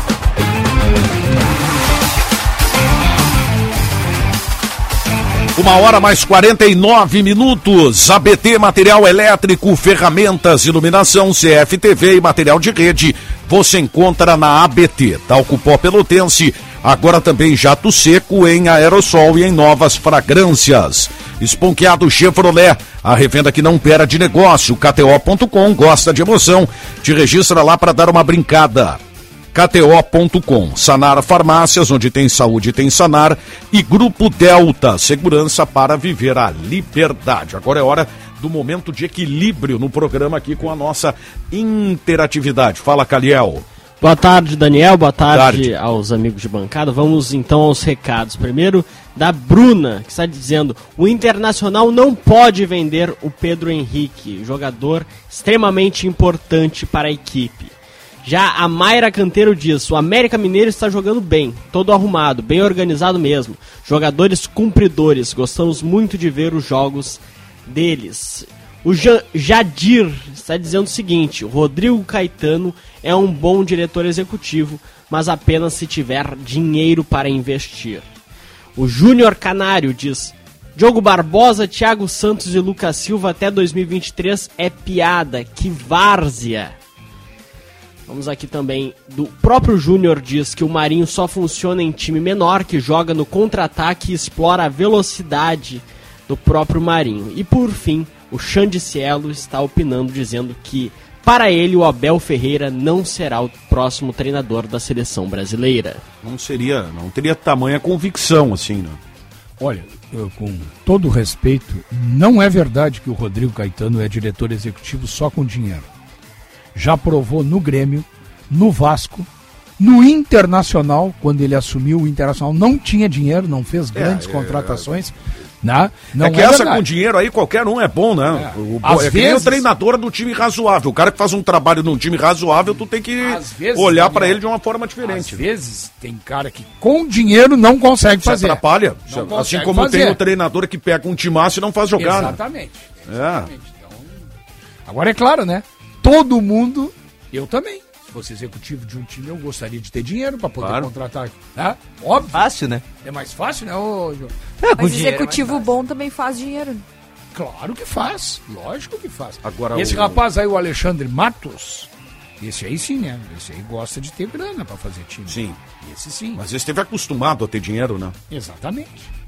Uma hora mais 49 minutos. ABT, material elétrico, ferramentas, iluminação, CFTV e material de rede. Você encontra na ABT. Talco pó pelotense. Agora também jato seco em aerossol e em novas fragrâncias. Esponqueado Chevrolet, a revenda que não perde negócio. KTO.com, gosta de emoção? Te registra lá para dar uma brincada. KTO.com, Sanar Farmácias, onde tem saúde tem Sanar. E Grupo Delta, segurança para viver a liberdade. Agora é hora do momento de equilíbrio no programa aqui com a nossa interatividade. Fala, Caliel. Boa tarde, Daniel. Boa tarde aos amigos de bancada. Vamos então aos recados. Primeiro, da Bruna, que está dizendo: o Internacional não pode vender o Pedro Henrique, jogador extremamente importante para a equipe. Já a Mayra Canteiro diz: o América Mineiro está jogando bem, todo arrumado, bem organizado mesmo. Jogadores cumpridores, gostamos muito de ver os jogos deles. O Jadir está dizendo o seguinte: o Rodrigo Caetano é um bom diretor executivo, mas apenas se tiver dinheiro para investir. O Júnior Canário diz: Diogo Barbosa, Thiago Santos e Lucas Silva até 2023 é piada, que várzea. Vamos aqui também, do próprio Júnior diz que o Marinho só funciona em time menor, que joga no contra-ataque e explora a velocidade do próprio Marinho. E por fim, o Xande Cielo está opinando, dizendo que para ele o Abel Ferreira não será o próximo treinador da seleção brasileira. Não teria tamanha convicção assim, né? Olha, com todo respeito, não é verdade que o Rodrigo Caetano é diretor executivo só com dinheiro. Já provou no Grêmio, no Vasco, no Internacional, quando ele assumiu o Internacional, não tinha dinheiro, não fez grandes contratações. Não é que essa com dinheiro aí, qualquer um é bom, né? Que nem o treinador do time razoável. O cara que faz um trabalho num time razoável, tu tem que olhar pra ele de uma forma diferente. Às vezes, tem cara que com dinheiro não consegue fazer. Se atrapalha. Assim como tem o treinador que pega um timaço e não faz jogar. Exatamente. Exatamente. Então, agora é claro, né? Todo mundo, eu também. Se fosse executivo de um time, eu gostaria de ter dinheiro para poder contratar. Né? Óbvio. Fácil, né? É mais fácil, né, ô, João? Mas executivo bom também faz dinheiro. Claro que faz. Lógico que faz. Agora, esse rapaz aí, o Alexandre Matos, esse aí sim, né? Esse aí gosta de ter grana para fazer time. Sim. Esse sim. Mas esse esteve acostumado a ter dinheiro, né? Exatamente.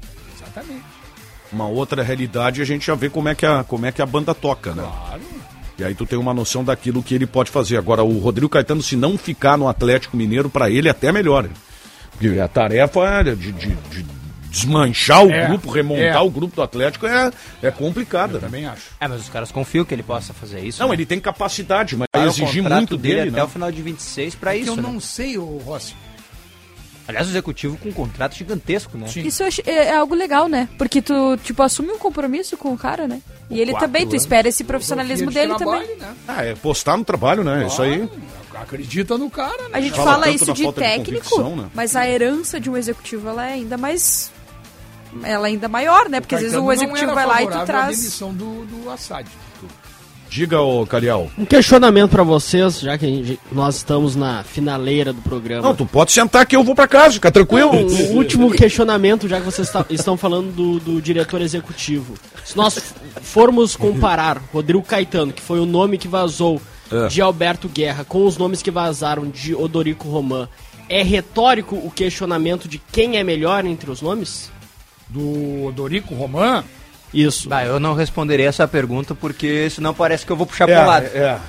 Uma outra realidade, a gente já vê como é que a banda toca, né? Claro. E aí tu tem uma noção daquilo que ele pode fazer. Agora, o Rodrigo Caetano, se não ficar no Atlético Mineiro, pra ele é até melhor. Porque a tarefa de desmanchar o grupo, remontar o grupo do Atlético é complicada. Eu também acho. Mas os caras confiam que ele possa fazer isso. Não, né? ele tem capacidade, mas vai exigir muito dele, até o final de 26 pra isso. Eu não sei, ô Rossi. Aliás, o executivo com um contrato gigantesco, né? Sim. Isso é algo legal, né? Porque tu, assume um compromisso com o cara, né? E ele também, tu espera esse profissionalismo dele também. Né? É postar no trabalho, né? Isso aí. Acredita no cara, né? A gente fala isso de técnico, né? Mas a herança de um executivo, ela é ainda mais... Ela é ainda maior, né? Porque às vezes o executivo vai lá e tu traz... A demissão do Assad. Diga, ô Carial. Um questionamento pra vocês, já que nós estamos na finaleira do programa. Não, tu pode sentar que eu vou pra casa, fica tranquilo. O último questionamento, já que vocês estão falando do diretor executivo. Se nós formos comparar Rodrigo Caetano, que foi o nome que vazou de Alberto Guerra, com os nomes que vazaram de Odorico Roman, é retórico o questionamento de quem é melhor entre os nomes? Do Odorico Roman? Isso. Eu não responderia essa pergunta porque senão parece que eu vou puxar para um lado.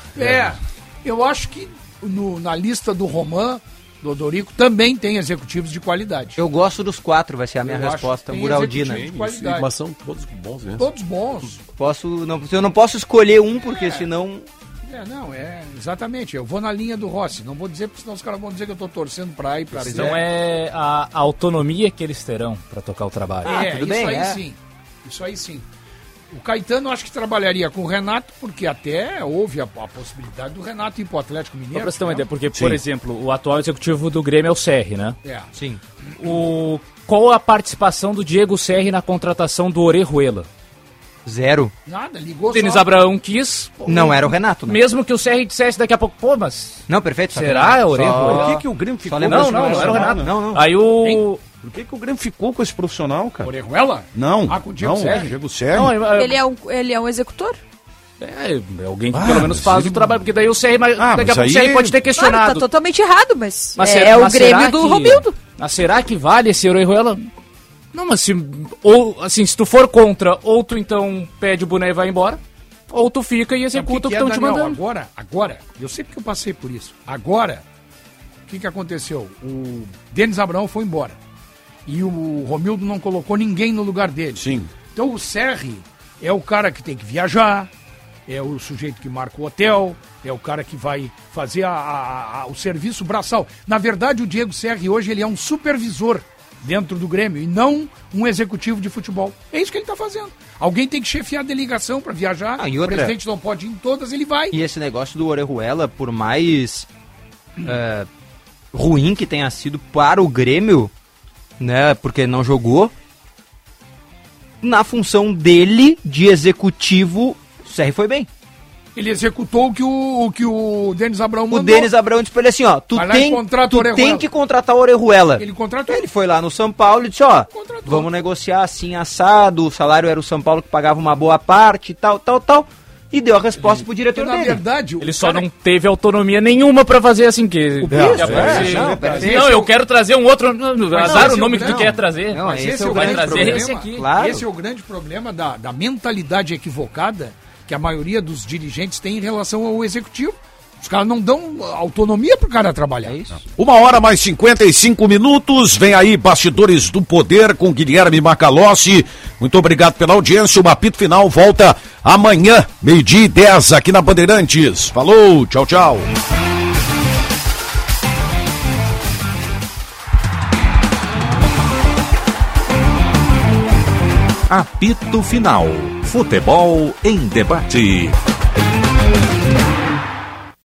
Eu acho que na lista do Roman, do Odorico, também tem executivos de qualidade. Eu gosto dos 4, vai ser a minha resposta. Muraldina. Mas são todos bons mesmo. Todos bons. Eu não posso escolher um porque senão... Exatamente. Eu vou na linha do Rossi. Não vou dizer, porque senão os caras vão dizer que eu tô torcendo pra ir pra C. Então é a autonomia que eles terão pra tocar o trabalho. Tudo bem, sim. Isso aí sim. O Caetano acho que trabalharia com o Renato, porque até houve a possibilidade do Renato ir pro Atlético Mineiro. Pra você ter uma ideia, porque, por exemplo, o atual executivo do Grêmio é o Serri, né? Sim. Qual a participação do Diego Serri na contratação do Orejuela? 0. Nada, ligou Denis só. Abraão quis. Não era o Renato, né? Mesmo que o Serri dissesse daqui a pouco, mas... Não, perfeito. Será? É o Orejuela? Por que o Grêmio ficou? Não era o Renato. Não. Aí o... Por que o Grêmio ficou com esse profissional, cara? Orejuela? Não. Com o Diego Serri. Diego Serri. Ele é um executor? É alguém que pelo menos faz o trabalho, porque daí o Serri, daqui a pouco o Serri pode ter questionado. Claro, tá totalmente errado, mas é o Grêmio do Romildo. Mas será que vale esse Orejuela? Não, mas se tu for contra, ou tu então pede o boné e vai embora, ou tu fica e executa o que estão te mandando. Agora, eu sei porque eu passei por isso. Agora, o que aconteceu? O Denis Abraão foi embora. E o Romildo não colocou ninguém no lugar dele. Sim. Então o Serri é o cara que tem que viajar, é o sujeito que marca o hotel, é o cara que vai fazer o serviço braçal. Na verdade, o Diego Serri hoje ele é um supervisor dentro do Grêmio e não um executivo de futebol. É isso que ele está fazendo. Alguém tem que chefiar a delegação para viajar, o presidente não pode ir em todas, ele vai. E esse negócio do Orejuela, por mais ruim que tenha sido para o Grêmio, né, porque não jogou, na função dele de executivo, o Serri foi bem. Ele executou o que o Denis Abraão mandou. O Denis Abraão disse pra ele assim, ó, tu tem que contratar o Orejuela. Ele contratou. Ele foi lá no São Paulo e disse, ó, vamos negociar assim, assado, o salário era o São Paulo que pagava uma boa parte, tal. E deu a resposta pro diretor dele. Na verdade, ele só não teve autonomia nenhuma pra fazer assim que... Não, eu quero trazer um outro... Azar o nome que tu quer trazer. Não, mas esse vai trazer esse aqui. Claro. Esse é o grande problema da mentalidade equivocada que a maioria dos dirigentes tem em relação ao executivo. Os caras não dão autonomia pro cara trabalhar. É isso. 1h mais 55 minutos. Vem aí Bastidores do Poder com Guilherme Macalossi. Muito obrigado pela audiência. O apito final volta amanhã, 12h10 aqui na Bandeirantes. Falou, tchau, tchau. Apito final. Futebol em debate.